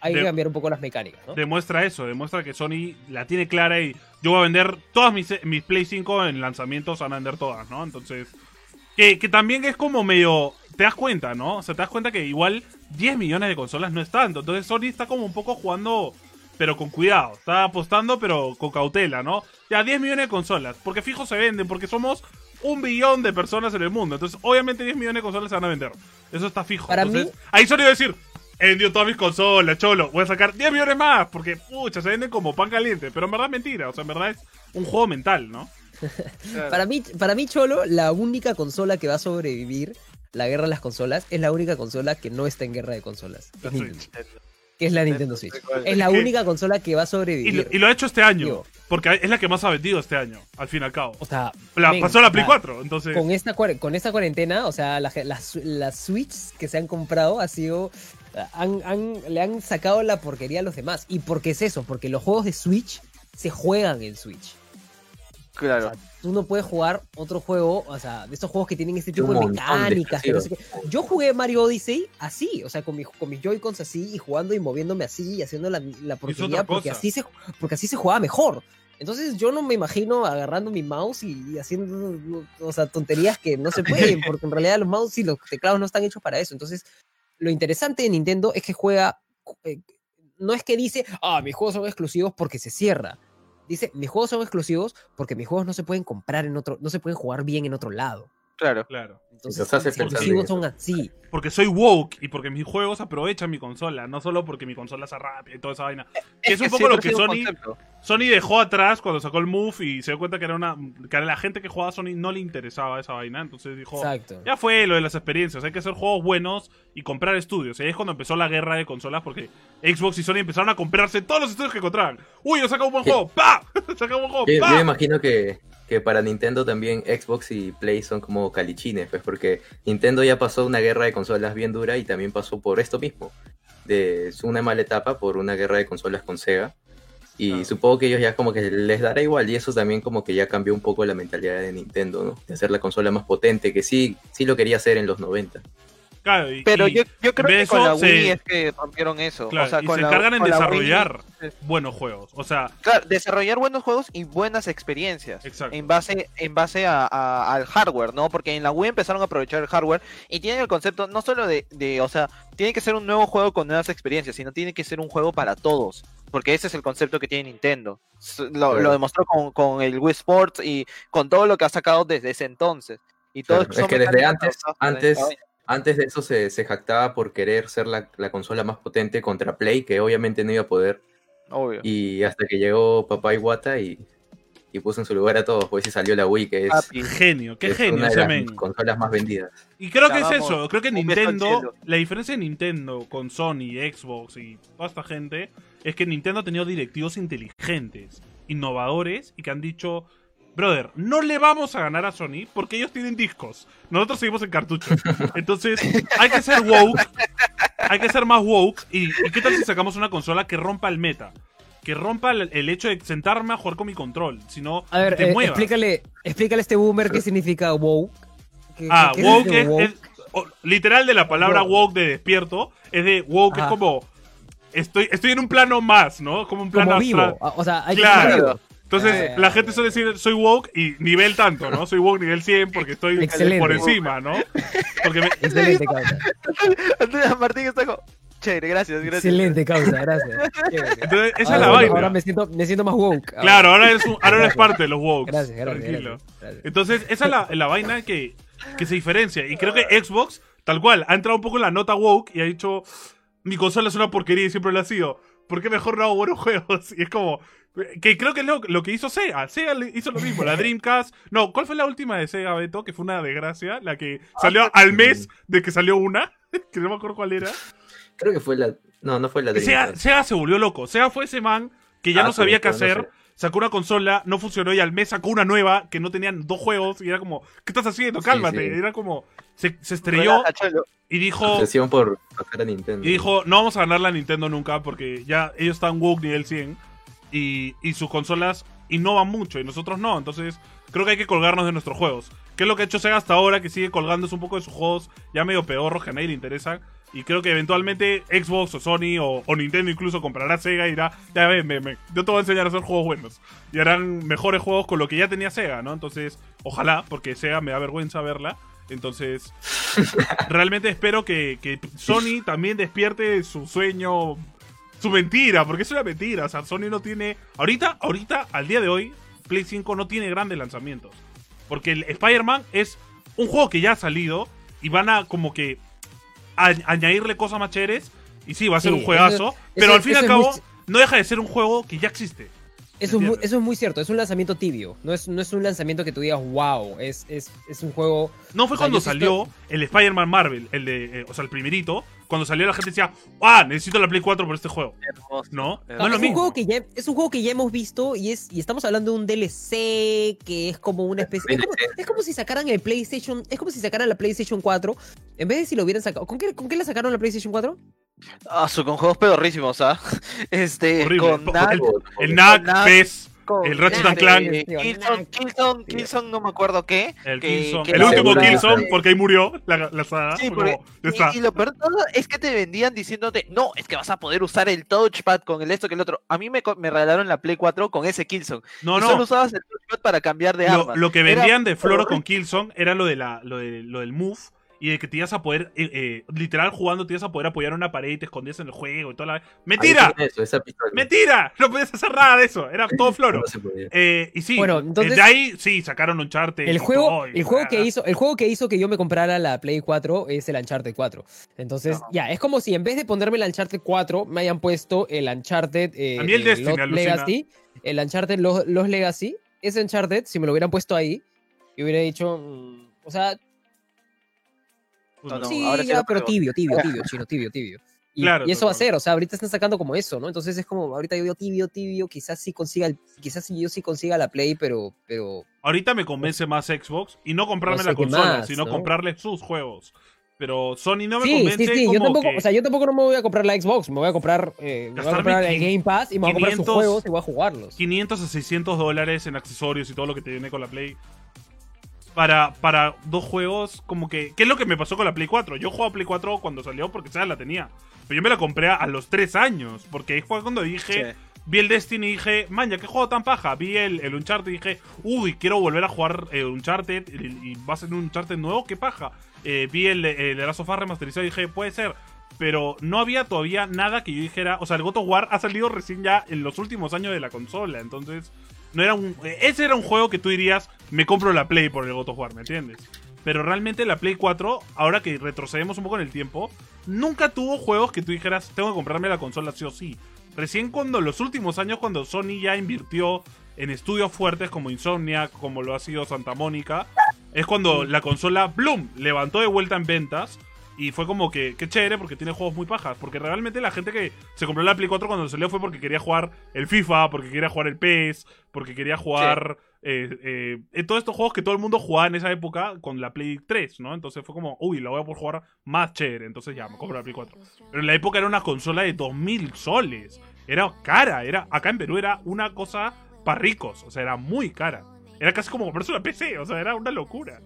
hay de, que cambiar un poco las mecánicas, ¿no? Demuestra eso, demuestra que Sony la tiene clara y yo voy a vender todas mis, mis Play cinco en lanzamientos, van a vender todas, ¿no? Entonces, que, que también es como medio, te das cuenta, ¿no? O sea, te das cuenta que igual diez millones de consolas no es tanto, entonces Sony está como un poco jugando, pero con cuidado, está apostando pero con cautela, ¿no? Ya, diez millones de consolas, porque fijo se venden, porque somos un billón de personas en el mundo, entonces obviamente diez millones de consolas se van a vender, eso está fijo. Para entonces, mí... ahí Sony va a decir, he vendido todas mis consolas, cholo, voy a sacar diez millones más, porque pucha, se venden como pan caliente, pero en verdad es mentira, o sea, en verdad es un juego mental, ¿no? Claro. Para mí, para mí, Cholo, la única consola que va a sobrevivir la guerra de las consolas es la única consola que no está en guerra de consolas. La Es Nintendo, Switch. que es la Nintendo Switch. ¿Cuál? Es la Es que- única consola que va a Y sobrevivir. lo, y lo ha hecho este año, Digo. porque es la que más ha vendido este año, al fin y al cabo. O sea, La, men, pasó a la Play o sea, cuatro, entonces... Con esta, cuare- con esta cuarentena, o sea, la ge- las, las Switch que se han comprado ha sido... Han, han- le han sacado la porquería a los demás. ¿Y por qué es eso? Porque los juegos de Switch se juegan en Switch. Claro. O sea, tú no puedes jugar otro juego, o sea, de estos juegos que tienen este tipo Un de montón de mecánicas. que no sé qué. exclusivos. Yo jugué Mario Odyssey así, o sea, con, mi- con mis Joy-Cons así, y jugando y moviéndome así, y haciendo la, la porquería, otra porque cosa. así, se, porque así se jugaba mejor. Entonces yo no me imagino agarrando mi mouse y, y haciendo, o sea, tonterías que no se pueden, porque en realidad los mouse y los teclados no están hechos para eso. Entonces, lo interesante de Nintendo es que juega, eh, no es que dice, ah, mis juegos son exclusivos porque se cierra. Dice, mis juegos son exclusivos porque mis juegos no se pueden comprar en otro, no se pueden jugar bien en otro lado. Claro. Claro. Entonces, Los hace los pensar en exclusivos eso. son así. Porque soy woke y porque mis juegos aprovechan mi consola, no solo porque mi consola sea rápida y toda esa vaina. Que es un poco lo siempre que ha sido un Sony, concepto. Sony dejó atrás cuando sacó el Move y se dio cuenta que era una que a la gente que jugaba a Sony no le interesaba esa vaina, entonces dijo, Exacto. ya fue lo de las experiencias, hay que hacer juegos buenos y comprar estudios. Y ahí es cuando empezó la guerra de consolas porque Xbox y Sony empezaron a comprarse todos los estudios que encontraban. Uy, yo saco un buen ¿Qué? juego, ¡pa! Saca un buen juego, Yo, ¡pa! yo imagino que, que para Nintendo también Xbox y Play son como calichines, pues porque Nintendo ya pasó una guerra de consolas bien dura y también pasó por esto mismo, de una mala etapa por una guerra de consolas con Sega. Y Claro. supongo que ellos ya como que les dará igual, y eso también como que ya cambió un poco la mentalidad de Nintendo, ¿no? De hacer la consola más potente, que sí, sí lo quería hacer en los noventa. Claro, y- Pero y- yo, yo creo en que vez de con la eso, Wii se- es que rompieron eso. claro, o sea, y con se la- encargan en con la Wii- desarrollar buenos juegos. O sea, Claro, desarrollar buenos juegos y buenas experiencias. Exacto. En base, en base a, a- al hardware, ¿no? Porque en la Wii empezaron a aprovechar el hardware y tienen el concepto no solo de, de, o sea, tiene que ser un nuevo juego con nuevas experiencias, sino tiene que ser un juego para todos. Porque ese es el concepto que tiene Nintendo. S- Lo, Claro. lo demostró con, con el Wii Sports y con todo lo que ha sacado desde ese entonces. Y todo Claro, son es que desde mecánicas antes, adaptadas para antes, esta vaina. antes de eso se, se jactaba por querer ser la, la consola más potente contra Play, que obviamente no iba a poder. Obvio. Y hasta que llegó Papá Iwata y, y puso en su lugar a todos, pues y salió la Wii, que es, Papi, genio, qué es genio una de ese las men. consolas más vendidas. Y creo que Ya, es vamos. eso, creo que Un beso al Nintendo, cielo. la diferencia de Nintendo con Sony, Xbox y toda esta gente, es que Nintendo ha tenido directivos inteligentes, innovadores y que han dicho, brother, no le vamos a ganar a Sony porque ellos tienen discos, nosotros seguimos en cartuchos. Entonces, hay que ser woke, hay que ser más woke y, y ¿qué tal si sacamos una consola que rompa el meta? Que rompa el, el hecho de sentarme a jugar con mi control, sino A ver, te eh, muevas. explícale, explícale a este boomer qué significa woke. ¿Qué- Ah, qué woke ese es, es- o- literal de la palabra Woke. woke de despierto, es de woke Ajá. es como estoy, estoy en un plano más, ¿no? Como un plano Como vivo. astral. Ah, O sea, hay Claro. que ser vivo. Entonces, Ah, la gente suele decir soy woke y nivel tanto, ¿no? Soy woke nivel cien porque estoy Excelente. por encima, ¿no? Porque me- Excelente causa. Entonces Martín está como, chévere, gracias, gracias. Excelente causa, gracias. Chévere. entonces, esa Ahora, es la bueno, vaina. Ahora me siento, me siento más woke. Ahora. Claro, ahora eres, un- ahora eres parte de los woke. Gracias, gracias. Tranquilo. gracias, gracias. Entonces, esa es la, la vaina que, que se diferencia. Y creo que Xbox, tal cual, ha entrado un poco en la nota woke y ha dicho, mi consola es una porquería y siempre lo ha sido. ¿Por qué mejor no hago buenos juegos? Y es como, que creo que es lo, lo que hizo Sega. Sega le hizo lo mismo, la Dreamcast. No, ¿cuál fue la última de Sega, Beto? Que fue una desgracia, la que salió al mes de que salió una, que no me acuerdo cuál era. Creo que fue la... No, no fue la Y Sega, Dreamcast. Sega se volvió loco. Sega fue ese man que ya Ah, no sabía sí, qué pero no hacer. sé. Sacó una consola, no funcionó y al mes sacó una nueva que no tenían dos juegos y era como, ¿qué estás haciendo? Sí, Cálmate. sí. Era como, se, se estrelló Relaja, cholo. y dijo, Obsesión por sacar a Nintendo. y dijo, no vamos a ganar la Nintendo nunca porque ya ellos están woke nivel cien y, y sus consolas innovan mucho y nosotros no. Entonces creo que hay que colgarnos de nuestros juegos. ¿Qué es lo que ha hecho Sega hasta ahora? Que sigue colgándose un poco de sus juegos ya medio pedorros que a nadie le interesan. Y creo que eventualmente Xbox o Sony o, o Nintendo incluso comprará Sega y dirá, ya ven, ven, ven, yo te voy a enseñar a hacer juegos buenos. Y harán mejores juegos con lo que ya tenía Sega, ¿no? Entonces, ojalá, porque Sega me da vergüenza verla. Entonces, realmente espero que, que Sony también despierte su sueño, su mentira, porque es una mentira. O sea, Sony no tiene... Ahorita, ahorita, al día de hoy, Play cinco no tiene grandes lanzamientos. Porque el Spider-Man es un juego que ya ha salido y van a como que... A, añadirle cosas más chéveres. Y sí, va a ser sí, un juegazo. Eso, pero eso, al fin y al cabo, muy... no deja de ser un juego que ya existe. Eso es, muy, eso es muy cierto, es un lanzamiento tibio. No es, no es un lanzamiento que tú digas, wow, es, es, es un juego... No fue cuando salió estoy... el Spider-Man Marvel, el de, eh, o sea, el primerito. Cuando salió la gente decía, ah, necesito la Play cuatro por este juego. Hermoso. No, no, no es lo es mismo. Un juego que ya, es un juego que ya hemos visto y, es, y estamos hablando de un D L C que es como una especie... Es como, es como si sacaran el PlayStation... Es como si sacaran la PlayStation cuatro. En vez de si lo hubieran sacado... ¿Con qué, con qué la sacaron la PlayStation cuatro? Ah, su con juegos pedorrísimos, ¿ah? Este, horrible. Con Knack, el, el Knack, P E S, el Ratchet and Clank. Killzone, Killzone, Killzone, no me acuerdo qué. El, que, que el último Killzone, porque ahí murió la, la saga. Sí, porque, y, y lo peor de todo es que te vendían diciéndote, no, es que vas a poder usar el touchpad con el esto que el otro. A mí me, me regalaron la Play cuatro con ese Killzone. No, y no. solo usabas el touchpad para cambiar de lo, arma. Lo que vendían era de floro con Killzone era lo, de la, lo, de, lo del move. Y de que te ibas a poder, eh, eh, literal jugando, te ibas a poder apoyar a una pared y te escondías en el juego y toda la... ¡Mentira! Eso, esa ¡Mentira! No podías hacer nada de eso, era todo floro. No eh, y sí, bueno, entonces, de ahí sí, sacaron Uncharted. El juego, todo, el, juego que hizo, el juego que hizo que yo me comprara la Play cuatro es el Uncharted cuatro. Entonces, no. ya, es como si en vez de ponerme el Uncharted cuatro, me hayan puesto el Uncharted eh, a mí el eh, Destiny, Los Legacy. El Uncharted Los, Los Legacy. Ese Uncharted, si me lo hubieran puesto ahí, yo hubiera dicho, mmm, o sea... No, no, sí, ahora ya, sí pero tibio, tibio, tibio, chino, tibio, tibio. Y, claro, y eso va a ser, o sea, ahorita están sacando como eso, ¿no? Entonces es como, ahorita yo digo tibio, tibio, quizás sí consiga, el, quizás yo sí consiga la Play, pero... pero... Ahorita me convence más Xbox, y no comprarme no sé la consola, más, sino ¿no? comprarle sus juegos. Pero Sony no me sí, convence sí, sí, como yo tampoco, que... o sea, yo tampoco no me voy a comprar la Xbox, me voy a comprar, eh, me voy a comprar el Game Pass y me voy a comprar sus juegos y voy a jugarlos. quinientos a seiscientos dólares en accesorios y todo lo que te viene con la Play. Para, para dos juegos, como que... ¿Qué es lo que me pasó con la Play cuatro? Yo jugaba Play cuatro cuando salió porque ya la tenía. Pero yo me la compré a los tres años. Porque ahí fue cuando dije... Sí. Vi el Destiny y dije... Man, ya qué juego tan paja. Vi el, el Uncharted y dije... Uy, quiero volver a jugar eh, Uncharted. Y, y va a ser un Uncharted nuevo, qué paja. Eh, vi el, el The Last of Us remasterizado y dije... Puede ser. Pero no había todavía nada que yo dijera... O sea, el God of War ha salido recién ya en los últimos años de la consola. Entonces... No era un, ese era un juego que tú dirías, me compro la Play por el God of War, ¿me entiendes? Pero realmente la Play cuatro, ahora que retrocedemos un poco en el tiempo, nunca tuvo juegos que tú dijeras, tengo que comprarme la consola sí o sí. Recién cuando los últimos años, cuando Sony ya invirtió en estudios fuertes como Insomniac, como lo ha sido Santa Mónica, es cuando la consola, ¡bloom!, levantó de vuelta en ventas. Y fue como que, qué chévere, porque tiene juegos muy pajas. Porque realmente la gente que se compró la Play cuatro cuando salió fue porque quería jugar el FIFA, porque quería jugar el P E S, porque quería jugar sí. eh, eh, todos estos juegos que todo el mundo jugaba en esa época con la Play tres, ¿no? Entonces fue como, uy, la voy a poder jugar más chévere. Entonces ya, me compro la Play cuatro. Pero en la época era una consola de dos mil soles. Era cara, era acá en Perú era una cosa para ricos. O sea, era muy cara. Era casi como comprarse una P C, o sea, era una locura.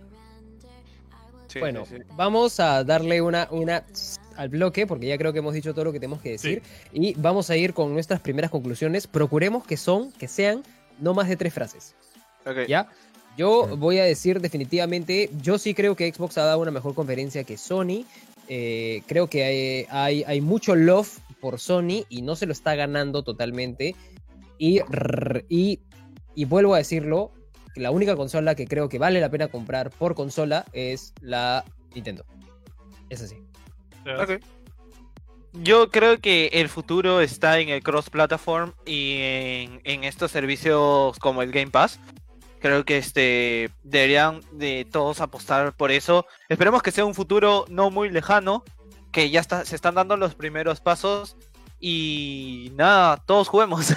Sí, bueno, sí, sí. Vamos a darle una, una al bloque, porque ya creo que hemos dicho todo lo que tenemos que decir. Sí. Y vamos a ir con nuestras primeras conclusiones. Procuremos que son, que sean no más de tres frases. Okay. ¿Ya? Yo mm. voy a decir definitivamente, yo sí creo que Xbox ha dado una mejor conferencia que Sony. Eh, creo que hay, hay, hay mucho love por Sony y no se lo está ganando totalmente. Y, y, y vuelvo a decirlo, la única consola que creo que vale la pena comprar por consola es la Nintendo. Es así. Okay. Yo creo que el futuro está en el cross-platform y en, en estos servicios como el Game Pass. Creo que este deberían de todos apostar por eso. Esperemos que sea un futuro no muy lejano, que ya está, se están dando los primeros pasos y nada, todos juguemos.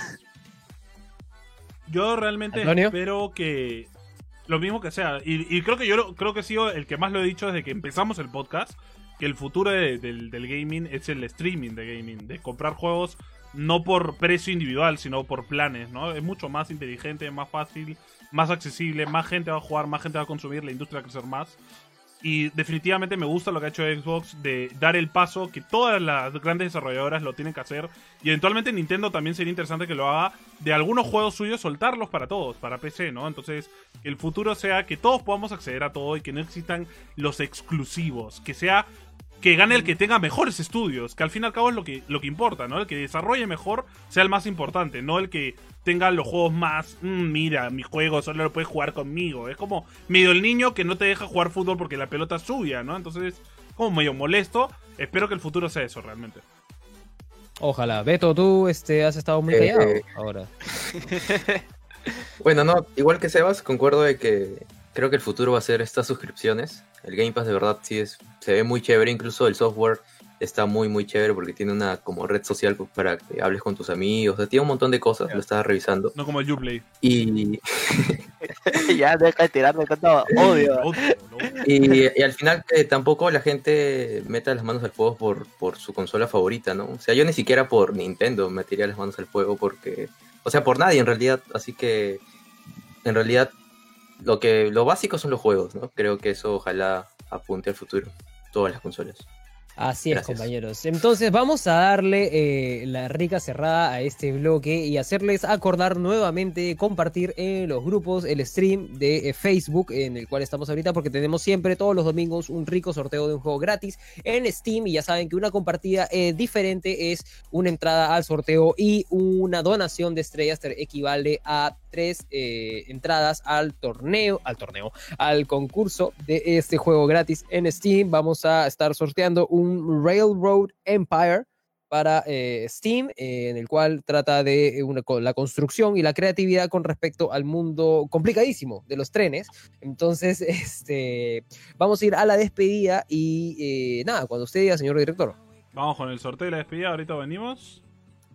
Yo realmente ¿Antonio? espero que lo mismo que sea. Y, y creo que yo lo, creo que he sido el que más lo he dicho desde que empezamos el podcast. Que el futuro de, del, del gaming es el streaming de gaming. De comprar juegos no por precio individual, sino por planes, ¿no? Es mucho más inteligente, más fácil, más accesible. Más gente va a jugar, más gente va a consumir, la industria va a crecer más. Y definitivamente me gusta lo que ha hecho Xbox de dar el paso que todas las grandes desarrolladoras lo tienen que hacer. Y eventualmente Nintendo también sería interesante que lo haga de algunos juegos suyos, soltarlos para todos, para P C, ¿no? Entonces, que el futuro sea que todos podamos acceder a todo y que no existan los exclusivos. Que sea... que gane el que tenga mejores estudios, que al fin y al cabo es lo que, lo que importa, ¿no? El que desarrolle mejor sea el más importante, no el que tenga los juegos más, mmm, mira, mi juego solo lo puedes jugar conmigo. Es como medio el niño que no te deja jugar fútbol porque la pelota es suya, ¿no? Entonces, como medio molesto. Espero que el futuro sea eso realmente. Ojalá. Beto, tú este, has estado muy callado eh, ahora. Bueno, no, igual que Sebas, concuerdo de que creo que el futuro va a ser estas suscripciones. El Game Pass de verdad sí es, se ve muy chévere, incluso el software está muy muy chévere porque tiene una como red social para que hables con tus amigos, o sea, tiene un montón de cosas, yeah. Lo estaba revisando. No como el Uplay. Y... ya, deja de tirarme tanto odio. y, y al final que tampoco la gente meta las manos al fuego por, por su consola favorita, ¿no? O sea, yo ni siquiera por Nintendo metería las manos al fuego porque... O sea, por nadie en realidad, así que... En realidad... Lo que lo básico son los juegos, ¿no? Creo que eso ojalá apunte al futuro, todas las consolas. Así es, Gracias. Compañeros. Entonces vamos a darle eh, la rica cerrada a este bloque y hacerles acordar nuevamente compartir en los grupos el stream de eh, Facebook en el cual estamos ahorita, porque tenemos siempre todos los domingos un rico sorteo de un juego gratis en Steam, y ya saben que una compartida eh, diferente es una entrada al sorteo y una donación de estrellas equivale a tres eh, entradas al torneo, al torneo, al concurso de este juego gratis en Steam. Vamos a estar sorteando un Railroad Empire para eh, Steam, eh, en el cual trata de una, la construcción y la creatividad con respecto al mundo complicadísimo de los trenes. Entonces, este, vamos a ir a la despedida y eh, nada, cuando usted diga, señor director. Vamos con el sorteo y la despedida, ahorita venimos.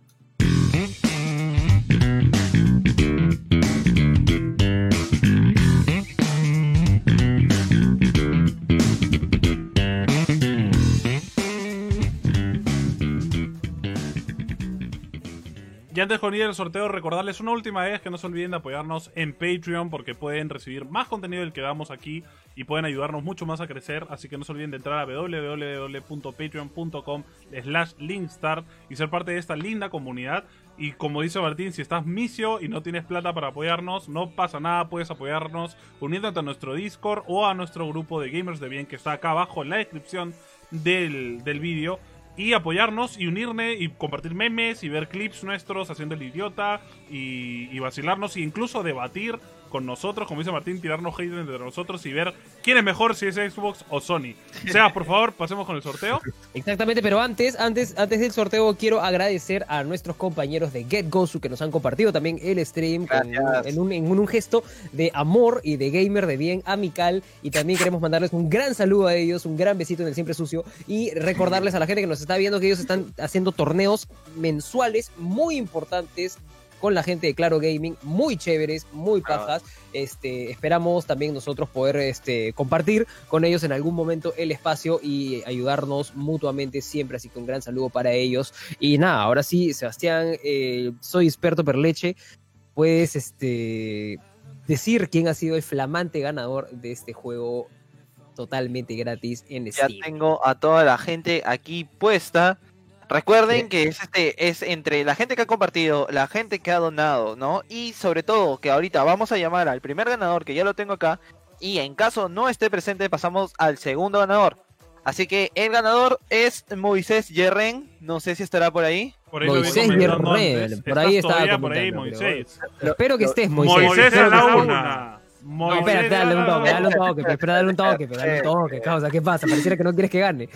Y antes de ir al sorteo, recordarles una última vez que no se olviden de apoyarnos en Patreon, porque pueden recibir más contenido del que damos aquí y pueden ayudarnos mucho más a crecer. Así que no se olviden de entrar a w w w punto patreon punto com slash linkstar y ser parte de esta linda comunidad. Y como dice Martín, si estás misio y no tienes plata para apoyarnos, no pasa nada, puedes apoyarnos uniéndote a nuestro Discord o a nuestro grupo de Gamers de Bien, que está acá abajo en la descripción del, del vídeo. Y apoyarnos y unirme y compartir memes y ver clips nuestros haciendo el idiota y, y vacilarnos e incluso debatir con nosotros, como dice Martín, tirarnos hate entre nosotros y ver quién es mejor, si es Xbox o Sony. Sebas, por favor, pasemos con el sorteo. Exactamente, pero antes, antes, antes del sorteo quiero agradecer a nuestros compañeros de GetGosu que nos han compartido también el stream con, en, un, en un gesto de amor y de gamer de bien amical, y también queremos mandarles un gran saludo a ellos, un gran besito en el siempre sucio, y recordarles a la gente que nos está viendo que ellos están haciendo torneos mensuales muy importantes con la gente de Claro Gaming, muy chéveres, muy pajas. Este, esperamos también nosotros poder este, compartir con ellos en algún momento el espacio y ayudarnos mutuamente siempre, así que un gran saludo para ellos. Y nada, ahora sí, Sebastián, eh, soy experto per leche, puedes este, decir quién ha sido el flamante ganador de este juego totalmente gratis en Steam. Ya tengo a toda la gente aquí puesta. Recuerden que es, este, es entre la gente que ha compartido, la gente que ha donado, ¿no? Y sobre todo que ahorita vamos a llamar al primer ganador, que ya lo tengo acá, y en caso no esté presente pasamos al segundo ganador. Así que el ganador es Moisés Yerren, no sé si estará por ahí. Por ahí Moisés Yerren, por ahí está por ahí, Moisés. Pero, espero que estés, Moisés. Moisés a la una. No, espérate, dale un toque, dale un toque, espera, dale un toque, dale un toque, causa, ¿qué pasa? Pareciera que no quieres que gane.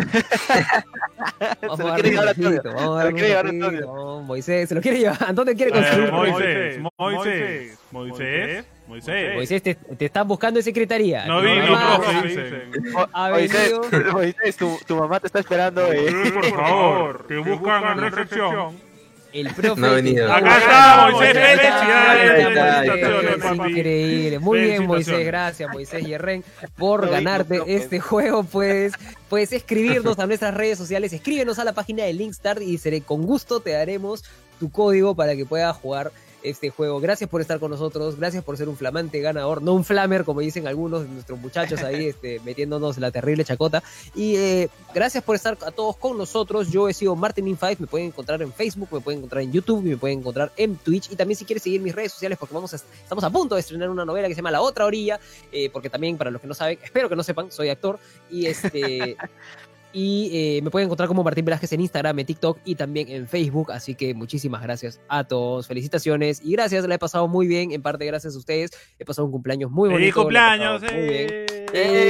Vamos a darle un besito, vamos a darle un besito. Moisés, se lo quiere llevar, ¿dónde quiere construir? Moisés, Moisés, Moisés, Moisés. Moisés, te, te están buscando en secretaría. No vino, profe, dicen. Moisés, Moisés, tu, tu mamá te está esperando. Eh. Por favor, te buscan en recepción. El profe. No ha venido. Acá está Moisés Pérez. Increíble. Muy bien, Moisés. Gracias, Moisés Yerren, por ganarte este juego. Puedes, puedes escribirnos a nuestras redes sociales. Escríbenos a la página de Linkstar y seré con gusto te daremos tu código para que puedas jugar este juego. Gracias por estar con nosotros, gracias por ser un flamante ganador, no un flamer como dicen algunos de nuestros muchachos ahí este, metiéndonos la terrible chacota. Y eh, gracias por estar a todos con nosotros. Yo he sido Martin five, me pueden encontrar en Facebook, me pueden encontrar en YouTube, me pueden encontrar en Twitch, y también si quieres seguir mis redes sociales, porque vamos a, estamos a punto de estrenar una novela que se llama La Otra Orilla, eh, porque también para los que no saben, espero que no sepan, soy actor, y este... Y eh, me pueden encontrar como Martín Velázquez en Instagram, en TikTok y también en Facebook. Así que muchísimas gracias a todos. Felicitaciones y gracias. La he pasado muy bien. En parte gracias a ustedes. He pasado un cumpleaños muy bonito. ¡Feliz cumpleaños! Muy bien. ¡Eh!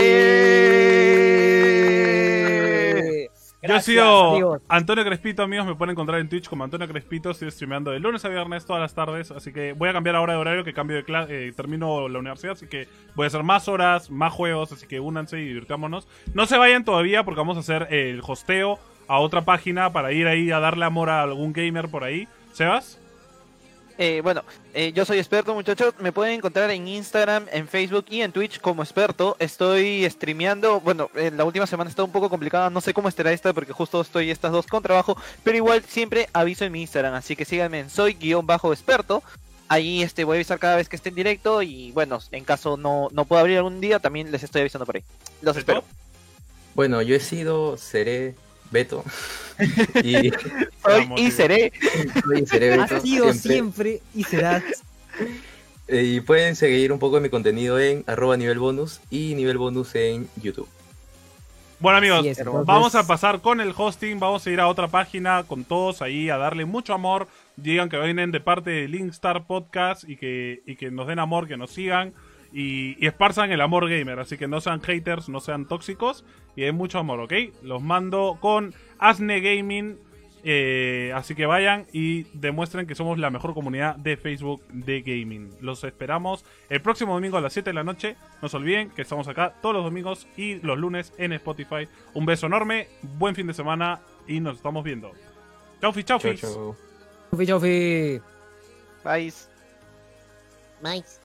¡Eh! Yo he Gracias, sido amigos. Antonio Crespito, amigos. Me pueden encontrar en Twitch como Antonio Crespito. Estoy streameando de lunes a viernes todas las tardes. Así que voy a cambiar ahora de horario, que cambio de clase. Eh, termino la universidad. Así que voy a hacer más horas, más juegos. Así que únanse y divirtámonos. No se vayan todavía porque vamos a hacer el hosteo a otra página para ir ahí a darle amor a algún gamer por ahí. ¿Sebas? Eh, bueno, eh, yo soy experto, muchachos. Me pueden encontrar en Instagram, en Facebook y en Twitch como experto. Estoy streameando. Bueno, en la última semana está un poco complicada. No sé cómo estará esta porque justo estoy estas dos con trabajo. Pero igual siempre aviso en mi Instagram. Así que síganme en soy guión bajo experto. Ahí este, voy a avisar cada vez que esté en directo. Y bueno, en caso no, no pueda abrir algún día, también les estoy avisando por ahí. Los espero. Bueno, yo he sido, seré Beto. y Soy y seré. soy y seré Beto. Has sido siempre. siempre y serás. Eh, Y pueden seguir un poco de mi contenido en arroba nivel bonus y nivel bonus en YouTube. Bueno, amigos, Así es, entonces- vamos a pasar con el hosting. Vamos a ir a otra página con todos ahí a darle mucho amor. Digan que vienen de parte de Linkstar Podcast y que, y que nos den amor, que nos sigan. Y, y esparzan el amor gamer. Así que no sean haters, no sean tóxicos. Y den mucho amor, ¿ok? Los mando con Asne Gaming. Eh, así que vayan y demuestren que somos la mejor comunidad de Facebook de gaming. Los esperamos el próximo domingo a las siete de la noche. No se olviden que estamos acá todos los domingos y los lunes en Spotify. Un beso enorme, buen fin de semana y nos estamos viendo. Chaufi, chaufi. Chau, chau. Chofi, chofi. Bye. Nice.